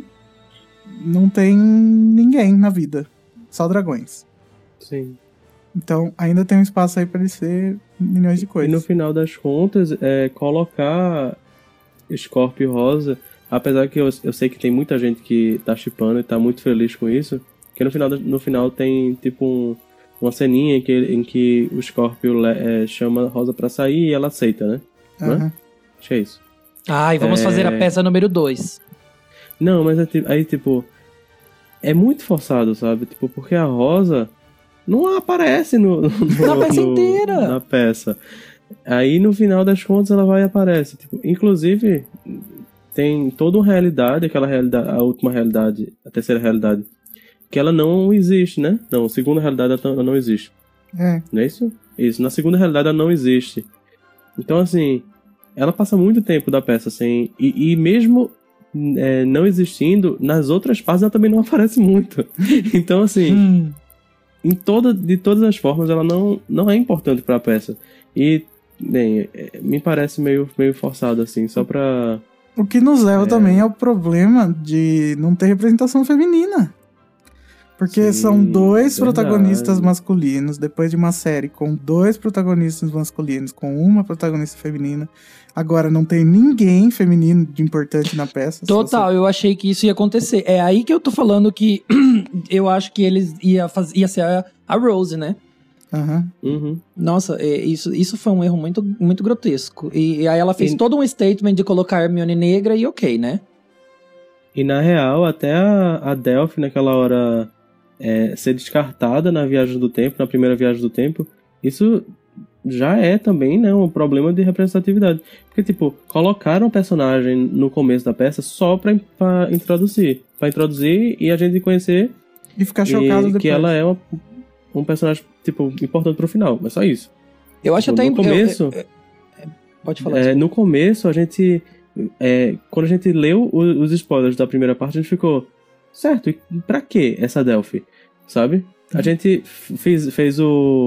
ninguém na vida. Só dragões. Sim. Então, ainda tem um espaço aí pra ele ser milhões de coisas. E no final das contas, colocar Scorpio e Rosa, apesar que eu sei que tem muita gente que tá shippando e tá muito feliz com isso, que no final tem tipo uma ceninha em que o Scorpio chama a Rosa pra sair e ela aceita, né? Uhum. Acho que é isso. E vamos fazer a peça número 2. Não, mas aí, tipo, é muito forçado, sabe? Tipo, porque a Rosa não aparece na peça inteira. Na peça. Aí, no final das contas, ela vai e aparece. Tipo, inclusive, tem toda uma realidade, aquela realidade, a última realidade, a terceira realidade, que ela não existe, né? Não, a segunda realidade ela não existe. Não é isso? Isso, na segunda realidade ela não existe. Então, assim, ela passa muito tempo da peça sem... E mesmo não existindo, nas outras partes ela também não aparece muito. Então, assim, de todas as formas, ela não é importante pra peça. E, bem, me parece meio forçado, assim, só pra... O que nos leva também ao problema de não ter representação feminina. Porque são dois protagonistas masculinos, depois de uma série com 2 protagonistas masculinos, com uma protagonista feminina. Agora não tem ninguém feminino de importante na peça. Total, eu achei que isso ia acontecer. É aí que eu tô falando que eu acho que eles ia ser a Rose, né? Uhum. Nossa, isso foi um erro muito, muito grotesco. E aí ela fez todo um statement de colocar a Hermione negra e ok, né? E na real, até a Delphi naquela hora ser descartada na viagem do tempo, na primeira viagem do tempo, isso já é também, né, um problema de representatividade. Porque, tipo, colocaram o personagem no começo da peça só pra introduzir. Pra introduzir e a gente conhecer... E ficar chocado depois. Que ela é um personagem, tipo, importante pro final, mas só isso. Eu acho até... No começo... pode falar. No começo, a gente... quando a gente leu os spoilers da primeira parte, a gente ficou... Certo, e pra que essa Delphi? Sabe? A gente fez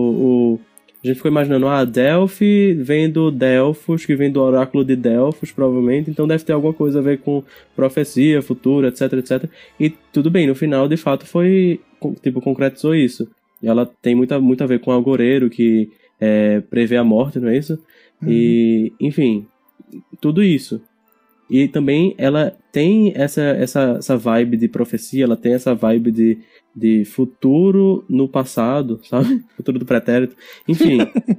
a gente ficou imaginando, a Delphi vem do Delfos, que vem do oráculo de Delfos, provavelmente, então deve ter alguma coisa a ver com profecia, futuro, etc, etc. E tudo bem, no final, de fato, foi, tipo, concretizou isso. E ela tem muito a ver com o Algoreiro, que prevê a morte, não é isso? E, enfim, tudo isso. E também ela tem essa vibe de profecia, ela tem essa vibe de futuro no passado, sabe? Futuro do pretérito. Enfim,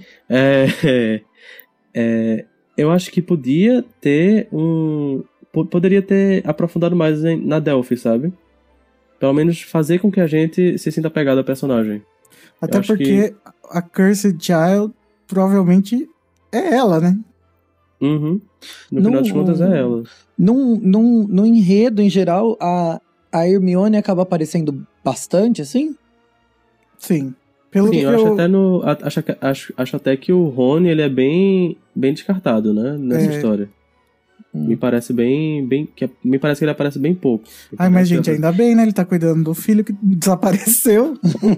eu acho que poderia ter aprofundado mais na Delphi, sabe? Pelo menos fazer com que a gente se sinta apegado ao personagem. Até acho porque a Cursed Child provavelmente é ela, né? Uhum. No final das contas é ela. No enredo, em geral, a Hermione acaba aparecendo bastante, assim? Sim. Pelo Sim, que acho até que o Rony, ele é bem descartado, né? Nessa história. Me parece me parece que ele aparece bem pouco. Ai, mas gente, ainda bem, né? Ele tá cuidando do filho que desapareceu.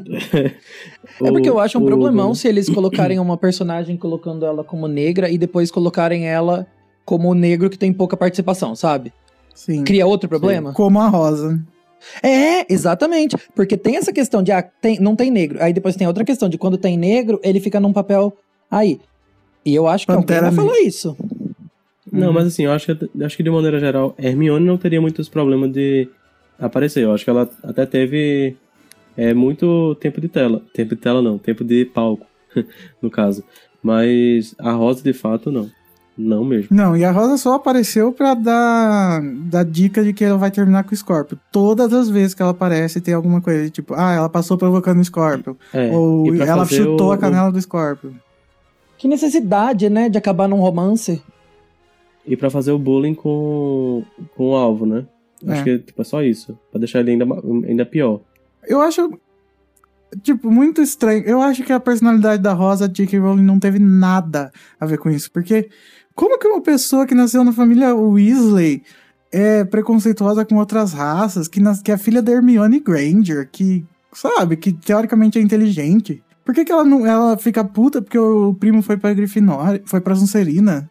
É porque eu acho um problemão se eles colocarem uma personagem colocando ela como negra e depois colocarem ela como o negro que tem pouca participação, sabe? Sim. Cria outro problema? Sim. Como a Rosa. É, exatamente. Porque tem essa questão de, não tem negro. Aí depois tem outra questão de quando tem negro, ele fica num papel aí. E eu acho que Pantera alguém vai falar isso. Não, mas assim, eu acho que de maneira geral, Hermione não teria muitos problemas de aparecer. Eu acho que ela até teve muito tempo de tela. Tempo de tela não, tempo de palco, no caso. Mas a Rosa, de fato, não. Não mesmo. Não, e a Rosa só apareceu pra dar dica de que ela vai terminar com o Scorpio. Todas as vezes que ela aparece tem alguma coisa, tipo, ela passou provocando o Scorpio. Ou ela chutou a canela do Scorpio. Que necessidade, né, de acabar num romance. E pra fazer o bullying com o alvo, né? Acho que é só isso. Pra deixar ele ainda pior. Eu acho, muito estranho. Eu acho que a personalidade da Rosa, J.K. Rowling, não teve nada a ver com isso. Porque como que uma pessoa que nasceu na família Weasley é preconceituosa com outras raças, que é filha da Hermione Granger, que, sabe, que teoricamente é inteligente? Por que ela fica puta porque o primo foi pra Grifinória, foi pra Sonserina?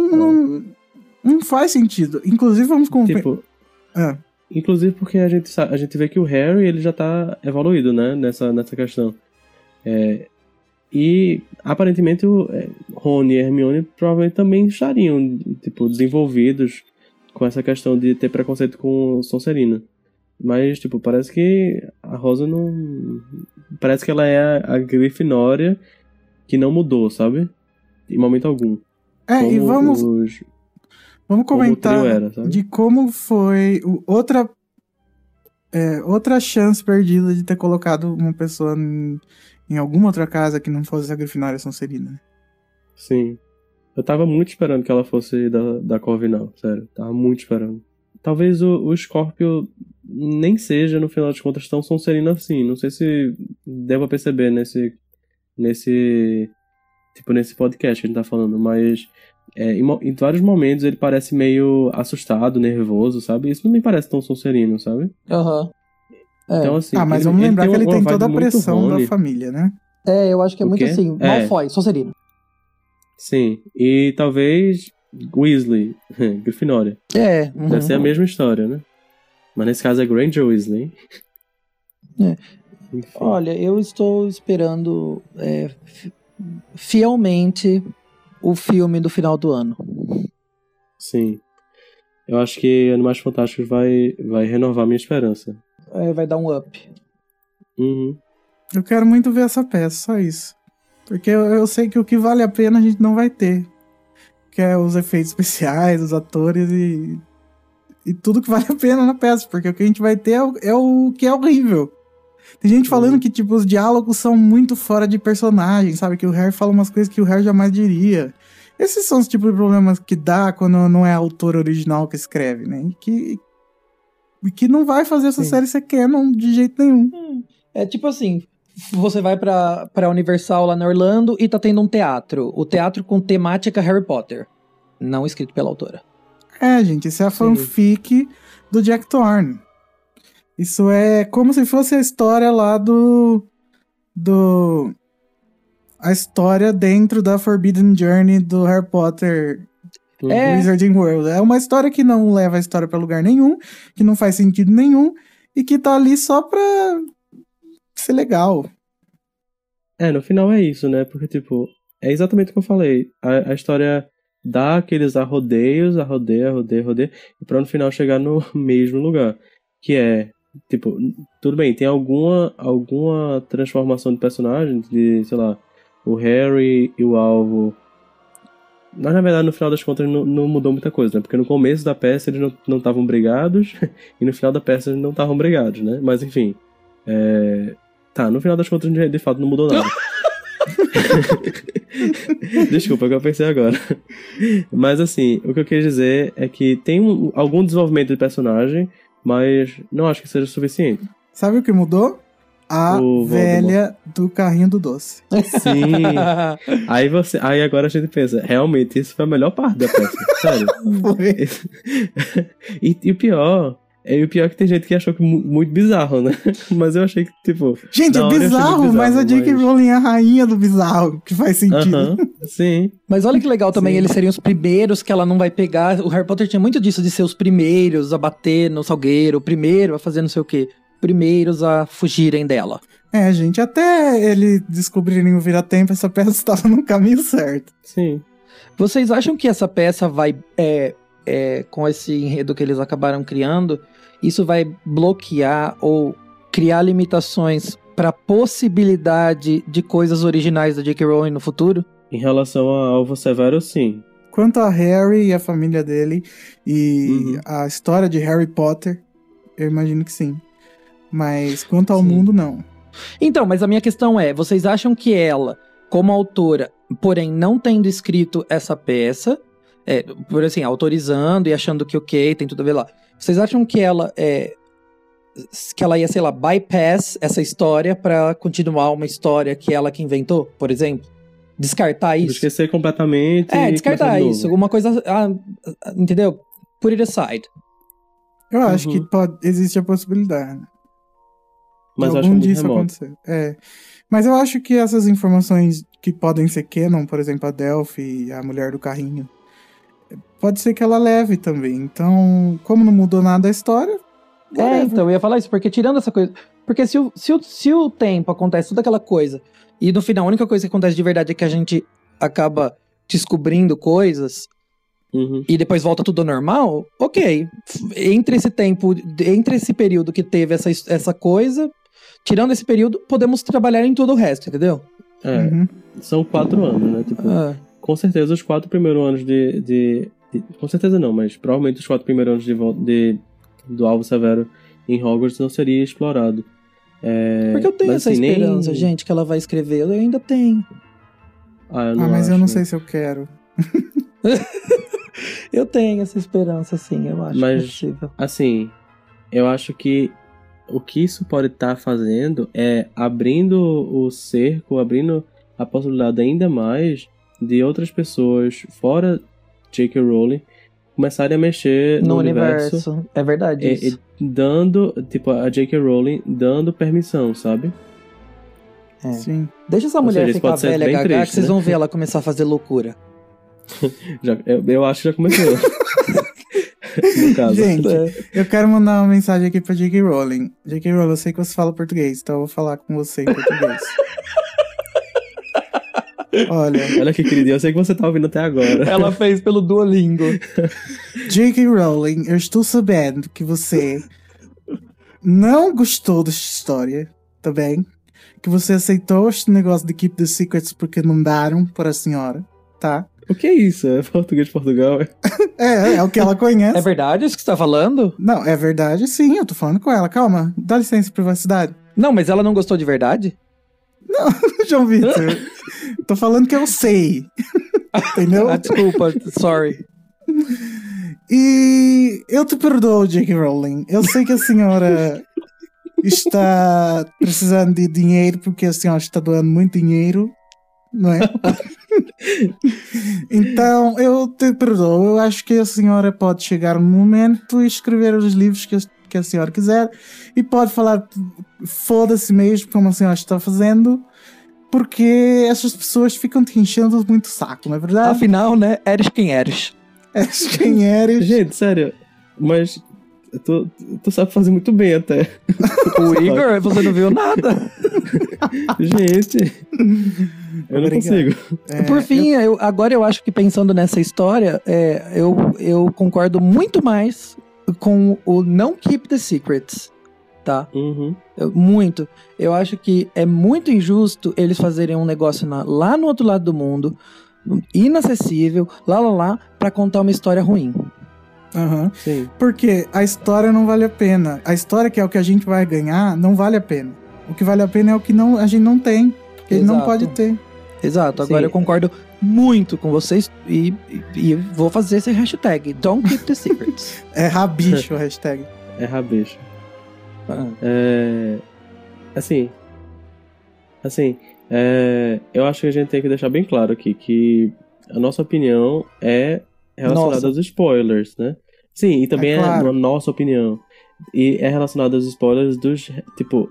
Não faz sentido. Inclusive, vamos Inclusive porque a gente vê que o Harry, ele já tá evoluído, né, nessa questão. E aparentemente o Rony e Hermione provavelmente também estariam, desenvolvidos com essa questão de ter preconceito com Sonserina. Mas, parece que a Rosa não... Parece que ela é a Grifinória que não mudou, sabe? Em momento algum. E vamos comentar de como foi outra chance perdida de ter colocado uma pessoa em alguma outra casa que não fosse a Grifinória Sonserina. Sim. Eu tava muito esperando que ela fosse da Corvinal, sério. Tava muito esperando. Talvez o Scorpio nem seja, no final das contas, tão Sonserino assim. Não sei se deu pra perceber nesse podcast que a gente tá falando, mas em vários momentos ele parece meio assustado, nervoso, sabe? Isso não me parece tão Sonserino, sabe? Aham. Então, assim, mas vamos lembrar que ele tem toda a pressão da família, né? Eu acho que é muito assim. Malfoy, Sonserino. Sim, e talvez Weasley, Grifinória. Deve ser a mesma história, né? Mas nesse caso é Granger Weasley. Olha, eu estou esperando fielmente o filme do final do ano. Sim. Eu acho que Animais Fantásticos vai renovar minha esperança. Vai dar um up. Uhum. Eu quero muito ver essa peça, só isso. Porque eu sei que o que vale a pena a gente não vai ter. Que é os efeitos especiais, os atores e tudo que vale a pena na peça. Porque o que a gente vai ter é o que é horrível. Tem gente falando que, os diálogos são muito fora de personagem, sabe? Que o Harry fala umas coisas que o Harry jamais diria. Esses são os tipos de problemas que dá quando não é autor original que escreve, né? E que não vai fazer essa série ser canon de jeito nenhum. É tipo assim, você vai pra Universal lá na Orlando e tá tendo um teatro. O teatro com temática Harry Potter. Não escrito pela autora. Gente, isso é a fanfic do Jack Thorne. Isso é como se fosse a história lá a história dentro da Forbidden Journey do Harry Potter Wizarding World. É uma história que não leva a história pra lugar nenhum, que não faz sentido nenhum, e que tá ali só pra ser legal. No final é isso, né? Porque, é exatamente o que eu falei. A história dá aqueles arrodeios, arrodeia, e pra no final chegar no mesmo lugar. Que é, tudo bem, tem alguma transformação de personagem, de, sei lá, o Harry e o Alvo Mas, na verdade, no final das contas, não mudou muita coisa, né? Porque no começo da peça eles não estavam brigados, e no final da peça eles não estavam brigados, né? Mas, enfim. Tá, no final das contas, de fato, não mudou nada. Desculpa, é o que eu pensei agora. Mas, assim, o que eu queria dizer é que tem algum desenvolvimento de personagem, mas não acho que seja suficiente. Sabe o que mudou? A O velha do carrinho do doce. Sim. Aí agora a gente pensa, realmente, isso foi a melhor parte da peça. Sério. Foi. E o pior é que tem gente que achou que muito bizarro, né? Mas eu achei que, tipo... Gente, é bizarro, mas a J.K. Rowling é a rainha do bizarro, que faz sentido. Sim. Mas olha que legal também, Sim. eles seriam os primeiros que ela não vai pegar. O Harry Potter tinha muito disso, de ser os primeiros a bater no salgueiro, o primeiro a fazer não sei o quê. Primeiros a fugirem dela. Gente, até ele descobrirem o vira-tempo, essa peça estava no caminho certo. Sim. Vocês acham que essa peça vai, com esse enredo que eles acabaram criando, isso vai bloquear ou criar limitações para a possibilidade de coisas originais da J.K. Rowling no futuro? Em relação a Alvo Severo, sim. Quanto a Harry e a família dele e a história de Harry Potter, eu imagino que sim. Mas quanto ao mundo, não. Então, mas a minha questão é, vocês acham que ela, como autora, porém não tendo escrito essa peça, por assim, autorizando e achando que ok, tem tudo a ver lá, vocês acham que ela ia, sei lá, bypass essa história pra continuar uma história que ela que inventou, por exemplo? Descartar isso? Esquecer completamente. Descartar isso. Alguma coisa, entendeu? Put it aside. Eu acho que existe a possibilidade. Mas algum disso acontecer. Mas eu acho que essas informações que podem ser canon, por exemplo, a Delphi, a mulher do carrinho, pode ser que ela leve também. Então, como não mudou nada a história... Então, eu ia falar isso, porque tirando essa coisa... Porque se o tempo acontece toda aquela coisa, e no final a única coisa que acontece de verdade é que a gente acaba descobrindo coisas, e depois volta tudo ao normal, ok. Entre esse período que teve essa coisa... Tirando esse período, podemos trabalhar em todo o resto, entendeu? São 4 anos, né? Tipo, com certeza os 4 primeiros anos com certeza não, mas provavelmente os 4 primeiros anos do Alvo Severo em Hogwarts não seria explorado. Porque eu tenho essa esperança, gente, que ela vai escrever. Eu ainda tenho. Mas eu não sei se eu quero. Eu tenho essa esperança, sim, eu acho possível. Assim, eu acho que o que isso pode estar fazendo é abrindo o cerco, abrindo a possibilidade ainda mais de outras pessoas fora J.K. Rowling começarem a mexer no universo. É verdade isso. Dando, tipo, a J.K. Rowling dando permissão, sabe? Sim. Deixa essa mulher ficar velha, gaga, triste, que vocês vão ver ela começar a fazer loucura. Eu acho que já começou. No caso. Gente, eu quero mandar uma mensagem aqui pra J.K. Rowling. J.K. Rowling, eu sei que você fala português, então eu vou falar com você em português. Olha que queridinha, eu sei que você tá ouvindo até agora. Ela fez pelo Duolingo. J.K. Rowling, eu estou sabendo que você não gostou desta história, tá bem? Que você aceitou este negócio de Keep the Secrets porque não deram para a senhora, tá? O que é isso? É português de Portugal? É o que ela conhece. É verdade isso que você tá falando? Não, é verdade sim, eu tô falando com ela. Calma, dá licença, privacidade. Não, mas ela não gostou de verdade? Não, João Vitor. Tô falando que eu sei. Entendeu? Desculpa, sorry. E eu te perdoo, J.K. Rowling. Eu sei que a senhora está precisando de dinheiro porque a senhora está doando muito dinheiro, não é? Então, eu te perdoo. Eu acho que a senhora pode chegar no momento e escrever os livros que a senhora quiser e pode falar foda-se mesmo como a senhora está fazendo, porque essas pessoas ficam te enchendo muito o saco, não é verdade? Afinal, né? Eres quem eres. Eres quem eres. Gente, sério, mas tu sabe fazer muito bem até. O Igor, você não viu nada. Gente, eu não consigo. Por fim, agora eu acho que pensando nessa história, eu concordo muito mais com o não keep the secrets, tá? Muito. Eu acho que é muito injusto eles fazerem um negócio lá no outro lado do mundo, inacessível, lá, pra contar uma história ruim. Aham. Sim. Porque a história não vale a pena. A história, que é o que a gente vai ganhar, não vale a pena. O que vale a pena é o que a gente não tem. Que ele não Exato. pode ter. Exato, agora Sim. eu concordo muito com vocês e vou fazer esse hashtag, Don't Keep the Secrets. É rabicho o hashtag. É rabicho. Ah, Assim, eu acho que a gente tem que deixar bem claro aqui que a nossa opinião é relacionada Nossa. aos spoilers, né? Sim, e também É claro. a nossa opinião. E é relacionada aos spoilers dos, tipo,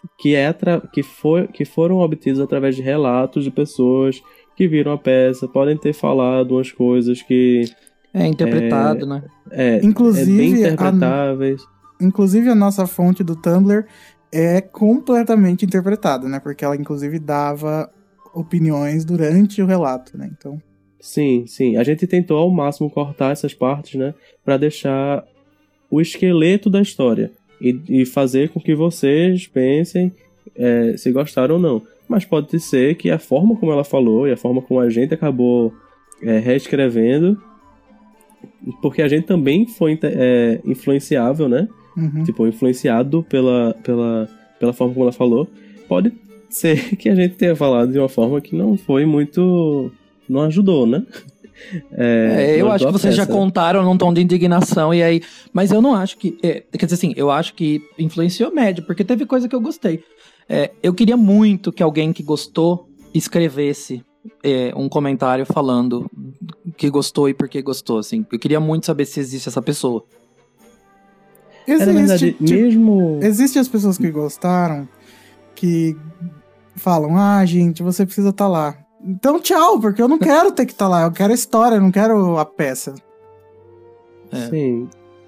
que foram obtidos através de relatos de pessoas que viram a peça, podem ter falado umas coisas que é interpretado, né? Inclusive, bem interpretáveis. Inclusive, a nossa fonte do Tumblr é completamente interpretada, né? Porque ela, inclusive, dava opiniões durante o relato, né? Então, Sim. A gente tentou ao máximo cortar essas partes, né? Pra deixar o esqueleto da história. E fazer com que vocês pensem se gostaram ou não. Mas pode ser que a forma como ela falou e a forma como a gente acabou reescrevendo, porque a gente também foi influenciável, né? uhum. Tipo, influenciado pela forma como ela falou, pode ser que a gente tenha falado de uma forma que não foi muito... não ajudou, né? Eu não acho ajudou que a vocês já peça. contaram num tom de indignação, e aí... Mas eu não acho que... quer dizer assim, eu acho que influenciou médio, porque teve coisa que eu gostei. Eu queria muito que alguém que gostou escrevesse um comentário falando que gostou e por que gostou, assim. Eu queria muito saber se existe essa pessoa. Existe, Na verdade, mesmo... Existem as pessoas que gostaram, que falam, gente, você precisa estar lá. Então, tchau, porque eu não quero ter que estar lá. Eu quero a história, eu não quero a peça. Sim.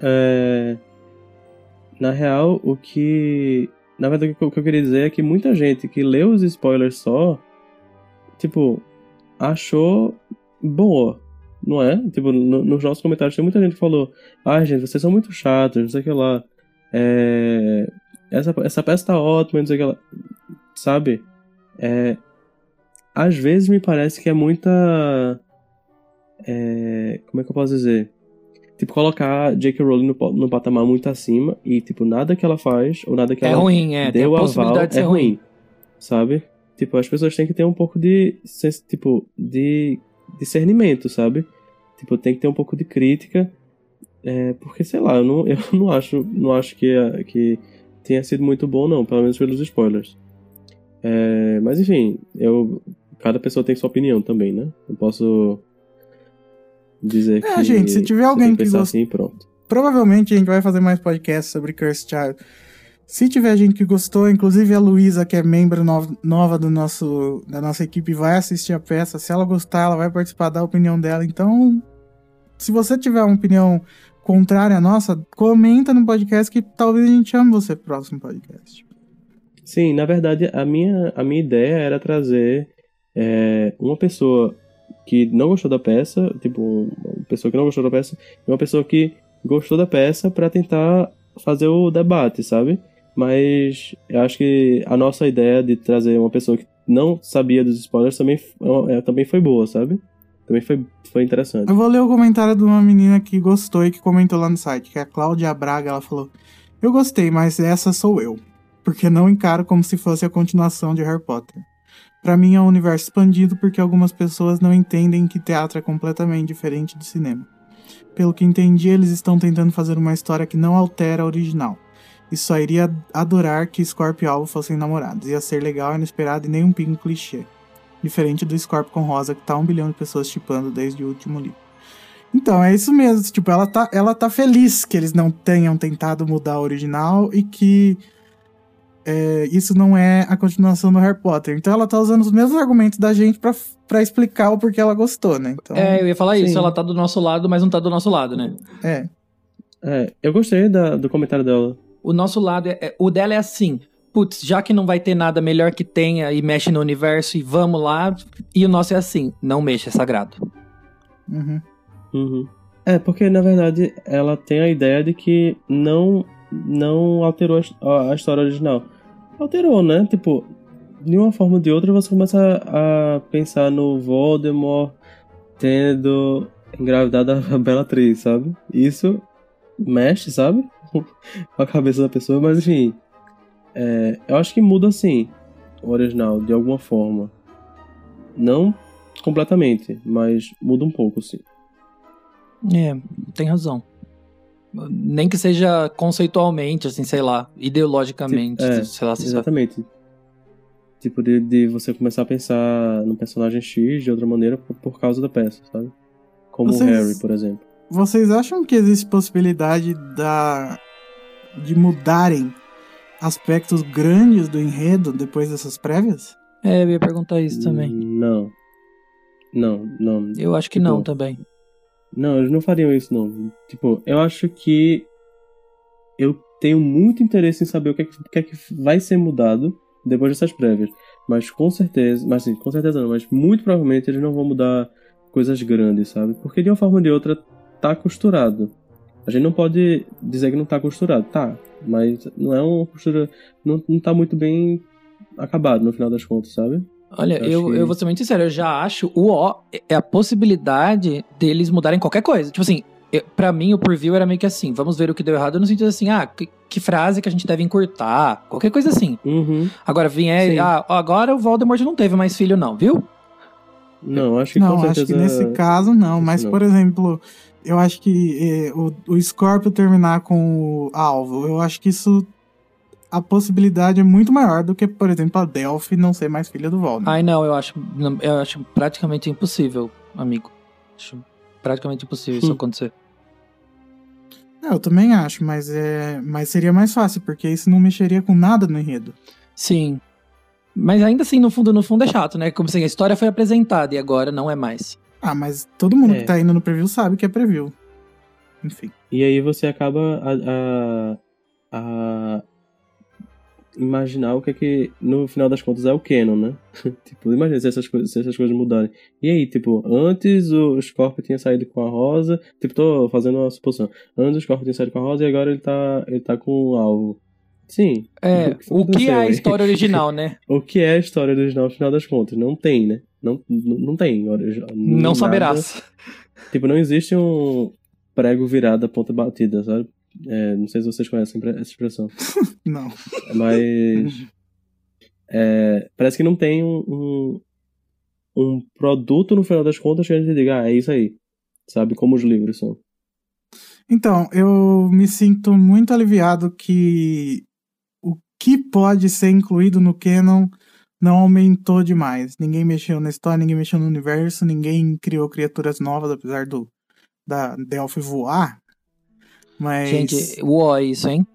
Na real, na verdade, o que eu queria dizer é que muita gente que leu os spoilers só, tipo, achou boa, não é? Tipo, nos nossos comentários tem muita gente que falou, gente, vocês são muito chatos, não sei o que lá. Essa peça tá ótima, não sei o que lá. Sabe? Às vezes me parece que é muita... como é que eu posso dizer? Tipo, colocar J.K. Rowling no patamar muito acima e, tipo, nada que ela faz ou nada que ela ruim, tem deu a aval possibilidade de ser é ruim. ruim, sabe? Tipo, as pessoas têm que ter um pouco de discernimento, sabe? Tipo, tem que ter um pouco de crítica, porque, sei lá, eu não acho que tenha sido muito bom, não, pelo menos pelos spoilers. Mas, enfim, cada pessoa tem sua opinião também, né? Não posso dizer que... gente, se tiver alguém que pensar gosta... assim, pronto. Provavelmente a gente vai fazer mais podcasts sobre Cursed Child. Se tiver gente que gostou, inclusive a Luísa, que é membro nova da nossa equipe, vai assistir a peça. Se ela gostar, ela vai participar da opinião dela. Então, se você tiver uma opinião contrária à nossa, comenta no podcast que talvez a gente chame você pro próximo podcast. Sim, na verdade, a minha ideia era trazer uma pessoa que não gostou da peça, tipo, uma pessoa que não gostou da peça, e uma pessoa que gostou da peça pra tentar fazer o debate, sabe? Mas eu acho que a nossa ideia de trazer uma pessoa que não sabia dos spoilers também foi boa, sabe? Também foi interessante. Eu vou ler o comentário de uma menina que gostou e que comentou lá no site, que é a Cláudia Braga. Ela falou: eu gostei, mas essa sou eu, porque não encaro como se fosse a continuação de Harry Potter. Pra mim é um universo expandido porque algumas pessoas não entendem que teatro é completamente diferente de cinema. Pelo que entendi, eles estão tentando fazer uma história que não altera a original. E só iria adorar que Scorpio e Alvo fossem namorados. Ia ser legal, inesperado e nem um pingo clichê. Diferente do Scorpio com Rosa, que tá 1 bilhão de pessoas chipando desde o último livro. Então, é isso mesmo. Tipo, ela tá feliz que eles não tenham tentado mudar a original e que isso não é a continuação do Harry Potter. Então ela tá usando os mesmos argumentos da gente pra explicar o porquê ela gostou, né? Então, eu ia falar sim. isso. Ela tá do nosso lado, mas não tá do nosso lado, né? Eu gostei do comentário dela. O nosso lado, o dela é assim, putz, já que não vai ter nada melhor que tenha e mexe no universo e vamos lá, e o nosso é assim, não mexa, é sagrado. Uhum. Porque na verdade ela tem a ideia de que não alterou a história original. Alterou, né? Tipo, de uma forma ou de outra, você começa a pensar no Voldemort tendo engravidado a Bellatrix, sabe? Isso mexe, sabe? Com a cabeça da pessoa, mas enfim. Eu acho que muda, sim, o original, de alguma forma. Não completamente, mas muda um pouco, sim. Tem razão. Nem que seja conceitualmente, assim, sei lá, ideologicamente, sei lá. Exatamente. Tipo, de você começar a pensar no personagem X de outra maneira por causa da peça, sabe? Como o Harry, por exemplo. Vocês acham que existe possibilidade de mudarem aspectos grandes do enredo depois dessas prévias? Eu ia perguntar isso também. Não. Eu acho que não também. Não, eles não fariam isso, não. Tipo, eu acho que eu tenho muito interesse em saber o que é que vai ser mudado depois dessas prévias. Mas com certeza não, mas muito provavelmente eles não vão mudar coisas grandes, sabe? Porque de uma forma ou de outra tá costurado. A gente não pode dizer que não tá costurado, tá, mas não é uma costura, não tá muito bem acabado no final das contas, sabe? Olha, eu vou ser muito sincero, eu já acho a possibilidade deles mudarem qualquer coisa. Tipo assim, pra mim o preview era meio que assim, vamos ver o que deu errado no sentido assim, que frase que a gente deve encurtar, qualquer coisa assim. Uhum. Agora agora o Voldemort não teve mais filho não, viu? Não, acho que com certeza... acho que nesse caso não, mas não. Por exemplo, eu acho que o Scorpio terminar com o alvo, eu acho que isso... A possibilidade é muito maior do que, por exemplo, a Delphi não ser mais filha do Voldemort. Ai, não, eu acho praticamente impossível, amigo. Acho praticamente impossível isso acontecer. Eu também acho, mas seria mais fácil, porque isso não mexeria com nada no enredo. Sim. Mas ainda assim, no fundo é chato, né? Como assim, a história foi apresentada e agora não é mais. Mas todo mundo que tá indo no preview sabe que é preview. Enfim. E aí você acaba a imaginar o que é que, no final das contas, é o canon, né? Tipo, imagina se essas coisas mudarem. E aí, tipo, antes o Scorpio tinha saído com a Rosa, tipo, tô fazendo uma suposição. Antes o Scorpio tinha saído com a Rosa e agora ele tá com o alvo. Sim. O que é a história original, né? O que é a história original, no final das contas? Não tem, né? Não tem. Não saberás. Tipo, não existe um prego virado a ponta batida, sabe? Não sei se vocês conhecem essa expressão. Não. Mas parece que não tem um produto no final das contas que a gente diga, é isso aí. Sabe como os livros são. Então, eu me sinto muito aliviado que o que pode ser incluído no canon não aumentou demais. Ninguém mexeu na história, ninguém mexeu no universo, ninguém criou criaturas novas, apesar da Delphi voar. Mas... Gente, isso, hein?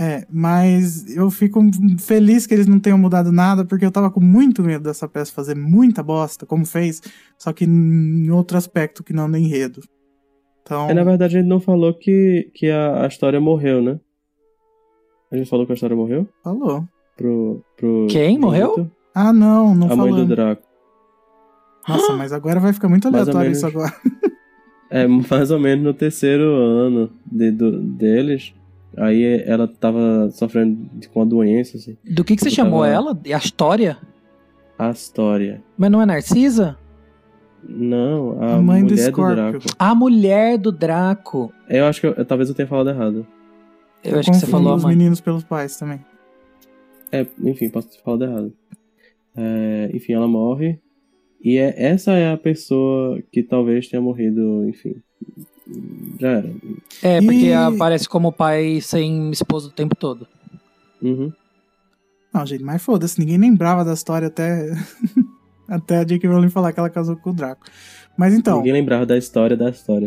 Mas eu fico feliz que eles não tenham mudado nada, porque eu tava com muito medo dessa peça fazer muita bosta, como fez, só que em outro aspecto que não no enredo. Então... na verdade a gente não falou que a história morreu, né? A gente falou que a história morreu? Falou. Quem morreu? Não a falou. A mãe do Draco. Nossa, mas agora vai ficar muito aleatório isso agora. Mais ou menos no terceiro ano deles. Aí ela tava sofrendo com uma doença, assim. Do que você chamou ela? A história? A história. Mas não é Narcisa? Não, a mãe mulher do Draco. A mulher do Draco. Eu acho que talvez eu tenha falado errado. Eu acho que você falou os meninos pelos pais também. Enfim, posso ter falado errado. Enfim, ela morre. E essa é a pessoa que talvez tenha morrido, enfim. Já era. Porque aparece como pai sem esposa o tempo todo. Uhum. Não, gente, mas foda-se, ninguém lembrava da história até a J.K. Rowling falar que ela casou com o Draco. Mas então... Ninguém lembrava da história da história.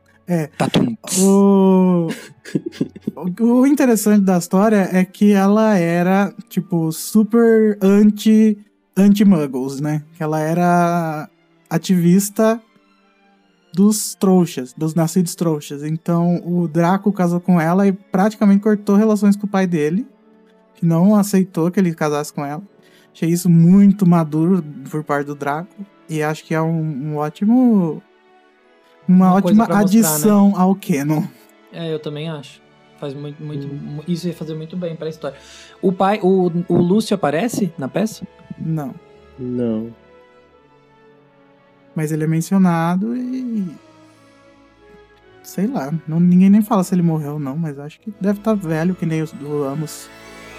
O interessante da história é que ela era, tipo, super anti-muggles, né? Que ela era ativista dos trouxas, dos nascidos trouxas. Então, o Draco casou com ela e praticamente cortou relações com o pai dele, que não aceitou que ele casasse com ela. Achei isso muito maduro por parte do Draco. E acho que é uma ótima adição, né, ao canon. Eu também acho. Faz muito, isso ia fazer muito bem pra história. O pai, o Lúcio aparece na peça? Não. Não. Mas ele é mencionado e... Sei lá, ninguém nem fala se ele morreu ou não, mas acho que deve estar velho, que nem os do Amos.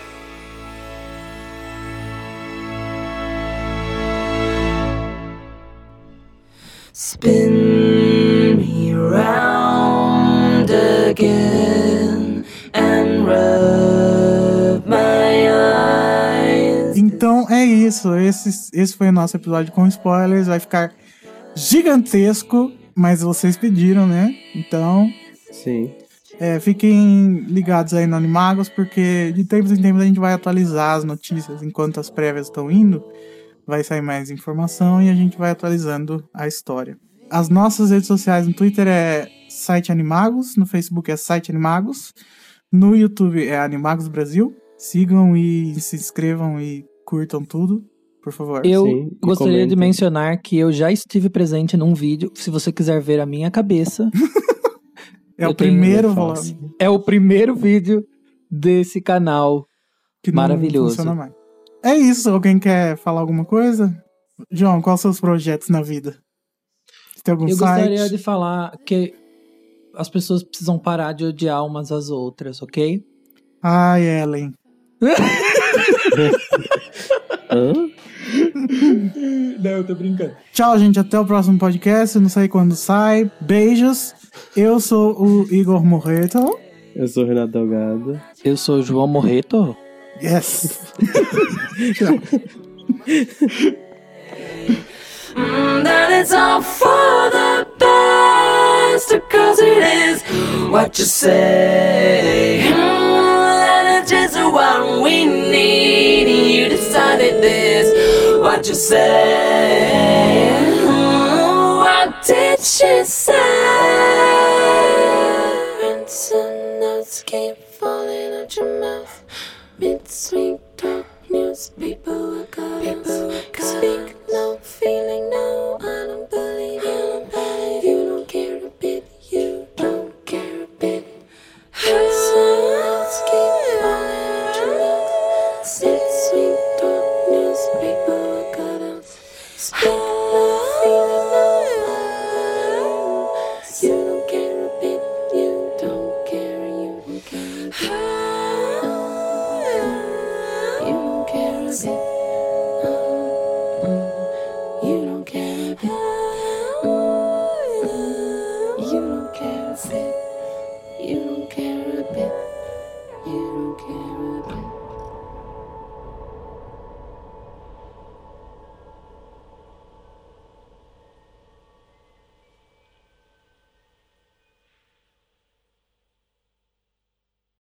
Spin me round again and rub my eyes. Então é isso, esse foi o nosso episódio com spoilers, vai ficar gigantesco, mas vocês pediram, né? Então, Sim. fiquem ligados aí no Animagos, porque de tempos em tempos a gente vai atualizar as notícias. Enquanto as prévias estão indo, vai sair mais informação e a gente vai atualizando a história. As nossas redes sociais no Twitter é site Animagos, no Facebook é site Animagos, no YouTube é Animagos Brasil. Sigam e se inscrevam e curtam tudo, por favor. Eu Sim, e gostaria de comentem. mencionar que eu já estive presente num vídeo. Se você quiser ver a minha cabeça, É o eu tenho- primeiro Fácil. volume é o primeiro vídeo desse canal. que não Maravilhoso. funciona mais. É isso, alguém quer falar alguma coisa? João, quais são os seus projetos na vida? Você tem algum Eu site? gostaria de falar que as pessoas precisam parar de odiar umas às outras, ok? Ai, Ellen. Hã? Não, eu tô brincando. Tchau, gente. Até o próximo podcast. Eu não sei quando sai. Beijos. Eu sou o Igor Morreto. Eu sou o Renato Delgado. Eu sou o João Morreto. Yes. That it's all for the best, because it is what you say. That it's just what we need. You decided this, what you say. What did she say? Rinse and notes keep falling out your mouth. Mid-sweet talk newspaper.